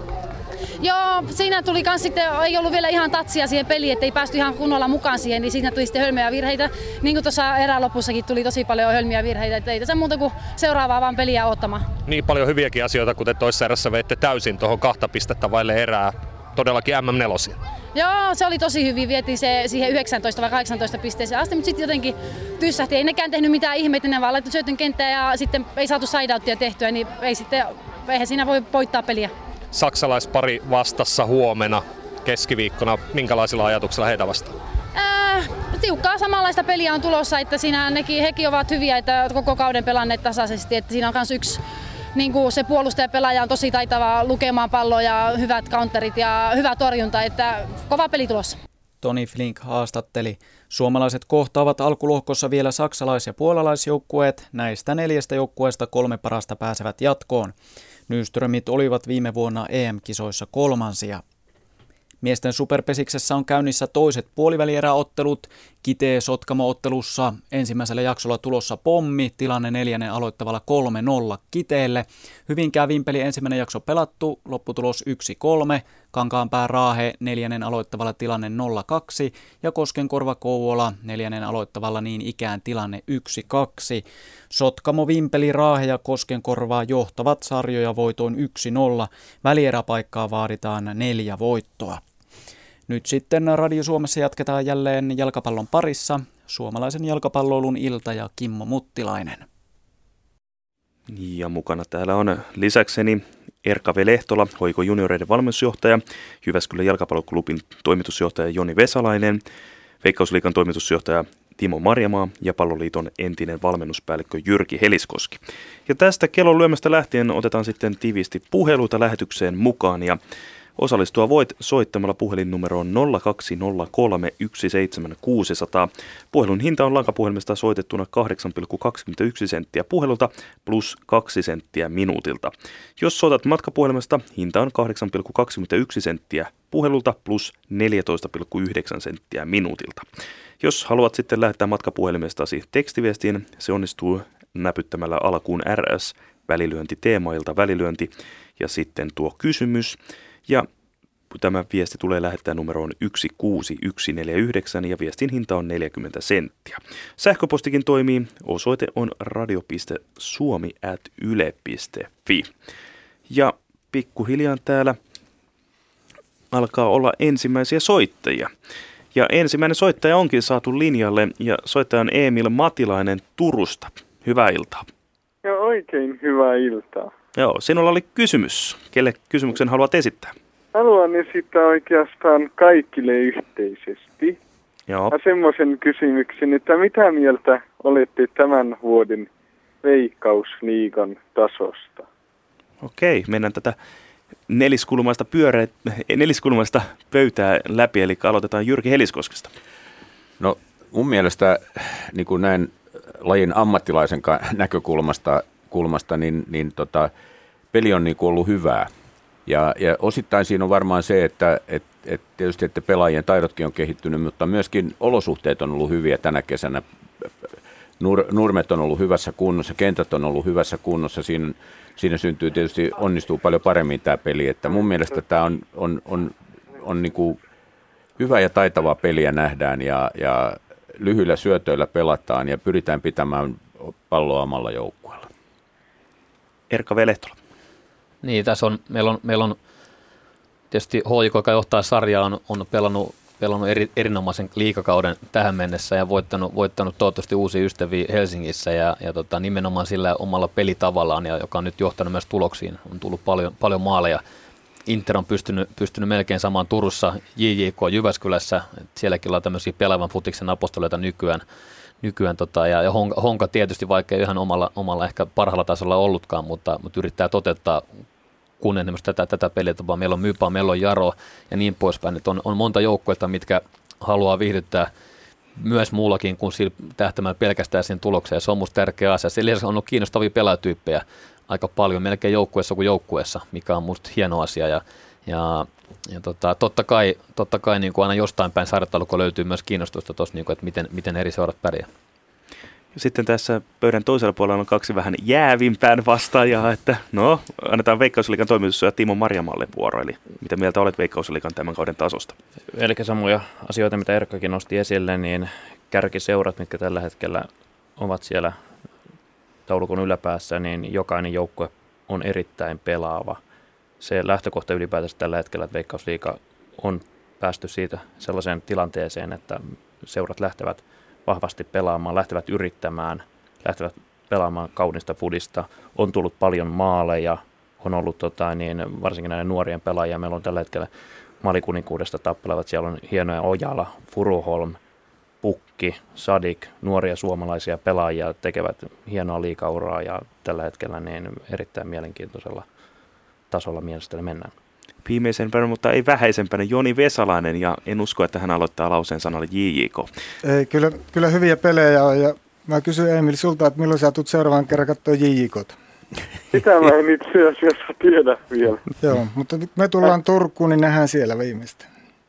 Joo, siinä tuli kans sitten, ei ollut vielä ihan tatsia siihen peliin, ettei päästy ihan kunnolla mukaan siihen, niin siinä tuli sitten hölmiä virheitä. Niin kuin tuossa erään lopussakin tuli tosi paljon hölmiä virheitä, että ei tässä muuta kuin seuraavaa vaan peliä odottamaan. Niin paljon hyviäkin asioita, kuten toisessa erässä veitte täysin tuohon kahta pistettä vaille erää. Todellakin M M neljä. Joo, se oli tosi hyvin, vietiin se siihen yhdeksäntoista vai kahdeksantoista pisteeseen asti, mutta sitten jotenkin tyssähti. Ei nekään tehnyt mitään ihmeitä, ne vaan laittoi syötön kenttään ja sitten ei saatu side-outtia tehtyä, niin ei sitten, eihän siinä voi voittaa peliä. Saksalaispari vastassa huomenna keskiviikkona. Minkälaisilla ajatuksilla heitä vastaan? Äh, tiukkaa samanlaista peliä on tulossa, että siinä nekin, hekin ovat hyviä, että koko kauden pelanneet tasaisesti. Että siinä on myös yksi, niin kuin se puolustajapelaaja on tosi taitava lukemaan palloa ja hyvät counterit ja hyvä torjunta, että kova peli tulossa. Toni Flink haastatteli. Suomalaiset kohtaavat alkulohkossa vielä saksalais- ja puolalaisjoukkueet. Näistä neljästä joukkueesta kolme parasta pääsevät jatkoon. Nyströmit olivat viime vuonna E M-kisoissa kolmansia. Miesten superpesiksessä on käynnissä toiset puolivälieräottelut. Kitee-Sotkamo-ottelussa ensimmäisellä jaksolla tulossa pommi, tilanne neljännen aloittavalla kolme nolla Kiteelle. Hyvinkään Vimpeli ensimmäinen jakso pelattu, lopputulos yksi kolme. Kankaanpää Raahe neljännen aloittavalla tilanne nolla kaksi ja Koskenkorva Kouvola neljännen aloittavalla niin ikään tilanne yksi kaksi. Sotkamo, Vimpeli, Raahe ja Koskenkorva johtavat sarjoja voitoin yksi nolla. Välieräpaikkaa vaaditaan neljä voittoa. Nyt sitten Radio Suomessa jatketaan jälleen jalkapallon parissa. Suomalaisen jalkapalloilun ilta ja Kimmo Muttilainen. Ja mukana täällä on lisäkseni Erkka V. Lehtola, H I K junioreiden valmennusjohtaja, Jyväskylän jalkapalloklubin toimitusjohtaja Joni Vesalainen, Veikkausliigan toimitusjohtaja Timo Marjamaa ja Palloliiton entinen valmennuspäällikkö Jyrki Heliskoski. Ja tästä kellon lyömästä lähtien otetaan sitten tiiviisti puheluita lähetykseen mukaan ja osallistua voit soittamalla puhelinnumeroon nolla kaksi nolla kolme yksi seitsemän kuusi nolla nolla. Puhelun hinta on lankapuhelimesta soitettuna kahdeksan pilkku kaksikymmentäyksi senttiä puhelulta plus kaksi senttiä minuutilta. Jos soitat matkapuhelimesta, hinta on kahdeksan pilkku kaksikymmentäyksi senttiä puhelulta plus neljätoista pilkku yhdeksän senttiä minuutilta. Jos haluat sitten lähettää matkapuhelimestasi tekstiviestiin, se onnistuu näpyttämällä alkuun R S, välilyönti, teemailta, välilyönti ja sitten tuo kysymys. Ja tämä viesti tulee lähettää numeroon yksi kuusi yksi neljä yhdeksän ja viestin hinta on neljäkymmentä senttiä. Sähköpostikin toimii, osoite on radio piste suomi ät yle piste fi. Ja pikkuhiljaa täällä alkaa olla ensimmäisiä soittajia. Ja ensimmäinen soittaja onkin saatu linjalle ja soittaja on Emil Matilainen Turusta. Hyvää iltaa. Ja oikein hyvää iltaa. Joo, sinulla oli kysymys. Kelle kysymyksen haluat esittää? Haluan esittää oikeastaan kaikille yhteisesti. Joo. Ja semmoisen kysymyksen, että mitä mieltä olette tämän vuoden Veikkausliigan tasosta? Okei, mennään tätä neliskulmaista, pyöreä, neliskulmaista pöytää läpi, eli aloitetaan Jyrki Heliskoskesta. No mun mielestä niin kuin näin lajin ammattilaisen näkökulmasta kulmasta, niin, niin tota, peli on niin kuin ollut hyvää. Ja, ja osittain siinä on varmaan se, että et, et tietysti että pelaajien taidotkin on kehittynyt, mutta myöskin olosuhteet on ollut hyviä tänä kesänä. Nur, nurmet on ollut hyvässä kunnossa, kentät on ollut hyvässä kunnossa. Siinä, siinä syntyy tietysti, onnistuu paljon paremmin tämä peli. Että mun mielestä tämä on, on, on, on niin kuin hyvä ja taitavaa peliä nähdään ja, ja lyhyillä syötöillä pelataan ja pyritään pitämään palloa omalla joukkueella. Erkka V. Lehtola. Niin, tässä on, meillä on, meillä on tietysti H J K, joka johtaa sarjaa, on, on pelannut, pelannut eri, erinomaisen liigakauden tähän mennessä ja voittanut, voittanut toivottavasti uusia ystäviä Helsingissä ja, ja tota, nimenomaan sillä omalla pelitavallaan, ja joka on nyt johtanut myös tuloksiin. On tullut paljon, paljon maaleja. Inter on pystynyt, pystynyt melkein samaan Turussa, J J K Jyväskylässä. Sielläkin ollaan tämmöisiä pelaavan futiksen apostoleita nykyään. nykyään tota, ja, ja Honka, Honka tietysti, vaikka ei ihan omalla, omalla ehkä parhaalla tasolla ollutkaan, mutta, mutta yrittää toteuttaa kunnianhimoisesti tätä, tätä pelitapaa. Meillä on Mypa, meillä on Jaro ja niin poispäin. On, on monta joukkuetta, mitkä haluaa viihdyttää myös muullakin kuin tähtämällä pelkästään sen tulokseen. Se on musta tärkeä asia. Sen lisäksi on ollut kiinnostavia pelaajatyyppejä aika paljon, melkein joukkueessa kuin joukkueessa, mikä on musta hieno asia. Ja, ja, ja tota, totta kai, totta kai niin kuin aina jostain päin sarjataulukko löytyy myös kiinnostusta tuossa, niin kuin, että miten, miten eri seurat pärjää. Sitten tässä pöydän toisella puolella on kaksi vähän jäävimpään vastaajaa, että no, annetaan Veikkausliigan toimitusjohtaja Timo Marjamalle vuoro, eli mitä mieltä olet Veikkausliigan tämän kauden tasosta? Eli samoja asioita, mitä Erkkakin nosti esille, niin kärkiseurat, mitkä tällä hetkellä ovat siellä taulukon yläpäässä, niin jokainen joukkue on erittäin pelaava. Se lähtökohta ylipäätänsä tällä hetkellä, että Veikkausliiga on päästy siitä sellaiseen tilanteeseen, että seurat lähtevät vahvasti pelaamaan, lähtevät yrittämään, lähtevät pelaamaan kaunista fudista. On tullut paljon maaleja, on ollut tota, niin, varsinkin näiden nuorien pelaajia. Meillä on tällä hetkellä maalikuninkuudesta tappelevat. Siellä on hienoja Ojala, Furuholm, Pukki, Sadik, nuoria suomalaisia pelaajia tekevät hienoa liigauraa ja tällä hetkellä niin erittäin mielenkiintoisella tasolla mielestäni mennään. Viimeisempänä, mutta ei vähäisempänä, Joni Vesalainen, ja en usko, että hän aloittaa lauseen sanalla J J K. Ei, kyllä, kyllä hyviä pelejä on, ja mä kysyn Emil sulta, että milloin sä tulet seuraavan kerran katsoa J J K:ta? Sitä mä en itse asiassa tiedä vielä. Joo, mutta me tullaan Turkuun, niin nähdään siellä viimeistä.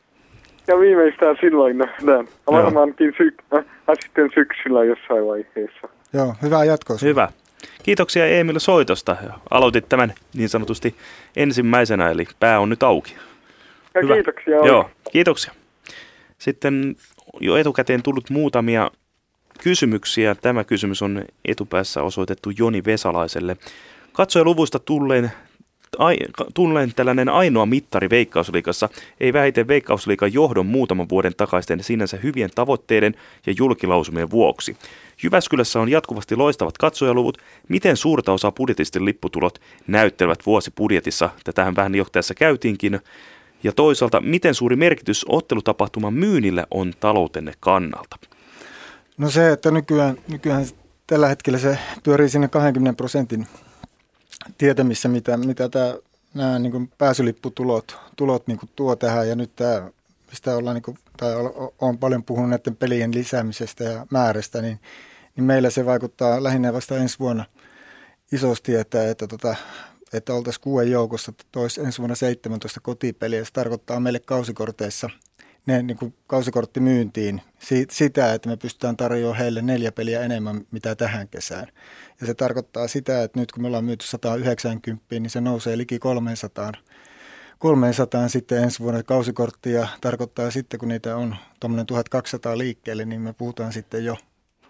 ja viimeistään silloin nähdään. Varmaankin sy- äh, sitten syksyllä jossain vaiheessa. Joo, hyvää jatkoa. Hyvä. Kiitoksia Emil soitosta. Aloitit tämän niin sanotusti ensimmäisenä, eli pää on nyt auki. Ja Hyvä. kiitoksia. Joo, kiitoksia. Sitten jo etukäteen tullut muutamia kysymyksiä. Tämä kysymys on etupäässä osoitettu Joni Vesalaiselle. Katsojaluvuista tulleen, ai, tulleen tällainen ainoa mittari Veikkausliigassa ei vähiten Veikkausliigan johdon muutaman vuoden takaisten sinänsä hyvien tavoitteiden ja julkilausumien vuoksi. Jyväskylässä on jatkuvasti loistavat katsojaluvut. Miten suurta osaa budjetistin lipputulot näyttelevät vuosibudjetissa? Tätähän vähän johtajassa käytiinkin. Ja toisaalta, miten suuri merkitys ottelutapahtuman myynnillä on taloutenne kannalta? No se, että nykyään, nykyään tällä hetkellä se pyörii sinne kaksikymmentä prosentin tietämissä, mitä, mitä tämä, nämä niin kuin pääsylipputulot tulot niin kuin tuo tähän. Ja nyt tämä, mistä ollaan, niin kuin, tai olen paljon puhunut näiden pelien lisäämisestä ja määrästä, niin, niin meillä se vaikuttaa lähinnä vasta ensi vuonna isosti, että, että, että, että oltaisiin kuuden joukossa, toisi ensi vuonna seitsemäntoista kotipeliä. Se tarkoittaa meille kausikorteissa ne niin kuin kausikorttimyyntiin sitä, että me pystytään tarjoamaan heille neljä peliä enemmän mitä tähän kesään. Ja se tarkoittaa sitä, että nyt kun me ollaan myyty sata yhdeksänkymmentä, niin se nousee liki kolmesataa. kolmesataa sitten ensi vuonna kausikorttia tarkoittaa sitten, kun niitä on tuommoinen tuhatkaksisataa liikkeelle, niin me puhutaan sitten jo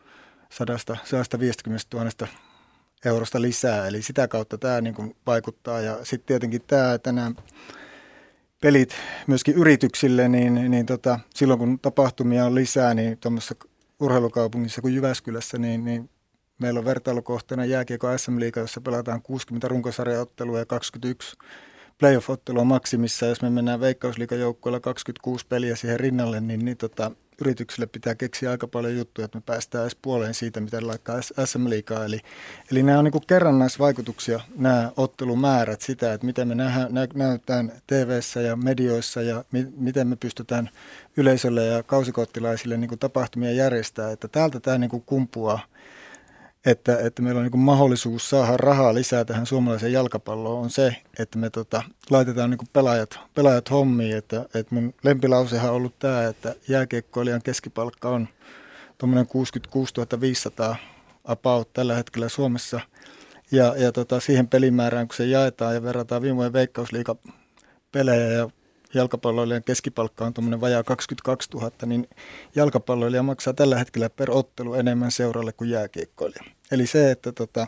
sata viisikymmentätuhatta eurosta lisää. Eli sitä kautta tämä niin kuin vaikuttaa. Ja sitten tietenkin tämä, että nämä pelit myöskin yrityksille, niin, niin tota, silloin kun tapahtumia on lisää, niin tuommoisessa urheilukaupungissa kuin Jyväskylässä, niin, niin meillä on vertailukohteena jääkiekko S M-liiga, jossa pelataan kuusikymmentä runkosarjaottelua ja kaksikymmentäyksi playoff-ottelua maksimissa. Jos me mennään Veikkausliigajoukkueella kaksikymmentäkuusi peliä siihen rinnalle, niin, niin tota, yrityksille pitää keksiä aika paljon juttuja, että me päästään edes puoleen siitä, mitä laikkaa S M-liigaa. Eli, eli nämä on niin kuin kerrannaisvaikutuksia, nämä ottelumäärät, sitä, että miten me nähdään, näytetään T V:ssä ja medioissa ja mi, miten me pystytään yleisölle ja kausikorttilaisille niin kuin tapahtumia järjestää. Että täältä tämä niin kuin kumpuaa, että, että meillä on niin kuin mahdollisuus saada rahaa lisää tähän suomalaiseen jalkapalloon, on se, että me tota, laitetaan niin kuin pelaajat, pelaajat hommiin. Että, että mun lempilausehan on ollut tämä, että jääkiekkoilijan keskipalkka on tuommoinen kuusikymmentäkuusituhatta viisisataa about tällä hetkellä Suomessa. Ja, ja tota, siihen pelimäärään, kun se jaetaan ja verrataan viime vuoden Veikkausliigapelejä ja jalkapalloilijan keskipalkka on tuommoinen vajaa kaksikymmentäkaksituhatta, niin jalkapalloilija maksaa tällä hetkellä per ottelu enemmän seuralle kuin jääkiekkoilija. Eli se, että tota,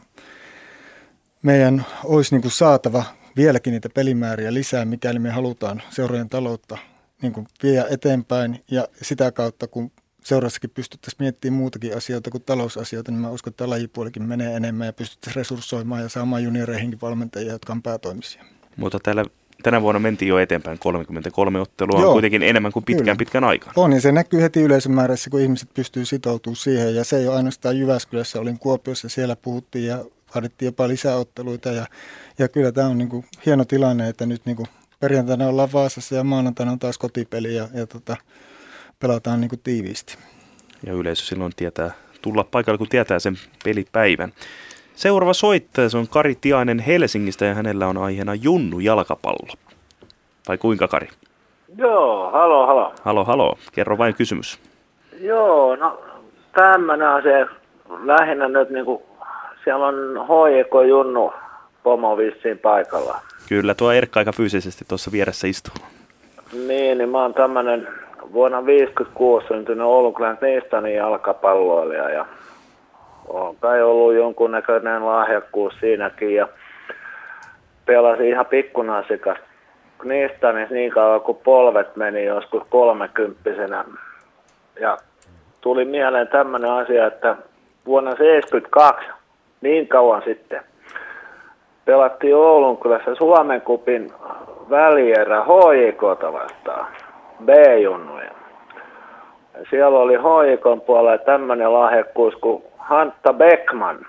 meidän olisi niin kuin saatava vieläkin niitä pelimääriä lisää, mikäli me halutaan seurojen taloutta niin kuin vie eteenpäin. Ja sitä kautta, kun seurassakin pystyttäisiin miettimään muutakin asioita kuin talousasioita, niin mä uskon, että lajipuolikin menee enemmän ja pystyttäisiin resurssoimaan ja saamaan junioreihinkin valmentajia, jotka on päätoimisia. Mutta täällä tänä vuonna mentiin jo eteenpäin, kolmekymmentäkolme ottelua on kuitenkin enemmän kuin pitkään Kyllä. pitkän aikaan. On, ja se näkyy heti yleisömäärässä, kun ihmiset pystyy sitoutumaan siihen. Ja se ei ole ainoastaan Jyväskylässä, olin Kuopiossa, siellä puhuttiin ja vaadittiin jopa lisäotteluita. Ja, ja kyllä tämä on niin kuin hieno tilanne, että nyt niin kuin perjantaina ollaan Vaasassa ja maanantaina on taas kotipeli ja, ja tota, pelataan niin kuin tiiviisti. Ja yleisö silloin tietää tulla paikalle, kun tietää sen pelipäivän. Seuraava soittaja, se on Kari Tiainen Helsingistä ja hänellä on aiheena Junnu jalkapallo. Vai kuinka, Kari? Joo, halo, halo. Halo, halo. Kerro vain kysymys. Joo, no tämmöinen asia lähinnä nyt niinku, siellä on H J K Junnu pomo vissiin paikalla. Kyllä, tuo Erkka aika fyysisesti tuossa vieressä istuu. Niin, niin mä oon tämmönen vuonna viisikymmentäkuusi syntynyt Oulunkylän Knistanin jalkapalloilija ja on kai ollut jonkunnäköinen lahjakkuus siinäkin ja pelasin ihan pikkunasikas Knistanissa niin kauan kuin polvet meni joskus kolmekymppisenä. Ja tuli mieleen tämmöinen asia, että vuonna seitsemänkymmentäkaksi, niin kauan sitten, pelattiin Oulunkylässä Suomen kupin välierä H J K:ta vastaan, B-junnuja. Siellä oli H J K:n puolella tämmöinen lahjakkuus kuin Hantta Beckman.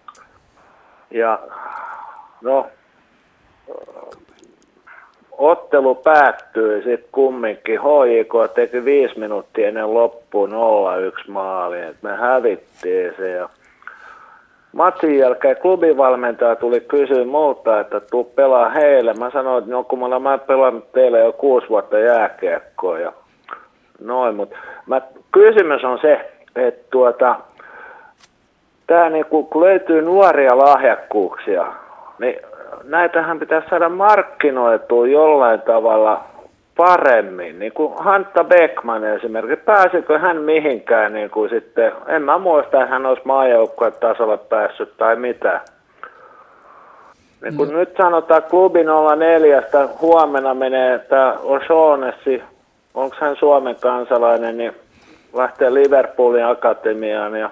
Ja no, ottelu päättyi sitten kumminkin. H J K teki viisi minuuttia ennen loppuun nolla yksi maali. Et me hävittiin se. Ja matsin jälkeen klubivalmentaja tuli kysyä multa, että tuu pelaa heille. Mä sanoin, että no kun mä olen pelannut teille jo kuusi vuotta jääkiekkoa. Ja noin, mutta kysymys on se, että tuota, tää niinku, kun löytyy nuoria lahjakkuuksia, niin näitähän pitäisi saada markkinoitua jollain tavalla paremmin. Niin kuin Hantta Beckman esimerkiksi, pääsikö hän mihinkään niin kuin sitten, en mä muista, että hän olisi maajoukkueen tasolle päässyt tai mitä. Niin kun no. Nyt sanotaan klubi nolla neljä, huomenna menee tämä O'Shaunessi, onko hän Suomen kansalainen, niin lähtee Liverpoolin akatemiaan ja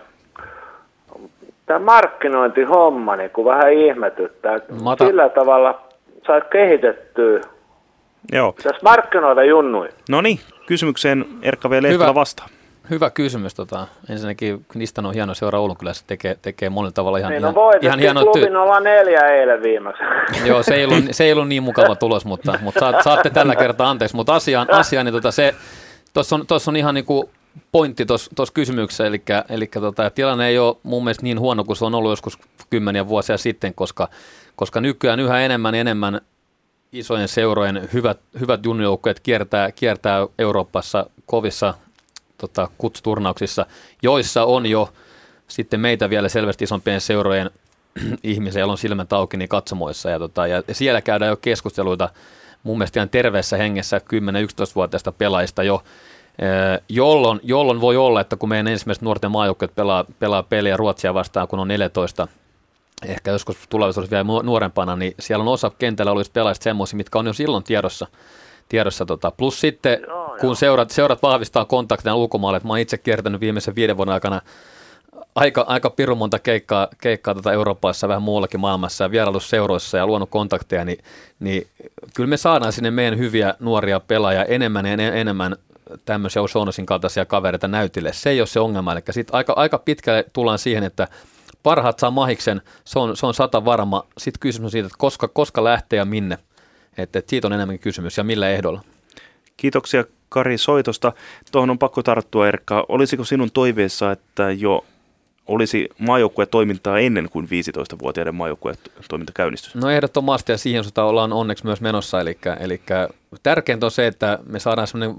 tämä markkinointihomma niin kuin vähän ihmetyttää. Mata. Sillä tavalla saisi kehitettyä. Joo. Tässä markkinoida junnui. No niin, kysymykseen Erkka V. Lehtola vastaa. Hyvä kysymys. Tota. Ensinnäkin Nistan on hieno seura Oulunkylässä, tekee, tekee monella tavalla ihan, niin, ihan, no ihan hieno työ. Klubi nolla neljä eilen viimeksi. Joo, se ei, ollut, se ei ollut niin mukava tulos, mutta, mutta saat, saatte tällä kertaa anteeksi. Mutta asiaan, asiaan niin tota se, tuossa on, on ihan niin kuin pointti tuossa kysymyksessä, eli, eli tota, tilanne ei ole mun mielestä niin huono kuin se on ollut joskus kymmeniä vuosia sitten, koska, koska nykyään yhä enemmän ja enemmän isojen seurojen hyvät, hyvät junnujoukkueet kiertää, kiertää Euroopassa kovissa tota, kutsuturnauksissa, joissa on jo sitten meitä vielä selvästi isompien seurojen ihmisiä, joilla on silmät auki niin katsomoissa, ja, tota, ja siellä käydään jo keskusteluita mun mielestä ihan terveessä hengessä kymmenen-yksitoista-vuotiaista pelaajista jo, Jolloin, jolloin voi olla, että kun meidän ensimmäiset nuorten maajoukkueet pelaa, pelaa peliä Ruotsia vastaan, kun on neljätoista, ehkä joskus tulevaisuudessa vielä nuorempana, niin siellä on osa kentällä olisi pelaajista semmoisia, mitkä on jo silloin tiedossa. tiedossa tota. Plus sitten, joo, kun seurat, seurat vahvistaa kontakteja ulkomaille, että mä oon itse kiertänyt viimeisen viiden vuoden aikana aika, aika pirun monta keikkaa, keikkaa tota Euroopassa, vähän muuallakin maailmassa ja vieraillut seuroissa ja luonut kontakteja, niin, niin kyllä me saadaan sinne meidän hyviä nuoria pelaajia enemmän ja enemmän tämmöisiä O'Shaunessin kaltaisia kavereita näytille. Se ei ole se ongelma, eli sitten aika, aika pitkälle tullaan siihen, että parhaat saa mahiksen, se on, se on sata varma. Sitten kysymys on siitä, että koska, koska lähtee ja minne. Että et siitä on enemmänkin kysymys ja millä ehdolla. Kiitoksia Kari soitosta. Tuohon on pakko tarttua, Erkka. Olisiko sinun toiveessa, että jo olisi maajoukkuetoimintaa ennen kuin viisitoistavuotiaiden maajoukkuetoiminta käynnistyisi? No ehdottomasti ja siihen suuntaan ollaan onneksi myös menossa. Eli, eli tärkeintä on se, että me saadaan semmoinen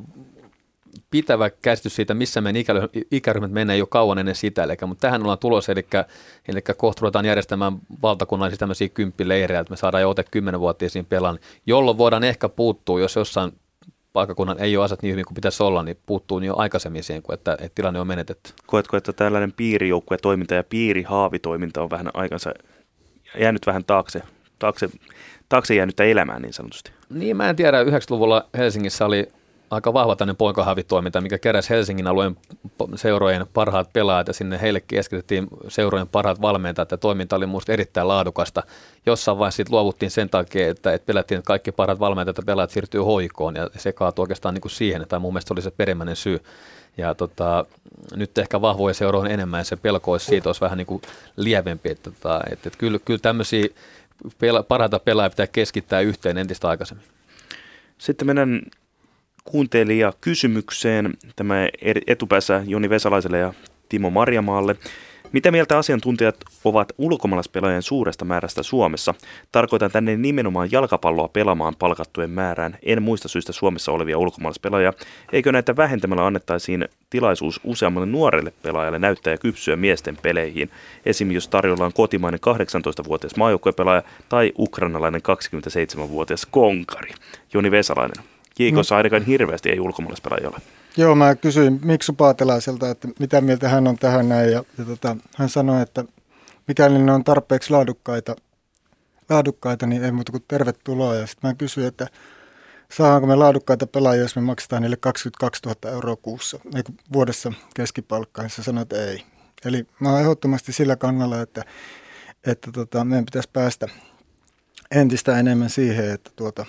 pitävä käsitys siitä, missä meidän ikäryhmät menee jo kauan ennen sitä. Eli, mutta tähän ollaan tulossa, eli, eli kohta ruvetaan järjestämään valtakunnallisia tämmöisiä kymppileirejä, että me saadaan jo ote kymmenvuotiaisiin pelaan, jolloin voidaan ehkä puuttua, jos jossain paikkakunnan ei ole asiat niin hyvin kuin pitäisi olla, niin puuttuu niin jo aikaisemmin siihen, kun että, että tilanne on menetetty. Koetko, että tällainen piirijoukkuetoiminta ja piirihaavitoiminta on vähän aikansa jäänyt vähän taakse, taakse, taakse jäänyttä elämään niin sanotusti? Niin, mä en tiedä. yhdeksänkymmentäluvulla Helsingissä oli aika vahva tämmöinen poikahaavitoiminta, mikä keräsi Helsingin alueen seurojen parhaat pelaajat ja sinne heille keskitettiin seurojen parhaat valmentajat ja toiminta oli minusta erittäin laadukasta. Jossain vaiheessa siitä luovuttiin sen takia, että, että pelättiin, että kaikki parhaat valmentajat ja pelaajat siirtyy hoikoon ja se kaatui oikeastaan niin kuin siihen, tai mun mielestä oli se perimmäinen syy. Ja tota, nyt ehkä vahvoja seuroja on enemmän ja se pelko olisi siitä olisi vähän niin kuin lievempi, että, että, että, että kyllä, kyllä tämmöisiä pela, parhaita pelaajia pitää keskittää yhteen entistä aikaisemmin. Sitten mennään kuuntelija kysymykseen. Tämä etupäässä Joni Vesalaiselle ja Timo Marjamaalle. Mitä mieltä asiantuntijat ovat ulkomaalaispelaajien suuresta määrästä Suomessa? Tarkoitan tänne nimenomaan jalkapalloa pelaamaan palkattujen määrään. En muista syystä Suomessa olevia ulkomaalaispelaajia. Eikö näitä vähentämällä annettaisiin tilaisuus useammalle nuorelle pelaajalle näyttää ja kypsyä miesten peleihin? Esim. Jos tarjolla on kotimainen kahdeksantoistavuotias maajoukkuepelaaja tai ukrainalainen kaksikymmentäseitsemänvuotias konkari. Joni Vesalainen. Kiikossa ainakaan hirveästi ei ulkomaalaispelaajia ole. Joo, mä kysyin Miksu Paatelaiselta, että mitä mieltä hän on tähän näin, ja, ja tota, hän sanoi, että mikäli ne on tarpeeksi laadukkaita, laadukkaita niin ei muuta kuin tervetuloa. Ja sitten mä kysyin, että saadaanko me laadukkaita pelaajia, jos me maksetaan niille kaksikymmentäkaksituhatta euroa kuussa, eikö vuodessa keskipalkkaa, ja hän sanoi, että ei. Eli mä oon ehdottomasti sillä kannalla, että, että tota, meidän pitäisi päästä entistä enemmän siihen, että tuota,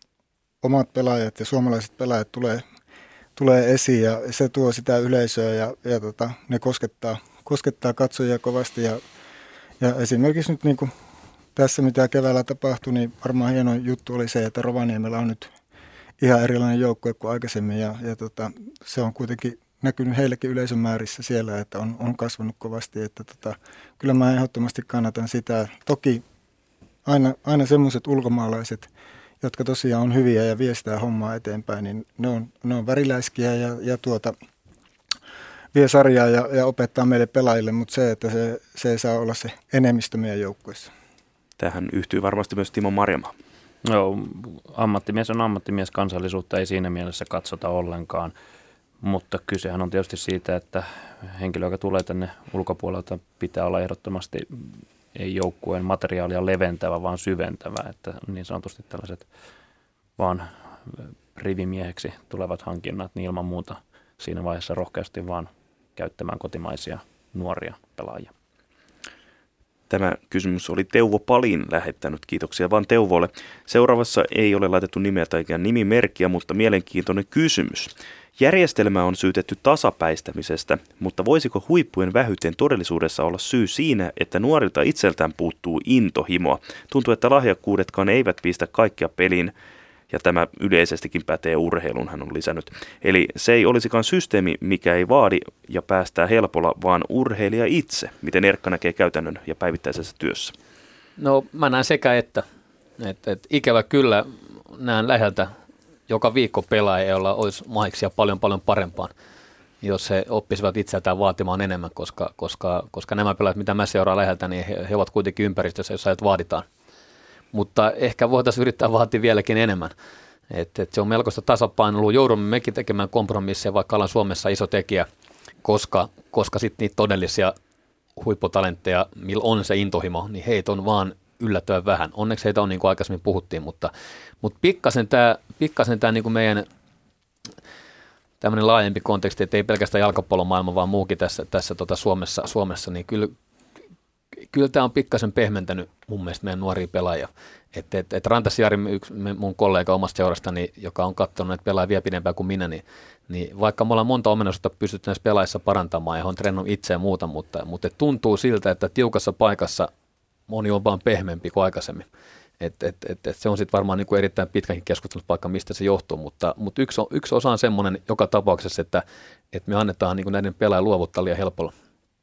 omat pelaajat ja suomalaiset pelaajat tulee, tulee esiin ja se tuo sitä yleisöä ja, ja tota, ne koskettaa, koskettaa katsojia kovasti. Ja, ja esimerkiksi nyt niin kuin tässä mitä keväällä tapahtui, niin varmaan hieno juttu oli se, että Rovaniemellä on nyt ihan erilainen joukkue kuin aikaisemmin ja, ja tota, se on kuitenkin näkynyt heillekin yleisön määrissä siellä, että on, on kasvanut kovasti. Että tota, kyllä mä ehdottomasti kannatan sitä. Toki aina, aina semmoiset ulkomaalaiset, jotka tosiaan on hyviä ja viestää hommaa eteenpäin, niin ne on, ne on väriläiskiä ja, ja tuota, vie sarjaa ja, ja opettaa meille pelaajille, mutta se, että se, se ei saa olla se enemmistö meidän joukkueessa. Tähän yhtyy varmasti myös Timo Marjamaa. Joo, ammattimies on ammattimies, kansallisuutta ei siinä mielessä katsota ollenkaan, mutta kysehän on tietysti siitä, että henkilö, joka tulee tänne ulkopuolelta, pitää olla ehdottomasti ei joukkueen materiaalia leventävä, vaan syventävä, että niin sanotusti tällaiset vaan rivimieheksi tulevat hankinnat, niin ilman muuta siinä vaiheessa rohkeasti vaan käyttämään kotimaisia nuoria pelaajia. Tämä kysymys oli Teuvo Palin lähettänyt. Kiitoksia vaan Teuvolle. Seuraavassa ei ole laitettu nimeä tai nimimerkkiä, mutta mielenkiintoinen kysymys. Järjestelmä on syytetty tasapäistämisestä, mutta voisiko huippujen vähyyteen todellisuudessa olla syy siinä, että nuorilta itseltään puuttuu intohimoa? Tuntuu, että lahjakkuudetkaan eivät pistä kaikkia peliin, ja tämä yleisestikin pätee urheiluun, hän on lisännyt. Eli se ei olisikaan systeemi, mikä ei vaadi ja päästää helpolla, vaan urheilija itse. Miten Erkka näkee käytännön ja päivittäisessä työssä? No mä näen sekä että. Et, et, ikävä kyllä näen läheltä joka viikko pelaajia, jolla olisi mahiksia paljon paljon parempaan, jos he oppisivat itseltään vaatimaan enemmän, koska, koska, koska nämä pelaajat, mitä mä seuraan läheltä, niin he, he ovat kuitenkin ympäristössä, jossa heiltä vaaditaan. Mutta ehkä voitaisiin yrittää vaatia vieläkin enemmän. Et, et se on melkoista tasapainoilua. Joudumme mekin tekemään kompromisseja, vaikka ollaan Suomessa iso tekijä, koska, koska sitten niitä todellisia huipputalentteja, millä on se intohimo, niin heitä on vaan yllättävän vähän. Onneksi heitä on, niin kuin aikaisemmin puhuttiin, mutta, mutta pikkasen tämä pikkasen tämä niin kuin meidän tämmöinen laajempi konteksti, että ei pelkästään jalkapallomaailma, vaan muukin tässä, tässä tota Suomessa, Suomessa, niin kyllä, kyllä tämä on pikkasen pehmentänyt mun mielestä meidän nuoria pelaajia. Että et, et Rantasjari, yksi mun kollega omasta seurastani, joka on katsonut näitä pelaajia vielä pidempään kuin minä, niin, niin vaikka me ollaan monta ominaisuutta pystytty näissä pelaajissa parantamaan ja on trennannut itse ja muuta, mutta, mutta tuntuu siltä, että tiukassa paikassa moni on vaan pehmeämpi kuin aikaisemmin. Et, et, et, et se on sitten varmaan niinku erittäin pitkäkin keskusteluspaikka, mistä se johtuu, mutta, mutta yksi, yksi osa on semmoinen joka tapauksessa, että, että me annetaan niinku näiden pelaajien luovuttaa liian helpolla.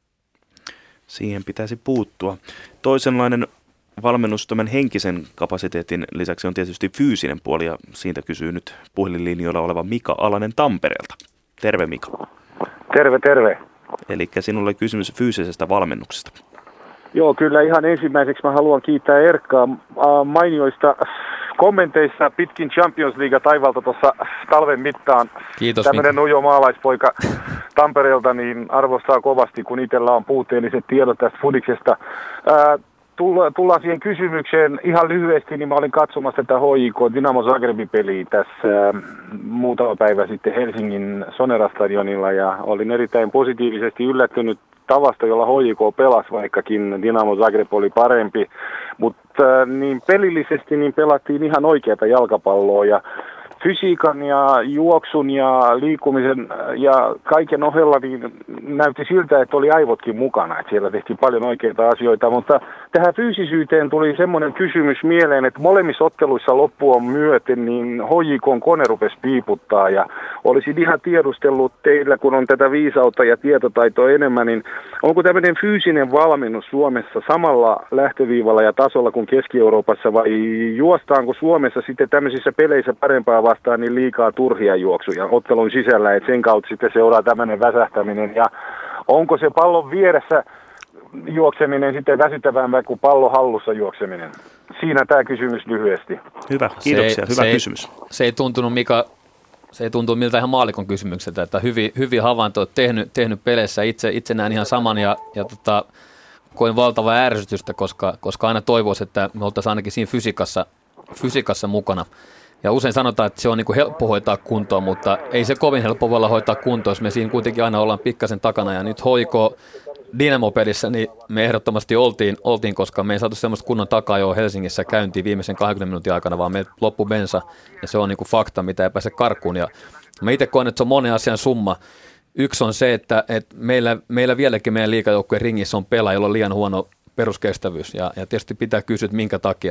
Siihen pitäisi puuttua. Toisenlainen valmennus tämän henkisen kapasiteetin lisäksi on tietysti fyysinen puoli, ja siitä kysyy nyt puhelinlinjoilla oleva Mika Alanen Tampereelta. Terve Mika. Terve, terve. Eli sinulle kysymys fyysisestä valmennuksesta. Joo, kyllä ihan ensimmäiseksi mä haluan kiittää Erkkaa mainioista kommenteissa pitkin Champions League taivalta tuossa talven mittaan. Kiitos. Tämmöinen ujo maalaispoika Tampereelta niin arvostaa kovasti, kun itsellä on puutteelliset tiedot tästä fudiksesta. Ää, tullaan siihen kysymykseen ihan lyhyesti, niin mä olin katsomassa tätä H J K Dinamo Zagrebin peliä tässä muutama päivä sitten Helsingin Sonera-stadionilla ja olin erittäin positiivisesti yllättynyt tavasta, jolla H J K pelasi, vaikkakin Dinamo Zagreb oli parempi, mutta niin pelillisesti niin pelattiin ihan oikeata jalkapalloa ja fysiikan ja juoksun ja liikkumisen ja kaiken ohella niin näytti siltä, että oli aivotkin mukana, että siellä tehtiin paljon oikeita asioita, mutta tähän fyysisyyteen tuli semmoinen kysymys mieleen, että molemmissa otteluissa loppuun myöten niin H J K:n kone rupesi piiputtaa ja olisin ihan tiedustellut teillä, kun on tätä viisautta ja tietotaitoa enemmän, niin onko tämmöinen fyysinen valmennus Suomessa samalla lähtöviivalla ja tasolla kuin Keski-Euroopassa vai juostaanko Suomessa sitten tämmöisissä peleissä parempaa vastaan niin liikaa turhia juoksuja ottelun sisällä, että sen kautta sitten seuraa tämmöinen väsähtäminen ja onko se pallon vieressä juokseminen sitten väsyttävämpää kuin pallon hallussa juokseminen? Siinä tämä kysymys lyhyesti. Hyvä, kiitoksia, se, hyvä se kysymys. Ei, se ei tuntunut Mika, se ei tuntunut miltä ihan maalikon kysymykseltä, että hyvin, hyvin havainto on tehnyt, tehnyt peleissä, itse, itse näen ihan saman ja, ja tota, koin valtavaa ärsytystä, koska, koska aina toivoisi, että me oltaisiin ainakin siinä fysiikassa, fysiikassa mukana. Ja usein sanotaan, että se on niin kuin helppo hoitaa kuntoon, mutta ei se kovin helppo voi olla hoitaa kuntoon, jos me siinä kuitenkin aina ollaan pikkasen takana. Ja nyt H J K Dynamo-pelissä niin me ehdottomasti oltiin, oltiin, koska me ei saatu semmoista kunnon takaa jo Helsingissä käyntiin viimeisen kaksikymmentä minuutin aikana, vaan me loppu bensa, ja se on niin kuin fakta, mitä ei pääse karkuun. Ja mä itse koen, että se on monen asian summa. Yksi on se, että, että meillä, meillä vieläkin meidän liigajoukkueen ringissä on pelaaja, jolla on liian huono peruskestävyys, ja, ja tietysti pitää kysyä, että minkä takia.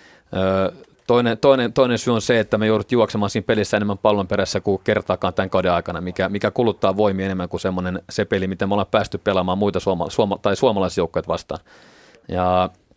Öö, Toinen, toinen, toinen syy on se, että me joudut juoksemaan siinä pelissä enemmän pallon perässä kuin kertaakaan tämän kauden aikana, mikä, mikä kuluttaa voimia enemmän kuin semmoinen se peli, miten me ollaan päästy pelaamaan muita suoma, suoma, tai suomalaisjoukkoja vastaan. Ja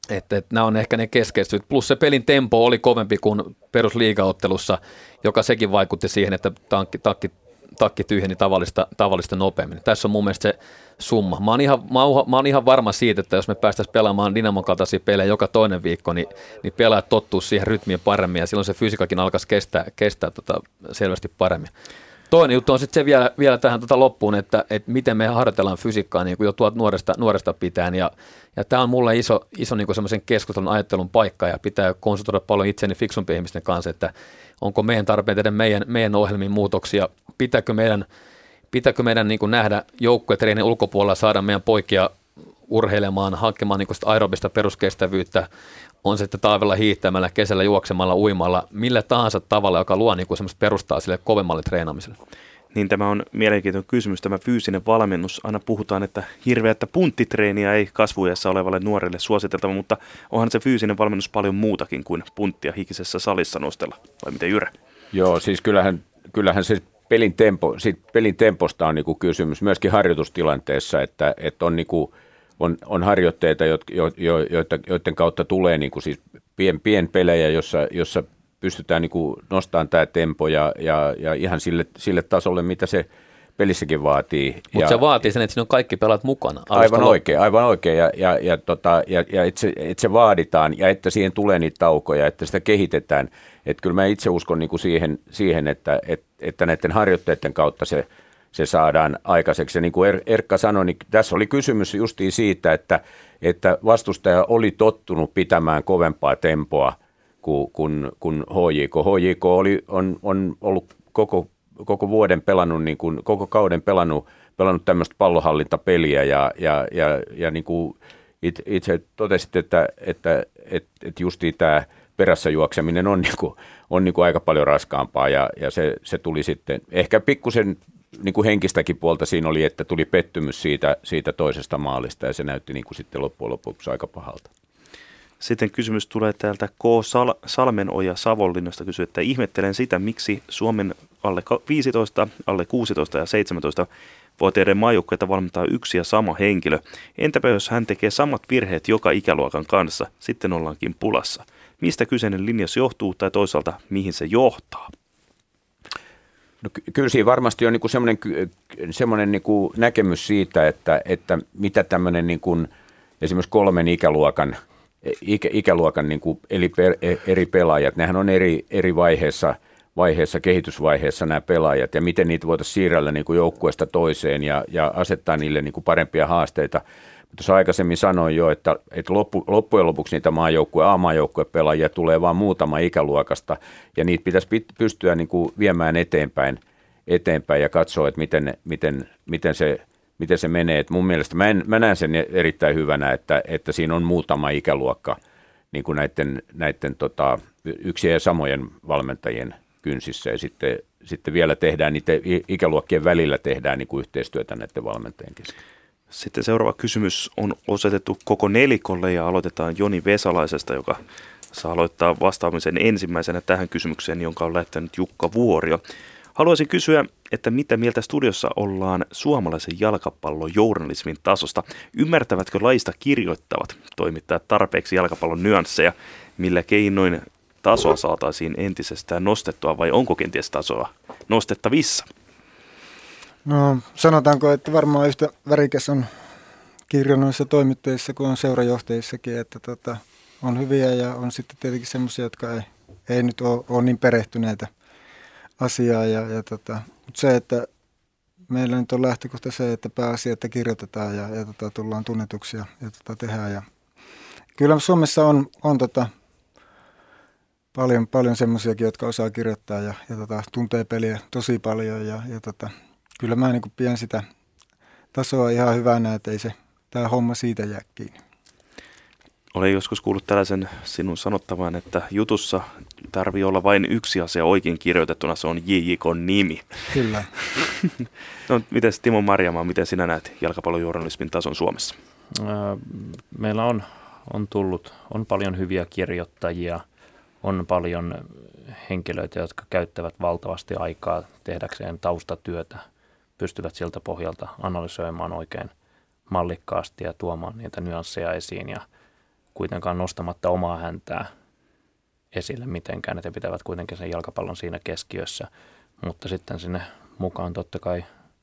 Että, että nämä on ehkä ne keskeiset. Plus se pelin tempo oli kovempi kuin perusliigaottelussa, joka sekin vaikutti siihen, että tankki, takki, takki tyhjeni tavallista, tavallista nopeammin. Tässä on mun mielestä se summa. Mä oon, ihan, mä, oon, mä oon ihan varma siitä, että jos me päästäisiin pelaamaan Dynamon kaltaisia pelejä joka toinen viikko, niin, niin pelaajat tottuu siihen rytmiin paremmin ja silloin se fysiikakin alkaisi kestää, kestää tota selvästi paremmin. Toinen juttu on sitten se vielä, vielä tähän tota loppuun, että, että miten me harjoitellaan fysiikkaa niin kuin jo tuolta nuoresta, nuoresta pitäen. Ja, ja tämä on mulle iso, iso niin kuin semmoisen keskustelun ajattelun paikka ja pitää konsultoida paljon itseni fiksumpien ihmisten kanssa, että onko meidän tarpeen tehdä meidän, meidän ohjelmiin muutoksia, pitääkö meidän, pitääkö meidän niin kuin nähdä joukkuetreenin ulkopuolella saada meidän poikia urheilemaan, hakemaan niin kuin sitä aerobista peruskestävyyttä, on se sitten talvella hiihtämällä, kesällä juoksemalla, uimalla, millä tahansa tavalla, joka luo niin kuin semmoista perustaa sille kovemmalle treenaamiselle. Niin tämä on mielenkiintoinen kysymys, tämä fyysinen valmennus. Aina puhutaan, että hirveätä punttitreeniä ei kasvuiässä olevalle nuorelle suositeltava, mutta onhan se fyysinen valmennus paljon muutakin kuin punttia hikisessä salissa nostella, vai miten Jyrä? Joo, siis kyllähän, kyllähän se pelin, tempo, siitä pelin temposta on niinku kysymys myöskin harjoitustilanteessa, että, että on niinku On, on harjoitteita, jo, jo, jo, joiden kautta tulee niin kuin siis pien, pienpelejä, jossa, jossa pystytään niin kuin nostamaan tämä tempo ja, ja, ja ihan sille, sille tasolle, mitä se pelissäkin vaatii. Mutta se vaatii sen, että siinä on kaikki pelaat mukana. Aivan oikein, aivan oikein. Ja, ja, ja, tota, ja, ja että, se, että se vaaditaan ja että siihen tulee niitä taukoja, että sitä kehitetään. Että kyllä mä itse uskon niin kuin siihen, siihen että, että, että näiden harjoitteiden kautta se se saadaan aikaiseksi. Ja niin kuin Erkka sanoi, niin tässä oli kysymys justiin siitä, että, että vastustaja oli tottunut pitämään kovempaa tempoa kuin, kuin, kuin H J K. H J K oli, on, on ollut koko, koko vuoden pelannut, niin kuin, koko kauden pelannut, pelannut tämmöistä pallohallintapeliä ja, ja, ja, ja niin kuin it, itse totesit, että, että, että, että justiin tämä perässä juokseminen on, niin kuin, on niin kuin aika paljon raskaampaa ja, ja se, se tuli sitten ehkä pikkusen niin kuin henkistäkin puolta siinä oli, että tuli pettymys siitä, siitä toisesta maalista ja se näytti niin kuin sitten loppujen lopuksi aika pahalta. Sitten kysymys tulee täältä K. Sal- Salmenoja Savonlinnasta. Kysyy, että ihmettelen sitä, miksi Suomen alle viisitoista, alle kuusitoista ja seitsemäntoista-vuotiaiden maajoukkueita valmentaa yksi ja sama henkilö. Entäpä jos hän tekee samat virheet joka ikäluokan kanssa, sitten ollaankin pulassa. Mistä kyseinen linjaus johtuu tai toisaalta mihin se johtaa? No, kyllä siinä varmasti on niinku semmoinen, semmoinen niinku näkemys siitä, että, että mitä tämmöinen niinku esimerkiksi kolmen ikäluokan, ikä, ikäluokan niinku eli per, eri pelaajat, nehän on eri, eri vaiheessa, vaiheessa, kehitysvaiheessa nämä pelaajat ja miten niitä voitaisiin siirrellä niinku joukkueesta toiseen ja, ja asettaa niille niinku parempia haasteita. Tuossa aikaisemmin sanoin jo, että, että loppu, loppujen lopuksi niitä maajoukkue, A-maajoukkue-pelaajia tulee vain muutama ikäluokasta, ja niitä pitäisi pystyä niin kuin viemään eteenpäin, eteenpäin ja katsoa, että miten, miten, miten, se, miten se menee. Et mun mielestä mä, en, mä näen sen erittäin hyvänä, että, että siinä on muutama ikäluokka niin kuin näiden, näiden tota, yksien ja samojen valmentajien kynsissä, ja sitten, sitten vielä tehdään niiden ikäluokkien välillä tehdään niin kuin yhteistyötä näiden valmentajien kesken. Sitten seuraava kysymys on osoitettu koko nelikolle ja aloitetaan Joni Vesalaisesta, joka saa aloittaa vastaamisen ensimmäisenä tähän kysymykseen, jonka on lähettänyt Jukka Vuorio. Haluaisin kysyä, että mitä mieltä studiossa ollaan suomalaisen jalkapallojournalismin tasosta? Ymmärtävätkö laista kirjoittavat toimittajat tarpeeksi jalkapallon nyansseja, millä keinoin tasoa saataisiin entisestään nostettua vai onko kenties tasoa nostettavissa? No sanotaanko, että varmaan yhtä värikäs on kirjo noissa toimittajissa kuin on seurajohtajissakin, että tota, on hyviä ja on sitten tietenkin semmoisia, jotka ei, ei nyt ole, ole niin perehtyneitä asiaa. Ja, ja tota, mutta se, että meillä nyt on lähtökohta se, että pääasia, että kirjoitetaan ja, ja tota, tullaan tunnetuksi ja, ja tota, tehdään. Ja kyllä Suomessa on, on tota, paljon, paljon semmoisiakin, jotka osaa kirjoittaa ja, ja tota, tuntee peliä tosi paljon ja, ja tota, kyllä mä niin kuin pidän sitä tasoa ihan hyvänä, että ei se tämä homma siitä jää kiinni. Olen joskus kuullut tällaisen sinun sanottavan, että jutussa tarvii olla vain yksi asia oikein kirjoitettuna, se on J J K:n nimi. Kyllä. No, miten Timo Marjamaa, miten sinä näet jalkapallojournalismin tason Suomessa? Meillä on, on tullut, on paljon hyviä kirjoittajia, on paljon henkilöitä, jotka käyttävät valtavasti aikaa tehdäkseen taustatyötä, pystyvät siltä pohjalta analysoimaan oikein mallikkaasti ja tuomaan niitä nyansseja esiin. Ja kuitenkaan nostamatta omaa häntää esille mitenkään, että he pitävät kuitenkin sen jalkapallon siinä keskiössä, mutta sitten sinne mukaan totta kai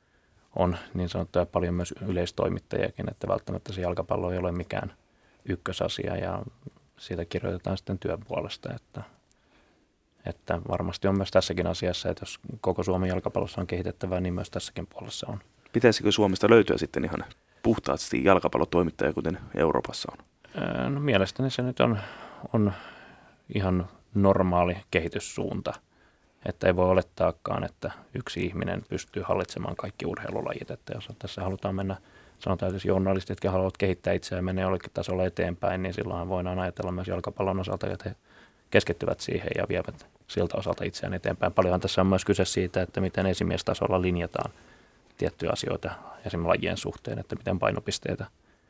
on niin sanottuja paljon myös yleistoimittajiakin, että välttämättä se jalkapallo ei ole mikään ykkösasia ja siitä kirjoitetaan sitten työn puolesta, että, että varmasti on myös tässäkin asiassa, että jos koko Suomen jalkapallossa on kehitettävää, niin myös tässäkin puolessa on. Pitäisikö Suomesta löytyä sitten ihan puhtaasti jalkapallotoimittaja, kuten Euroopassa on? No, mielestäni se nyt on, on ihan normaali kehityssuunta, että ei voi olettaakaan, että yksi ihminen pystyy hallitsemaan kaikki urheilulajit, että jos tässä halutaan mennä, sanotaan, että jos journalistit, jotka haluavat kehittää itseään ja menee jollekin tasolla eteenpäin, niin silloin voidaan ajatella myös jalkapallon osalta, että he keskittyvät siihen ja vievät siltä osalta itseään eteenpäin. Paljonhan tässä on myös kyse siitä, että miten esimiestasolla linjataan tiettyjä asioita esimerkiksi lajien suhteen, että miten painopisteitä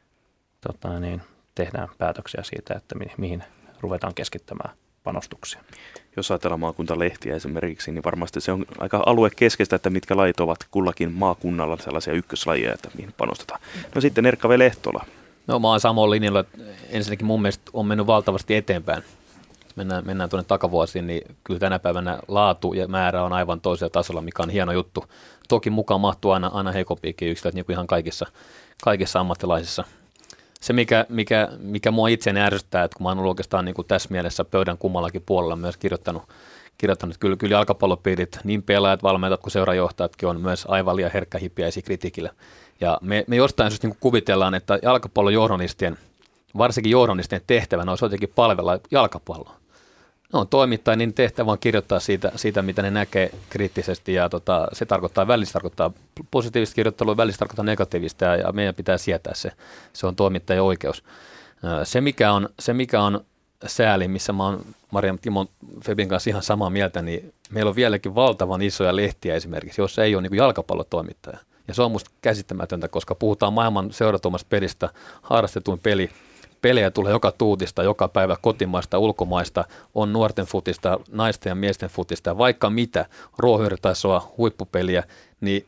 tota, niin, tehdään päätöksiä siitä, että mi- mihin ruvetaan keskittämään panostuksia. Jos ajatellaan maakuntalehtiä esimerkiksi, niin varmasti se on aika aluekeskeistä, että mitkä lajit ovat kullakin maakunnalla sellaisia ykköslajeja, että mihin panostetaan. No sitten Erkka V. Lehtola. No mä oon samoin linjalla. Ensinnäkin mun mielestä on mennyt valtavasti eteenpäin. Mennään, mennään tuonne takavuosiin, niin kyllä tänä päivänä laatu ja määrä on aivan toisella tasolla, mikä on hieno juttu. Toki mukaan mahtuu aina, aina heikompiakin yksilöitä, niin kuin ihan kaikissa, kaikissa ammattilaisissa. Se, mikä, mikä, mikä mua itseäni ärsyttää, että kun mä oon ollut oikeastaan niin kuin tässä mielessä pöydän kummallakin puolella myös kirjoittanut, kirjoittanut kyllä, kyllä jalkapallopiirit, niin pelaajat, valmentajat kuin seurajohtajatkin on myös aivan liian herkkähipiäisiä kritiikille. Ja me, me jostain syystä niin kuvitellaan, että jalkapallojournalistien, varsinkin journalistien tehtävänä olisi jotenkin palvella jalkapalloa. Ne on toimittajia, niin tehtävä on kirjoittaa siitä, siitä mitä ne näkee kriittisesti, ja tota, se tarkoittaa välistä, tarkoittaa positiivista kirjoittelua, välistä tarkoittaa negatiivista, ja, ja meidän pitää sietää se. Se on toimittajan oikeus. Se mikä on, se, mikä on sääli, missä mä oon Marian Timon Febin kanssa ihan samaa mieltä, niin meillä on vieläkin valtavan isoja lehtiä esimerkiksi, jossa ei ole niin kuin jalkapallotoimittaja. Ja se on musta käsittämätöntä, koska puhutaan maailman seuratummasta pelistä, harrastetuin peli. Pelejä tulee joka tuutista, joka päivä kotimaista, ulkomaista, on nuorten futista, naisten ja miesten futista, vaikka mitä, ruohonjuuritasoa, huippupeliä, niin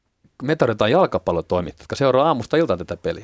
me tarvitaan jalkapallotoimittajia, jotka seuraa aamusta iltaan tätä peliä.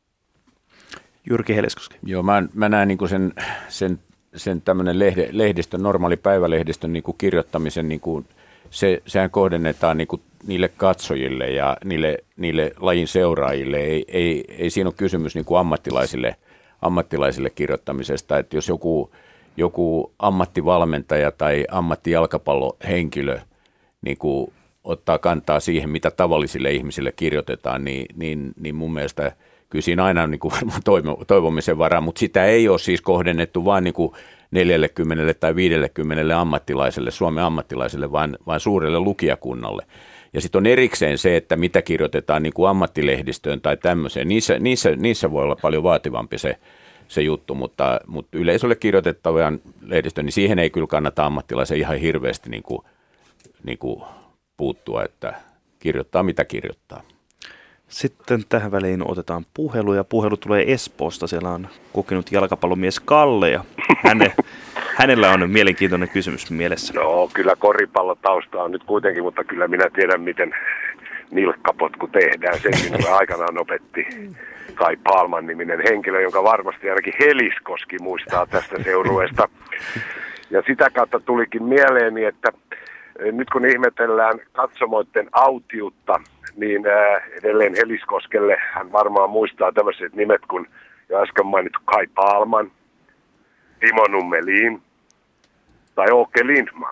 Jyrki Heliskoski. Joo, mä, mä näen niin kuin sen, sen, sen tämmöinen lehde, lehdistön, normaali päivälehdistön niin kuin kirjoittamisen, niin kuin se, sehän kohdennetaan niin kuin niille katsojille ja niille, niille lajin seuraajille. Ei, ei, ei siinä ole kysymys niin kuin ammattilaisille ammattilaisille kirjoittamisesta, että jos joku, joku ammattivalmentaja tai ammattijalkapallohenkilö niin kuin ottaa kantaa siihen, mitä tavallisille ihmisille kirjoitetaan, niin, niin, niin mun mielestä kyllä siinä aina on niin kuin varmaan toivomisen varaa, mutta sitä ei ole siis kohdennettu vain niin kuin neljäkymmentä tai viisikymmentä ammattilaiselle, Suomen ammattilaiselle, vaan, vaan suurelle lukijakunnalle. Ja sitten on erikseen se, että mitä kirjoitetaan niin kuin ammattilehdistöön tai tämmöiseen. Niissä, niissä, niissä voi olla paljon vaativampi se, se juttu, mutta, mutta yleisölle kirjoitettavaan lehdistöön, niin siihen ei kyllä kannata ammattilaisen ihan hirveästi niin kuin, niin kuin puuttua, että kirjoittaa mitä kirjoittaa. Sitten tähän väliin otetaan puhelu, ja puhelu tulee Espoosta. Siellä on kokenut jalkapallomies Kalle, ja häne, hänellä on mielenkiintoinen kysymys mielessä. No kyllä koripallotausta on nyt kuitenkin, mutta kyllä minä tiedän, miten nilkkapotku tehdään. Sen minulle aikanaan opetti Kai Palman-niminen henkilö, jonka varmasti ainakin Heliskoski muistaa tästä seurueesta. Ja sitä kautta tulikin mieleeni, että nyt kun ihmetellään katsomoiden autiutta, niin edelleen Heliskoskelle hän varmaan muistaa tämmöiset nimet kuin jo äsken mainittu Kai Palman, Timo Nummelin tai Åke Lindman.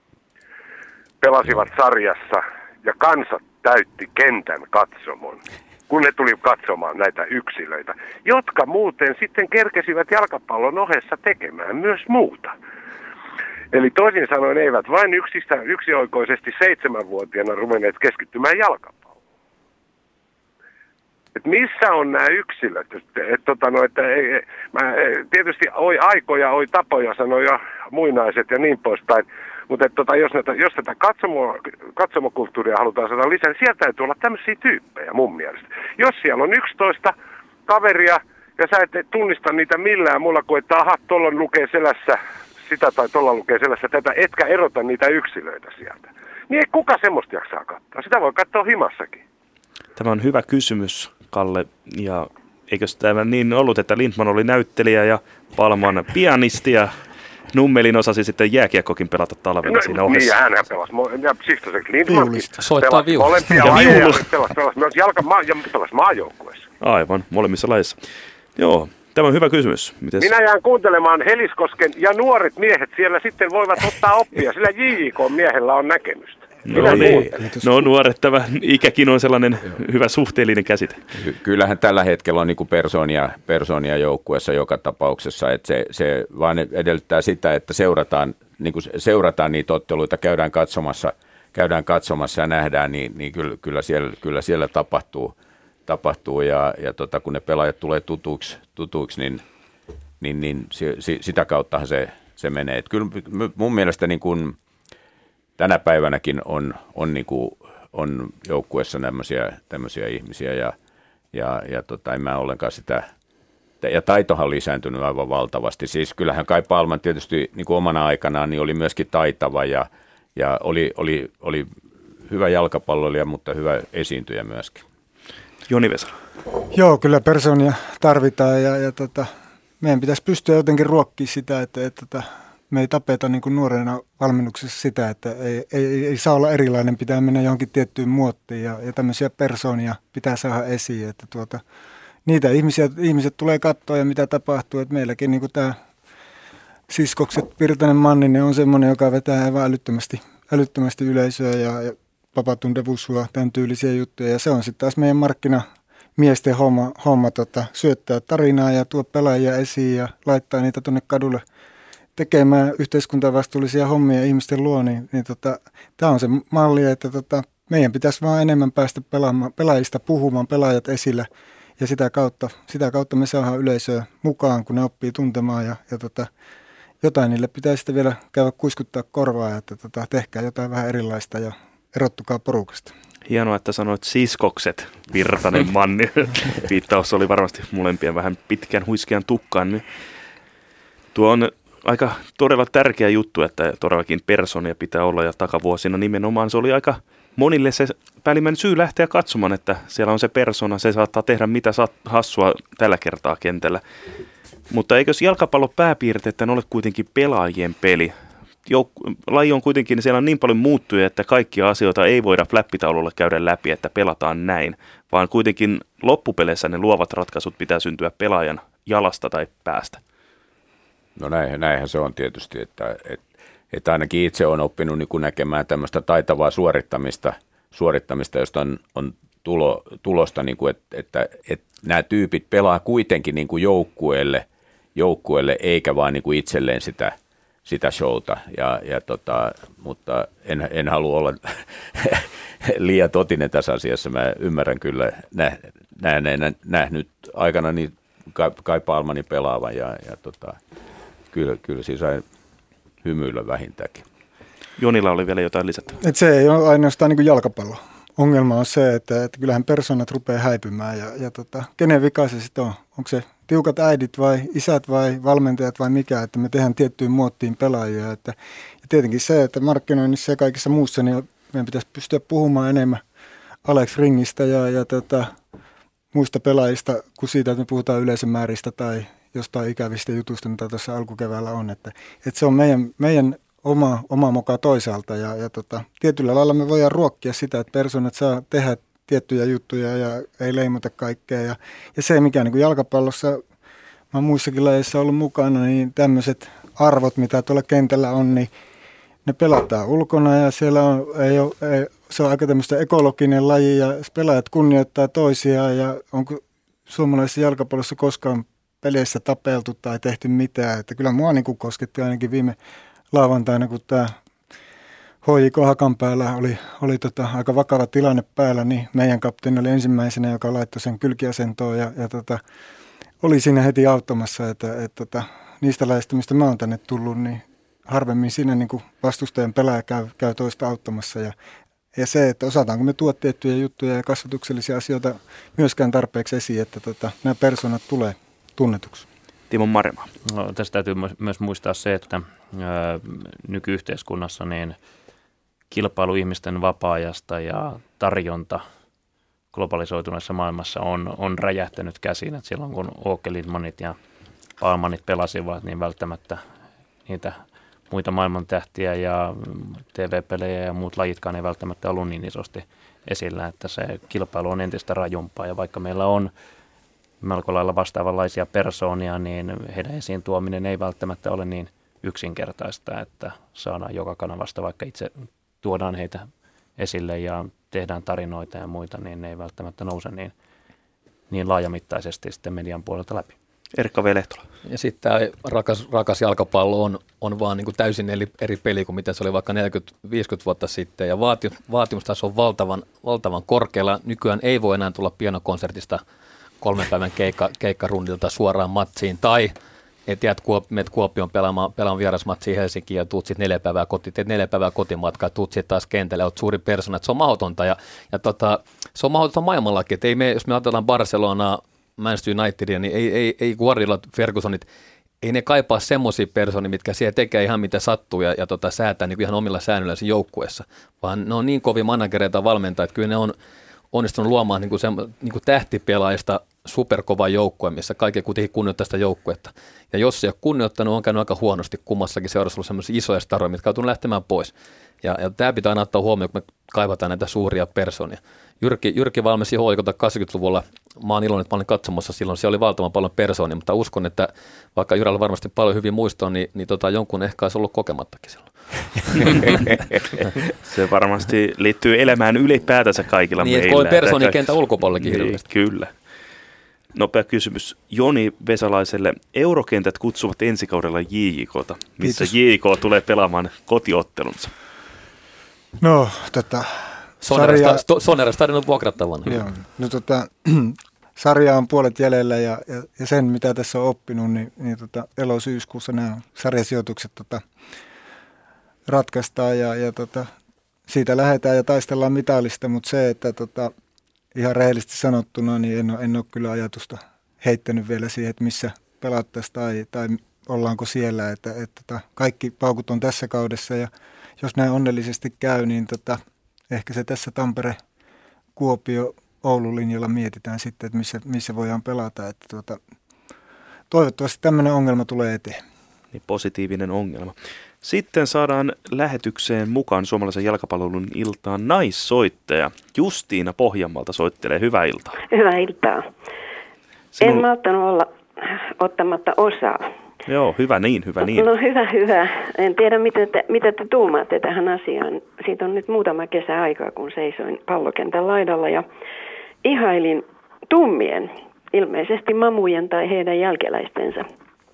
Pelasivat sarjassa ja kansat täytti kentän katsomon, kun ne tuli katsomaan näitä yksilöitä, jotka muuten sitten kerkesivät jalkapallon ohessa tekemään myös muuta. Eli toisin sanoen eivät vain yksistä, yksioikoisesti seitsemänvuotiaana ruvenneet keskittymään jalkapalloon. Et missä on nämä yksilöt? Et, et, tota, no, että, ei, ei, mä, tietysti oi aikoja, oi tapoja, sanoi jo muinaiset ja niin poispäin. Mutta tota, jos, näitä, jos tätä katsomo, katsomokulttuuria halutaan saada lisää, niin sieltä täytyy olla tämmöisiä tyyppejä mun mielestä. Jos siellä on yksitoista kaveria ja sä et tunnista niitä millään mulla kuin, että aha, tuolla lukee selässä sitä tai tuolla lukee selässä tätä, etkä erota niitä yksilöitä sieltä. Niin ei kuka semmoista jaksaa katsoa. Sitä voi katsoa himassakin. Tämä on hyvä kysymys, Kalle, ja eikös tämä niin ollut, että Lindman oli näyttelijä ja Palman pianisti ja Nummelin osasi sitten jääkiekkokin pelata talvella no, siinä ohessa. Niin, ja hänhän pelasi. Ja Sistoseksi Lindmankin soittaa viulusta. Ja viulu. Pelasi, pelasi myös jalka, maa, ja pelasi maajoukkueessa. Aivan, molemmissa lajeissa. Joo, tämä on hyvä kysymys. Mites? Minä jään kuuntelemaan Heliskosken ja nuoret miehet siellä sitten voivat ottaa oppia, sillä J I K-miehellä on näkemystä. No, niin. no nuoret, tämä ikäkin on sellainen hyvä suhteellinen käsite. Ky- kyllähän tällä hetkellä on niin kuin persoonia, persoonia joukkueessa joka tapauksessa, että se, se vaan edellyttää sitä, että seurataan, niin kuin seurataan niitä otteluita, käydään katsomassa, käydään katsomassa ja nähdään, niin, niin kyllä, kyllä, siellä, kyllä siellä tapahtuu, tapahtuu ja, ja tota, kun ne pelaajat tulee tutuiksi, tutuiksi niin, niin, niin si, si, sitä kauttahan se, se menee. Et kyllä mun mielestä niin kuin tänä päivänäkin on, on, niin kuin, on joukkueessa tämmöisiä, tämmöisiä ihmisiä ja, ja, ja tota, en mä ollenkaan sitä, ja taitohan on lisääntynyt aivan valtavasti. Siis kyllähän Kai Palman tietysti niin kuin omana aikanaan niin oli myöskin taitava ja, ja oli, oli, oli hyvä jalkapalloilija, mutta hyvä esiintyjä myöskin. Joni Vesala. Joo, kyllä persoonia tarvitaan ja, ja tota, meidän pitäisi pystyä jotenkin ruokkimaan sitä, että, että, että me ei tapeta niin kuin nuorena valmennuksessa sitä, että ei, ei, ei saa olla erilainen, pitää mennä johonkin tiettyyn muottiin ja, ja tämmöisiä persoonia pitää saada esiin, että tuota, niitä ihmisiä, ihmiset tulee katsoa ja mitä tapahtuu, että meilläkin niin kuin tämä Siskokset, Virtanen, Manninen on semmoinen, joka vetää aivan älyttömästi, älyttömästi yleisöä ja, ja Papatunde Vusua, tämän tyylisiä juttuja ja se on sitten taas meidän markkinamiesten homma, homma tota, syöttää tarinaa ja tuo pelaajia esiin ja laittaa niitä tuonne kadulle tekemään yhteiskuntavastuullisia hommia ihmisten luo, niin, niin tota, tämä on se malli, että tota, meidän pitäisi vaan enemmän päästä pelaamaan, pelaajista puhumaan, pelaajat esillä ja sitä kautta, sitä kautta me saadaan yleisöä mukaan, kun ne oppii tuntemaan ja, ja tota, jotain niille pitää sitten vielä käydä kuiskuttaa korvaa, että tota, tehkää jotain vähän erilaista ja erottukaa porukasta. Hienoa, että sanoit Siskokset, Virtanen, Manni. Viittaus oli varmasti molempien vähän pitkän huiskean tukkaan. Tuo on aika todella tärkeä juttu, että todellakin persoonia pitää olla ja takavuosina nimenomaan se oli aika monille se päällimmäinen syy lähteä katsomaan, että siellä on se persona, se saattaa tehdä mitä hassua tällä kertaa kentällä. Mutta eikös jalkapallon pääpiirteiden ole kuitenkin pelaajien peli? Jouk- laji on kuitenkin, siellä on niin paljon muuttuja, että kaikkia asioita ei voida fläppitaululla käydä läpi, että pelataan näin, vaan kuitenkin loppupeleissä ne luovat ratkaisut pitää syntyä pelaajan jalasta tai päästä. No näinhän, näinhän se on tietysti, että, että, että ainakin itse olen oppinut niin kuin näkemään tämmöistä taitavaa suorittamista, suorittamista josta on, on tulo, tulosta, niin kuin, että, että, että nämä tyypit pelaa kuitenkin niin kuin joukkueelle, joukkueelle eikä vaan niin kuin itselleen sitä, sitä showta, ja, ja tota, mutta en, en halua olla liian totinen tässä asiassa. Mä ymmärrän kyllä nä, nä, nä, nä, nähnyt aikana niin Kai, Kai Palmanin pelaavan ja, ja tota, Kyllä, kyllä siis sai hymyillä vähintäänkin. Jonilla oli vielä jotain lisätä. Et se ei ole ainoastaan niin kuin jalkapallo. Ongelma on se, että, että kyllähän persoonat rupeaa häipymään. Ja, ja tota, kenen vika se sitten on? Onko se tiukat äidit vai isät vai valmentajat vai mikä? Että me tehdään tiettyyn muottiin pelaajia. Että, ja tietenkin se, että markkinoinnissa ja kaikessa muussa niin meidän pitäisi pystyä puhumaan enemmän Alex Ringistä ja, ja tota, muista pelaajista kuin siitä, että me puhutaan yleisömääristä tai jostain ikävistä jutusta, mitä tuossa alkukeväällä on. Että, että se on meidän, meidän oma, oma moka toisaalta ja, ja tota, tietyllä lailla me voidaan ruokkia sitä, että persoonat saa tehdä tiettyjä juttuja ja ei leimata kaikkea. Ja, ja se, mikä niin kuin jalkapallossa, mä oon muissakin lajeissa ollut mukana, niin tämmöiset arvot, mitä tuolla kentällä on, niin ne pelataan ulkona ja siellä on, ei ole, ei, se on aika tämmöistä ekologinen laji ja pelaajat kunnioittaa toisiaan ja onko suomalaisessa jalkapallossa koskaan peleissä tapeltu tai tehty mitään. Että kyllä mua niin kuin kosketti ainakin viime lauantaina, kun tämä H J K Hakanpäällä oli, oli tota aika vakava tilanne päällä, niin meidän kapteeni oli ensimmäisenä, joka laittoi sen kylkiasentoon ja, ja tota, oli siinä heti auttamassa, että, että, että niistä lajeista, mistä mä oon tänne tullut, niin harvemmin siinä niin kuin vastustajan pelaaja käy, käy toista auttamassa ja Ja se, että osataanko me tuoda tiettyjä juttuja ja kasvatuksellisia asioita myöskään tarpeeksi esiin, että tota, nämä persoonat tulee tunnetuksi. Timo Marema. No, tässä täytyy myös muistaa se, että ää, nykyyhteiskunnassa niin kilpailu ihmisten vapaa-ajasta ja tarjonta globalisoituneessa maailmassa on, on räjähtänyt käsiin. Et silloin kun Åke Lindmanit ja Palmanit pelasivat, niin välttämättä niitä muita maailmantähtiä ja T V-pelejä ja muut lajitkaan ei välttämättä ollut niin isosti esillä, että se kilpailu on entistä rajumpaa. Ja vaikka meillä on melko lailla vastaavanlaisia persoonia, niin heidän esiin tuominen ei välttämättä ole niin yksinkertaista, että saadaan joka kanavasta, vaikka itse tuodaan heitä esille ja tehdään tarinoita ja muita, niin ne ei välttämättä nouse niin, niin laajamittaisesti sitten median puolelta läpi. Erkka V. Lehtola. Ja sitten tämä rakas, rakas jalkapallo on, on vaan niin kuin täysin eri, eri peli kuin mitä se oli vaikka neljäkymmentä viisikymmentä vuotta sitten. Ja vaati, vaatimustaso on valtavan, valtavan korkealla. Nykyään ei voi enää tulla pianokonsertista kolmen päivän keikka, keikkarundilta suoraan matsiin. Tai et jäät Kuop, menet Kuopioon pelaamaan, pelaamaan vierasmatsiin Helsinkiin ja tuut sitten neljä päivää, koti, teet neljä päivää kotimatkaa, tuut sitten taas kentälle, olet suuri persona. Se on mahdotonta ja, ja tota, se on mahdotonta maailmallakin. Et ei me, jos me ajatellaan Barcelonaa, Manchester Unitedia, niin ei, ei, ei Guardiola, Fergusonit, ei ne kaipaa semmoisia persoonia, mitkä siellä tekee ihan mitä sattuu ja, ja tota, säätää niin ihan omilla säännöillä siinä joukkueessa, vaan ne on niin kovia managereita ja valmentajia, että kyllä ne on onnistunut luomaan niin kuin se, niin kuin tähtipelaajista superkova joukkue, missä kaikki kuitenkin kunnioittaa sitä joukkuetta. Ja jos se ei ole kunnioittanut, on käynyt aika huonosti kummassakin seurassa ollut sellaisia isoja staroja, mitkä on tullut lähtemään pois. Ja, ja tämä pitää aina ottaa huomioon, kun me kaivataan näitä suuria persoonia. Jyrki, Jyrki valmesi H J:ta kahdeksankymmentäluvulla. Mä oon iloinen, että mä olin katsomassa silloin. Siellä oli valtavan paljon persoonia, mutta uskon, että vaikka Jyrällä varmasti paljon hyvin muistoa, niin, niin tota, jonkun ehkä olisi ollut kokemattakin silloin. Se varmasti liittyy elämään ylipäätänsä kaikilla niin, meillä. Niin, että persoonia kentän ulkopuolellakin niin, hirveästi. Kyllä. Nopea kysymys Joni Vesalaiselle. Eurokentät kutsuvat ensi kaudella J J K:ta, missä Kiitos. J J K tulee pelaamaan kotiottelunsa. No, tota... Sonerasta, Sonerasta on vuokrattavana. Joo, no tota, sarja on puolet jäljellä ja, ja, ja sen, mitä tässä on oppinut, niin, niin tota, elo-syyskuussa nämä sarjasijoitukset tota, ratkaistaan ja, ja tota, siitä lähdetään ja taistellaan mitalista, mutta se, että tota, ihan rehellisesti sanottuna, niin en ole, en ole kyllä ajatusta heittänyt vielä siihen, että missä pelattaisiin tai, tai ollaanko siellä, että, että, että kaikki paukut on tässä kaudessa ja jos näin onnellisesti käy, niin tota, ehkä se tässä Tampere, Kuopio, Oulun linjalla mietitään sitten, että missä, missä voidaan pelata. Että tuota, toivottavasti tämmöinen ongelma tulee eteen. Niin positiivinen ongelma. Sitten saadaan lähetykseen mukaan suomalaisen jalkapallon iltaan naissoittaja. Justiina Pohjanmaalta soittelee. Hyvää iltaa. Hyvää iltaa. Sinun... En malttanut olla ottamatta osaa. Joo, hyvä niin, hyvä niin. No hyvä, hyvä. En tiedä, mitä te, mitä te tuumaatte tähän asiaan. Siitä on nyt muutama kesä aikaa, kun seisoin pallokentän laidalla ja ihailin tummien, ilmeisesti mamujen tai heidän jälkeläistensä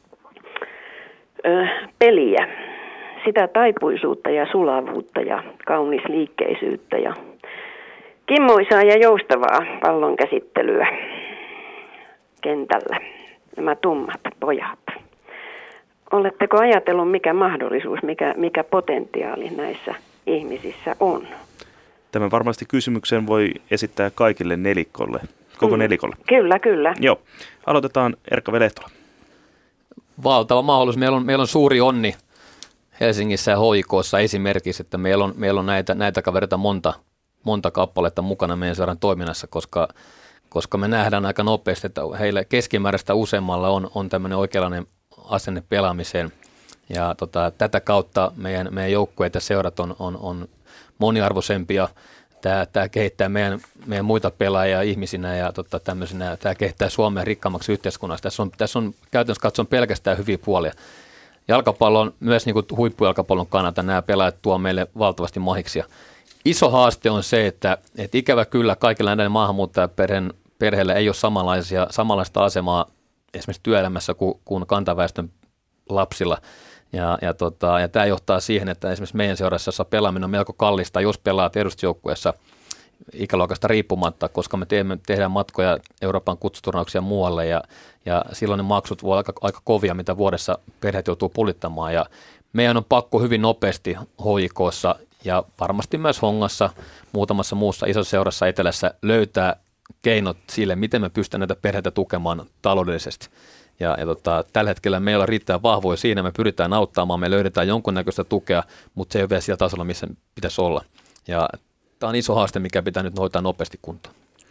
ö, peliä. Sitä taipuisuutta ja sulavuutta ja kaunisliikkeisyyttä ja kimmoisaa ja joustavaa pallon käsittelyä kentällä. Nämä tummat pojat. Oletteko ajatellut, mikä mahdollisuus, mikä, mikä potentiaali näissä ihmisissä on? Tämän varmasti kysymyksen voi esittää kaikille nelikolle, koko mm. nelikolle. Kyllä, kyllä. Joo. Aloitetaan Erkka V. Lehtola. Valtava mahdollisuus. Meillä on, meillä on suuri onni Helsingissä ja H J K:ssa esimerkiksi, että meillä on, meillä on näitä, näitä kavereita monta, monta kappaletta mukana meidän seuran toiminnassa, koska, koska me nähdään aika nopeasti, että heillä keskimääräistä useammalla on, on tämmöinen oikeanlainen asenne pelaamiseen. Ja tota, tätä kautta meidän, meidän joukkueet ja seurat on, on, on moniarvoisempia. Tämä, tämä kehittää meidän, meidän muita pelaajia ihmisinä ja tota, tämmöisenä, tämä kehittää Suomea rikkaammaksi yhteiskunnassa. Tässä on, tässä on käytännössä katsoen pelkästään hyviä puolia. Jalkapallon, myös niin kuin huippujalkapallon kannalta nämä pelaajat tuo meille valtavasti mahiksia. Iso haaste on se, että, että ikävä kyllä kaikilla näiden maahanmuuttajaperheen perheillä ei ole samanlaisia, samanlaista asemaa esimerkiksi työelämässä kuin, kuin kantaväestön lapsilla. Ja, ja, tota, ja tämä johtaa siihen, että esimerkiksi meidän seurassa, jossa pelaaminen on melko kallista, jos pelaat edustusjoukkueessa ikäluokasta riippumatta, koska me teemme, tehdään matkoja Euroopan kutsuturnauksia muualle ja, ja silloin ne maksut voi olla aika, aika kovia, mitä vuodessa perheet joutuu pulittamaan. Ja meidän on pakko hyvin nopeasti H J K:ssa ja varmasti myös Hongassa, muutamassa muussa isossa seurassa etelässä löytää keinot sille, miten me pystytään näitä perheitä tukemaan taloudellisesti. Ja, ja tota, tällä hetkellä meillä on riittää vahvoja siinä, me pyritään auttamaan, me löydetään jonkunnäköistä tukea, mutta se ei ole vielä sillä tasolla, missä pitäisi olla. Ja tämä on iso haaste, mikä pitää nyt hoitaa nopeasti kuntoon.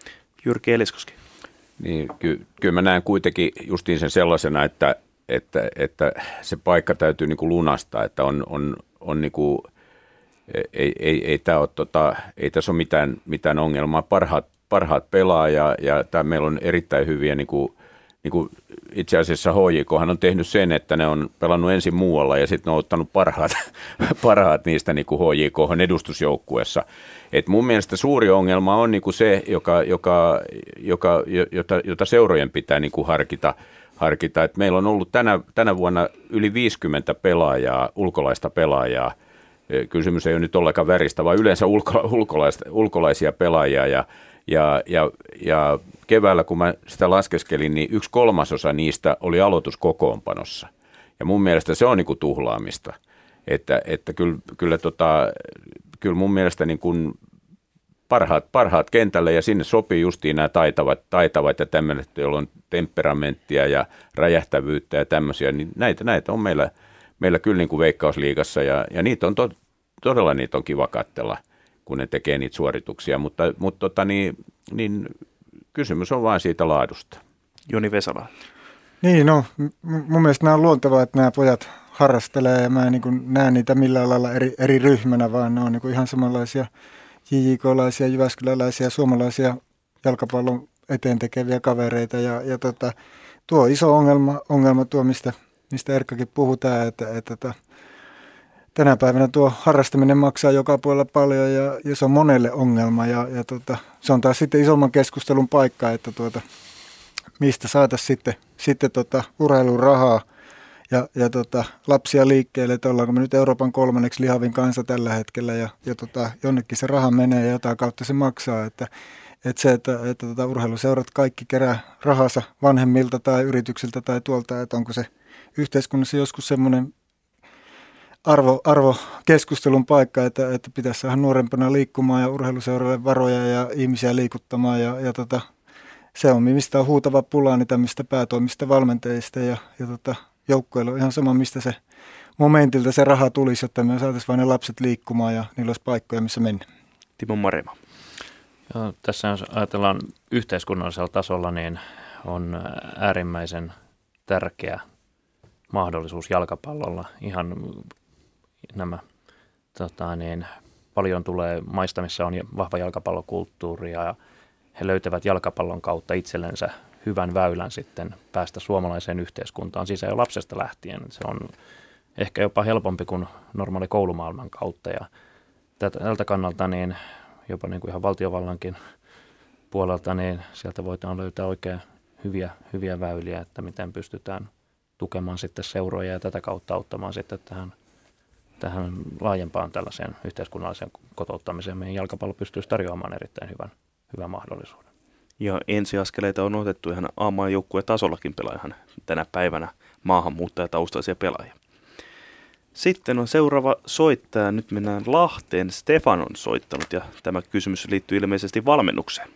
Jyrki Heliskoski. Niin, ky- kyllä mä näen kuitenkin justiin sen sellaisena, että, että, että se paikka täytyy niin kuin lunastaa, että on, on, on niin kuin, ei, ei, ei, tää ole, tota, ei tässä ole mitään, mitään ongelmaa. Parhaat, parhaat pelaa ja, ja tää meillä on erittäin hyviä, niin kuin, niin kuin itse asiassa H J K:han on tehnyt sen, että ne on pelannut ensin muualla ja sitten ne on ottanut parhaat, parhaat niistä niin kuin H J K:n edustusjoukkueessa. Et mun mielestä suuri ongelma on niin kuin se, joka, joka, joka, jota, jota seurojen pitää niin kuin harkita. harkita. Et meillä on ollut tänä, tänä vuonna yli viisikymmentä pelaajaa, ulkolaista pelaajaa. Kysymys ei ole nyt ollenkaan väristä, vaan yleensä ulko, ulkolaisia pelaajia. Ja, ja, ja, ja keväällä, kun mä sitä laskeskelin, niin yksi kolmasosa niistä oli aloituskokoonpanossa. Ja mun mielestä se on niin kuin tuhlaamista. Että, että kyllä, kyllä, tota, kyllä mun mielestä niin kuin parhaat, parhaat kentälle ja sinne sopii justiin nämä taitavat, taitavat ja tämmöiset, joilla on temperamenttia ja räjähtävyyttä ja tämmöisiä, niin näitä, näitä on meillä, meillä kyllä niin kuin Veikkausliigassa ja, ja niitä on to, todella niitä on kiva katsella, kun ne tekee niitä suorituksia, mutta, mutta tota, niin, niin kysymys on vain siitä laadusta. Joni Vesala. Niin, no mun mielestä nämä on luontevaa, että nämä pojat harrastelee ja mä en niin kuin näe niitä millään lailla eri, eri ryhmänä, vaan ne on niin kuin ihan samanlaisia J J K-laisia, jyväskyläläisiä, suomalaisia jalkapallon eteen tekeviä kavereita ja, ja tota, tuo iso ongelma, ongelma tuo, mistä, mistä Erkkakin puhutaan, että, että, että tänä päivänä tuo harrastaminen maksaa joka puolella paljon ja, ja se on monelle ongelma ja, ja tota, se on taas sitten isomman keskustelun paikka, että tuota, mistä saataisiin sitten, sitten tota, urheilun rahaa ja, ja tota, lapsia liikkeelle, että ollaanko me nyt Euroopan kolmanneksi lihavin kansa tällä hetkellä ja, ja tota, jonnekin se raha menee ja jotain kautta se maksaa, että, että se, että, että tota, urheiluseurat kaikki kerää rahansa vanhemmilta tai yrityksiltä tai tuolta, että onko se yhteiskunnassa joskus semmoinen arvo, arvokeskustelun paikka, että, että pitäisi saada nuorempana liikkumaan ja urheiluseuroille varoja ja ihmisiä liikuttamaan ja, ja tota, se on, mistä on huutava pulaa, niin tämmöistä päätoimista valmentajista ja, ja tota, joukkueilla on ihan sama, mistä se momentilta se raha tulisi, jotta me saataisiin vain ne lapset liikkumaan ja niillä olisi paikkoja, missä mennä. Timo Marema. Joo, tässä jos ajatellaan yhteiskunnallisella tasolla, niin on äärimmäisen tärkeä mahdollisuus jalkapallolla. Ihan nämä, tota niin, paljon tulee maista, missä on vahva jalkapallokulttuuri ja he löytävät jalkapallon kautta itsellensä hyvän väylän sitten päästä suomalaiseen yhteiskuntaan sisään jo lapsesta lähtien. Se on ehkä jopa helpompi kuin normaali koulumaailman kautta ja tältä kannalta niin jopa niin kuin ihan valtiovallankin puolelta, niin sieltä voidaan löytää oikein hyviä, hyviä väyliä, että miten pystytään tukemaan sitten seuroja ja tätä kautta auttamaan sitten tähän, tähän laajempaan tällaiseen yhteiskunnalliseen kotouttamiseen. Meidän jalkapallo pystyisi tarjoamaan erittäin hyvän, hyvän mahdollisuuden. Ja ensiaskeleita on otettu ihan A-maajoukkueen tasollakin pelaajahan tänä päivänä maahanmuuttajataustaisia pelaajia. Sitten on seuraava soittaja. Nyt mennään Lahteen. Stefan on soittanut ja tämä kysymys liittyy ilmeisesti valmennukseen.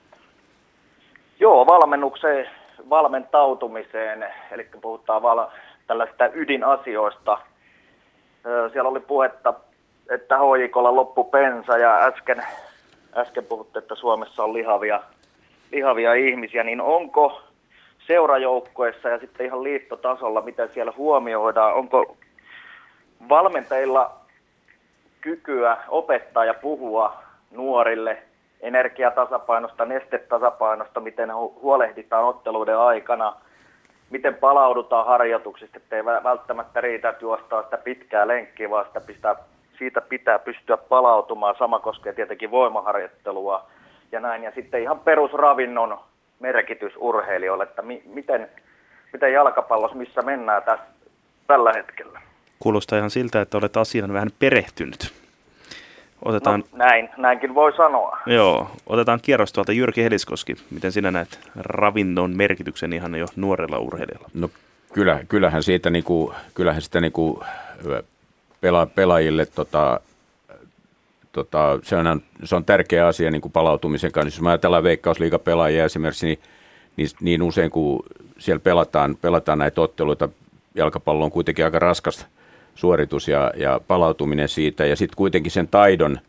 Joo, valmennukseen, valmentautumiseen, eli puhutaan val- tällaista ydinasioista. Siellä oli puhetta, että H J K:lla loppu pensa ja äsken, äsken puhutte, että Suomessa on lihavia, lihavia ihmisiä, niin onko seurajoukkueessa ja sitten ihan liittotasolla, miten siellä huomioidaan, onko valmentajilla kykyä opettaa ja puhua nuorille energiatasapainosta, nestetasapainosta, miten huolehditaan otteluiden aikana, miten palaudutaan harjoituksista, ettei välttämättä riitä, että juostaa sitä pitkää lenkkiä, vaan sitä pitää, siitä pitää pystyä palautumaan. Sama koskee tietenkin voimaharjoittelua ja näin. Ja sitten ihan perusravinnon merkitys urheilijoille, että mi- miten, miten jalkapallossa, missä mennään tässä, tällä hetkellä. Kuulostaa ihan siltä, että olet asiaan vähän perehtynyt. Otetaan, no, näin, näinkin voi sanoa. Joo, otetaan kierros tuolta Jyrki Heliskoski. Miten sinä näet ravinnon merkityksen ihan jo nuorella urheilijalla? No kyllä, kyllähän siitä niinku, kyllähän sitä niinku pela, pelaajille tota, tota, se, on, se on tärkeä asia niinku palautumisen kanssa. Jos me ajatellaan Veikkausliigapelaajia esimerkiksi, niin, niin, niin usein kun siellä pelataan, pelataan näitä otteluita, jalkapallo on kuitenkin aika raskas suoritus ja, ja palautuminen siitä ja sitten kuitenkin sen taidon,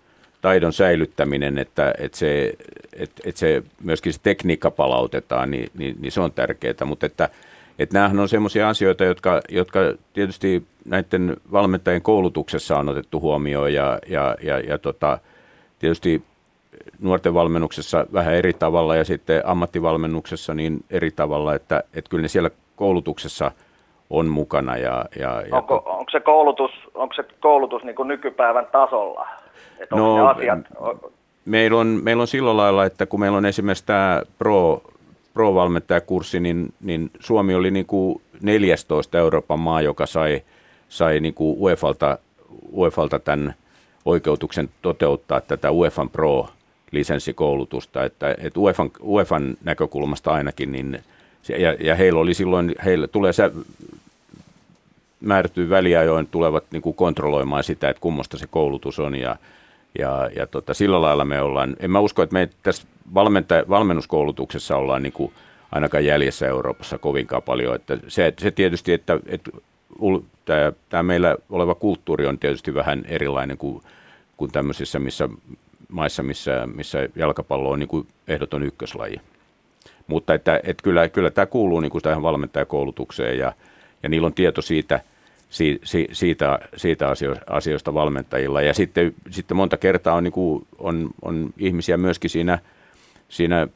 taidon säilyttäminen, että, että, se, että, että se myöskin se tekniikka palautetaan, niin, niin, niin se on tärkeää. Mutta että, että nämähän on sellaisia asioita, jotka, jotka tietysti näiden valmentajien koulutuksessa on otettu huomioon ja, ja, ja, ja tota, tietysti nuorten valmennuksessa vähän eri tavalla ja sitten ammattivalmennuksessa niin eri tavalla, että, että kyllä ne siellä koulutuksessa on mukana. Ja, ja, ja onko, onko se koulutus, onko se koulutus niin kuin nykypäivän tasolla? Että no, ne asiat... meillä, on, meillä on sillä lailla, että kun meillä on esimerkiksi tämä Pro, Pro-valmentajakurssi, niin, niin Suomi oli niin kuin neljästoista Euroopan maa, joka sai, sai niin kuin UEFalta, UEFalta tämän oikeutuksen toteuttaa tätä UEFan Pro-lisenssikoulutusta, että, että UEFan, UEFan näkökulmasta ainakin, niin, ja, ja heillä oli silloin, heillä tulee sä, määrättyyn väliajoin tulevat niin kuin kontrolloimaan sitä, että kummosta se koulutus on, ja, ja, ja tota, sillä lailla me ollaan, en mä usko, että me tässä valmennuskoulutuksessa ollaan niin kuin ainakaan jäljessä Euroopassa kovinkaan paljon, että se, se tietysti, että, että Tämä, tämä meillä oleva kulttuuri on tietysti vähän erilainen kuin, kuin tämmöisissä missä, maissa, missä, missä jalkapallo on niin kuin ehdoton ykköslaji. Mutta että, että kyllä, kyllä tämä kuuluu niin kuin tähän valmentajakoulutukseen ja, ja niillä on tieto siitä, siitä, siitä asioista valmentajilla. Ja sitten, sitten monta kertaa on, niin kuin, on, on ihmisiä myöskin siinä, siinä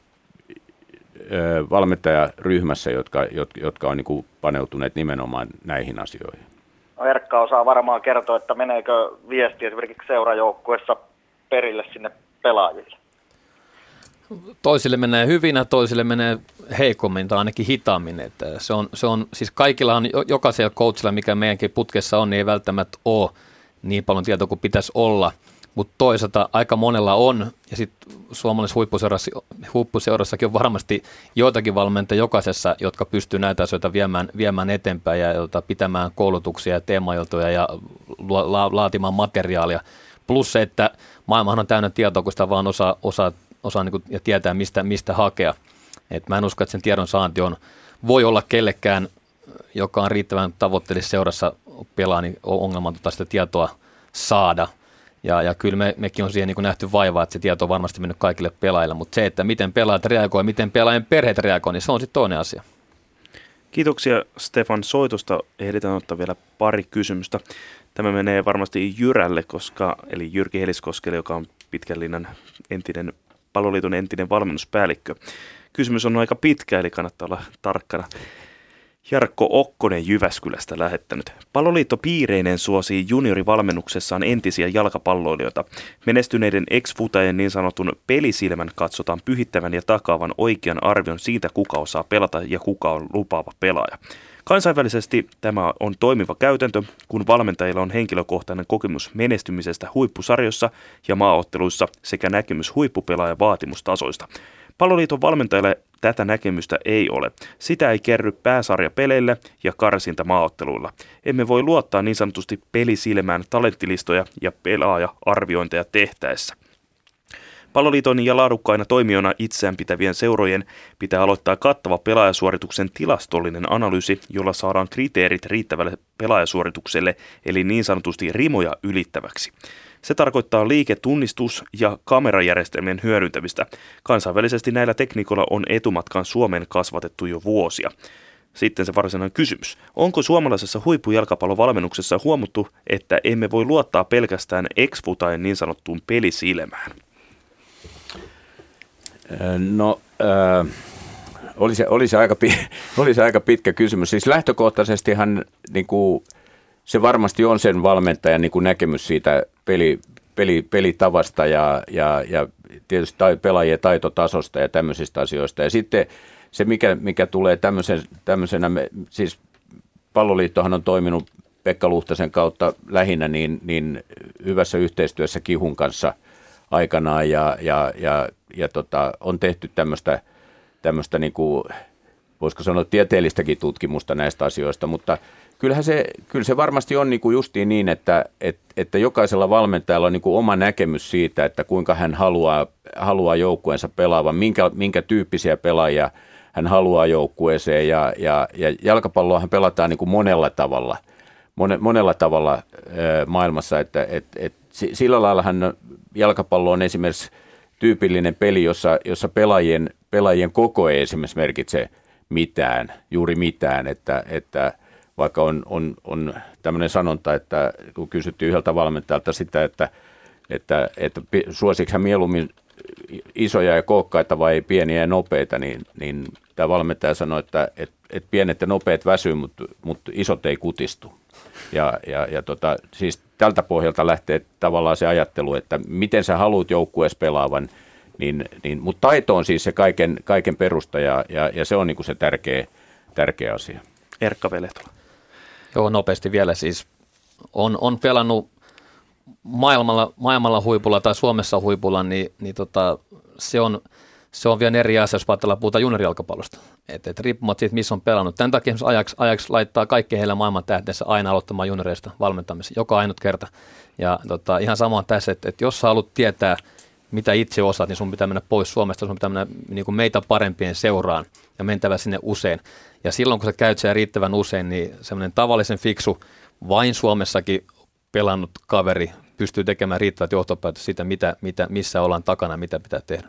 valmentajaryhmässä, jotka, jotka on niin kuin paneutuneet nimenomaan näihin asioihin. No Erkka osaa varmaan kertoa, että meneekö viesti esimerkiksi seurajoukkueessa perille sinne pelaajille? Toisille menee hyvinä, toisille menee heikommin tai ainakin hitaammin. Että se on, se on, siis kaikillahan, jokaisella coachilla, mikä meidänkin putkessa on, niin ei välttämättä ole niin paljon tietoa kuin pitäisi olla. Mutta toisaalta aika monella on, ja sitten suomalaisessa huippuseurassa, huippuseurassakin on varmasti joitakin valmentajia jokaisessa, jotka pystyy näitä asioita viemään, viemään eteenpäin ja jota pitämään koulutuksia ja teemailtoja ja la, laatimaan materiaalia. Plus se, että maailmahan on täynnä tietoa, kun sitä vaan osaa, osaa, osaa niin kuin, ja tietää, mistä, mistä hakea. Et mä en usko, että sen tiedon saanti on, voi olla kellekään, joka on riittävän tavoitteellisessa seurassa pelaa, niin on ongelmatonta sitä tietoa saada. Ja, ja kyllä me, mekin on siihen niin kuin nähty vaivaa, että se tieto on varmasti mennyt kaikille pelaajille, mutta se, että miten pelaajat reagoivat ja miten pelaajien perheet reagoivat, niin se on sitten toinen asia. Kiitoksia Stefan soitosta. Ehditään ottaa vielä pari kysymystä. Tämä menee varmasti Jyrälle, koska, eli Jyrki Heliskoskelle, joka on Pitkän Linnan entinen, Palloliiton entinen valmennuspäällikkö. Kysymys on aika pitkä, eli kannattaa olla tarkkana. Jarkko Okkonen Jyväskylästä lähettänyt. Palloliitto Piireinen suosii juniorivalmennuksessaan entisiä jalkapalloilijoita. Menestyneiden ex-futajien niin sanotun pelisilmän katsotaan pyhittävän ja takaavan oikean arvion siitä, kuka osaa pelata ja kuka on lupaava pelaaja. Kansainvälisesti tämä on toimiva käytäntö, kun valmentajilla on henkilökohtainen kokemus menestymisestä huippusarjossa ja maaotteluissa sekä näkemys huippupelaajan vaatimustasoista. Palloliiton valmentajille tätä näkemystä ei ole. Sitä ei kerry pääsarjapeleille ja karsintamaaotteluilla. Emme voi luottaa niin sanotusti pelisilmään talenttilistoja ja pelaaja-arviointeja tehtäessä. Palloliiton ja laadukkaina toimijoina itseään pitävien seurojen pitää aloittaa kattava pelaajasuorituksen tilastollinen analyysi, jolla saadaan kriteerit riittävälle pelaajasuoritukselle, eli niin sanotusti rimoja ylittäväksi. Se tarkoittaa liiketunnistus- ja kamerajärjestelmien hyödyntämistä. Kansainvälisesti näillä tekniikoilla on etumatkaan Suomeen kasvatettu jo vuosia. Sitten se varsinainen kysymys. Onko suomalaisessa huippujalkapallovalmennuksessa huomattu, että emme voi luottaa pelkästään ex-futajen niin sanottuun pelisilmään? No, äh, oli, se, oli, se aika, oli se aika pitkä kysymys. Siis lähtökohtaisestihan niin kuin, se varmasti on sen valmentajan niin kuin näkemys siitä peli, peli, pelitavasta ja, ja, ja tietysti ta, pelaajien taitotasosta ja tämmöisistä asioista. Ja sitten se, mikä, mikä tulee tämmöisen, tämmöisenä, me, siis Palloliittohan on toiminut Pekka Luhtasen kautta lähinnä niin, niin hyvässä yhteistyössä Kihun kanssa aikanaan ja, ja, ja, ja tota, on tehty tämmöistä, tämmöistä niin kuin, voisiko sanoa tieteellistäkin tutkimusta näistä asioista, mutta kyllähän se, kyllä se varmasti on niin kuin justiin niin, että, että, että jokaisella valmentajalla on niin kuin oma näkemys siitä, että kuinka hän haluaa, haluaa joukkueensa pelaavan, minkä, minkä tyyppisiä pelaajia hän haluaa joukkueeseen ja, ja, ja jalkapalloahan pelataan niin kuin monella tavalla. monella tavalla maailmassa, että et, et, sillä laillahan jalkapallo on esimerkiksi tyypillinen peli, jossa, jossa pelaajien, pelaajien koko ei esimerkiksi merkitse mitään, juuri mitään, että, että vaikka on, on, on tämmöinen sanonta, että kun kysyttiin yhdeltä valmentajalta sitä, että, että, että suosiko hän mieluummin isoja ja kookkaita vai pieniä ja nopeita, niin, niin tämä valmentaja sanoi, että, että, että pienet ja nopeat väsyy, mutta, mutta isot ei kutistu. Ja, ja, ja tota, siis tältä pohjalta lähtee tavallaan se ajattelu, että miten sä haluat joukkueessa pelaavan, niin, niin, mutta taito on siis se kaiken, kaiken perusta ja, ja, ja se on niin kuin se tärkeä, tärkeä asia. Erkka Velehtola. Joo, nopeasti vielä siis. On, on pelannut maailmalla, maailmalla huipulla tai Suomessa huipulla, niin, niin tota, se, on, se on vielä eri asia, jos puhutaan juniorijalkapallosta. Et, et riippumatta siitä, missä on pelannut. Tämän takia Ajax, Ajax laittaa kaikki heillä maailman tähdensä aina aloittamaan junioreista valmentamisen, joka ainut kerta. Ja tota, ihan sama on tässä, että, että jos sä haluat tietää, mitä itse osaat, niin sun pitää mennä pois Suomesta, sun pitää mennä niin kuin meitä parempien seuraan ja mentävä sinne usein. Ja silloin, kun sä käyt siellä riittävän usein, niin semmoinen tavallisen fiksu, vain Suomessakin pelannut kaveri pystyy tekemään riittävät johtopäätöt siitä, mitä, mitä, missä ollaan takana, mitä pitää tehdä.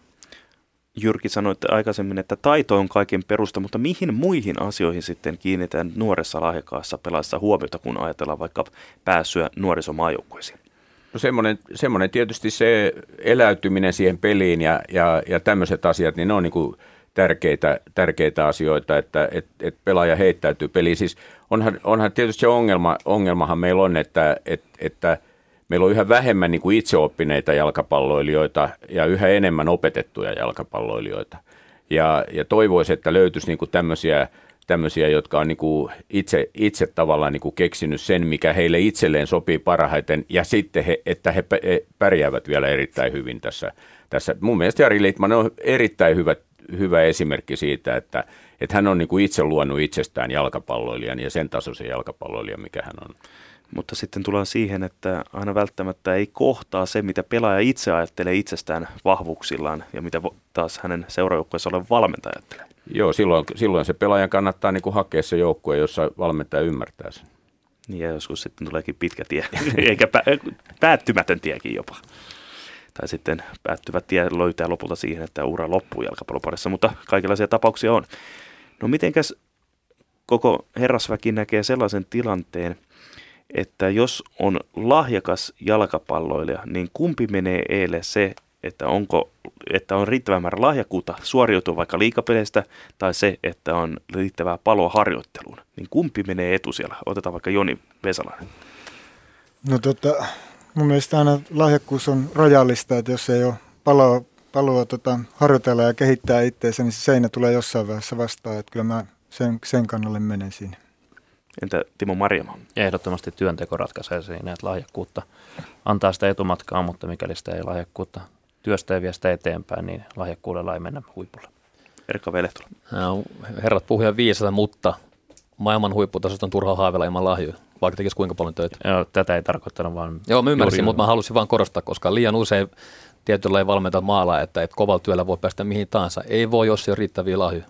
Jyrki sanoi aikaisemmin, että taito on kaiken perusta, mutta mihin muihin asioihin sitten kiinnitään nuoressa lahjakkaassa pelaajassa huomiota, kun ajatellaan vaikka pääsyä nuorisomaajoukkueisiin? No semmoinen, semmoinen tietysti se eläytyminen siihen peliin ja, ja, ja tämmöiset asiat, niin ne on niin kuin tärkeitä, tärkeitä asioita, että et, et pelaaja heittäytyy peliin. Siis onhan, onhan tietysti se ongelma, ongelmahan meillä on, että, et, että meillä on yhä vähemmän niin kuin itseoppineita jalkapalloilijoita ja yhä enemmän opetettuja jalkapalloilijoita. Ja, ja toivoisi, että löytyisi niin kuin tämmöisiä, tämmöisiä, jotka on niin kuin itse, itse tavallaan niin kuin keksinyt sen, mikä heille itselleen sopii parhaiten, ja sitten, he, että he pärjäävät vielä erittäin hyvin tässä. tässä. Mun mielestä Jari Litmanen on erittäin hyvä, hyvä esimerkki siitä, että, että hän on niin kuin itse luonut itsestään jalkapalloilijan ja sen tasoisen jalkapalloilijan, mikä hän on. Mutta sitten tullaan siihen, että aina välttämättä ei kohtaa se, mitä pelaaja itse ajattelee itsestään vahvuuksillaan ja mitä taas hänen seurajoukkueensa oleva valmentaja ajattelee. Joo, silloin, silloin se pelaajan kannattaa niin kuin hakea se joukkue, jossa valmentaja ymmärtää sen. Niin ja joskus sitten tuleekin pitkä tie, eikä pä- päättymätön tiekin jopa. Tai sitten päättyvä tie löytää lopulta siihen, että ura loppuu jalkapalloparissa, mutta kaikenlaisia tapauksia on. No mitenkäs koko herrasväki näkee sellaisen tilanteen, että jos on lahjakas jalkapalloilija, niin kumpi menee eelle se, että, onko, että on riittävä määrä lahjakkuutta suoriutua vaikka liigapeleistä, tai se, että on riittävää paloa harjoitteluun, niin kumpi menee etusijalla? Otetaan vaikka Joni Vesalainen. No tota, mun mielestä aina lahjakkuus on rajallista, että jos ei ole paloa, paloa tota, harjoitella ja kehittää itseänsä, niin se seinä tulee jossain vaiheessa vastaan, että kyllä mä sen, sen kannalle menen siinä. Entä Timo Marjamaa? Ehdottomasti työnteko ratkaisee siinä, että lahjakkuutta antaa sitä etumatkaa, mutta mikäli sitä ei lahjakkuutta työstä ja vie sitä eteenpäin, niin lahjakkuudella ei mennä huipulle. Erkka Velehtola. No, herrat puhuja viisata, mutta maailman huipputasosta on turha haaveilla ilman lahjoja, vaikka tekisi kuinka paljon töitä. Joo, tätä ei tarkoittanut vaan... Joo, mä ymmärsin, mutta mä halusin vaan korostaa, koska liian usein tietyllä ei valmenta maalaa, että, että kovalla työllä voi päästä mihin tahansa. Ei voi, jos ei ole riittäviä lahjoja.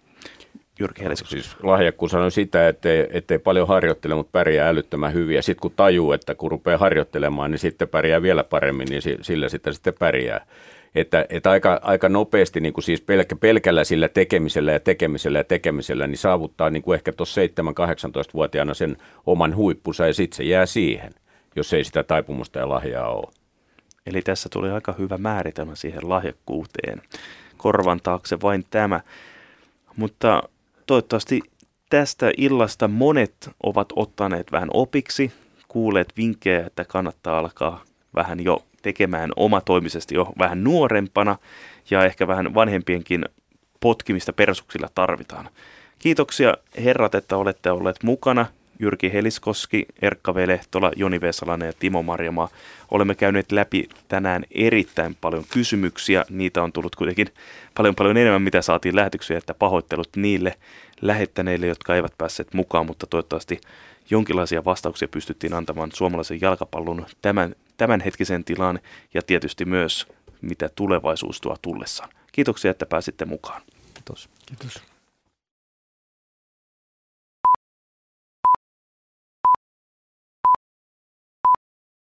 Jyrki Heliskoski. Siis lahjakkuus sanoi sitä, ettei, ettei paljon harjoittele, mutta pärjää älyttömän hyvin. Ja sitten kun tajuu, että kun rupeaa harjoittelemaan, niin sitten pärjää vielä paremmin, niin sillä sitten, sitten pärjää. Että, että aika, aika nopeasti niin kuin siis pelkä, pelkällä sillä tekemisellä ja tekemisellä ja tekemisellä, niin saavuttaa niin kuin ehkä tuossa seitsemän-kahdeksantoista-vuotiaana sen oman huippunsa ja sitten se jää siihen, jos ei sitä taipumusta ja lahjaa ole. Eli tässä tuli aika hyvä määritelmä siihen lahjakkuuteen. Korvan taakse vain tämä. Mutta toivottavasti tästä illasta monet ovat ottaneet vähän opiksi, kuulleet vinkkejä, että kannattaa alkaa vähän jo tekemään omatoimisesti jo vähän nuorempana ja ehkä vähän vanhempienkin potkimista persuksilla tarvitaan. Kiitoksia herrat, että olette olleet mukana. Jyrki Heliskoski, Erkka Velehtola, Joni Vesalainen ja Timo Marjamaa. Olemme käyneet läpi tänään erittäin paljon kysymyksiä. Niitä on tullut kuitenkin paljon paljon enemmän, mitä saatiin lähetyksiä, että pahoittelut niille lähettäneille, jotka eivät päässeet mukaan, mutta toivottavasti jonkinlaisia vastauksia pystyttiin antamaan suomalaisen jalkapallon tämän, tämänhetkisen tilaan ja tietysti myös mitä tulevaisuus tuo tullessaan. Kiitoksia, että pääsitte mukaan. Kiitos. Kiitos.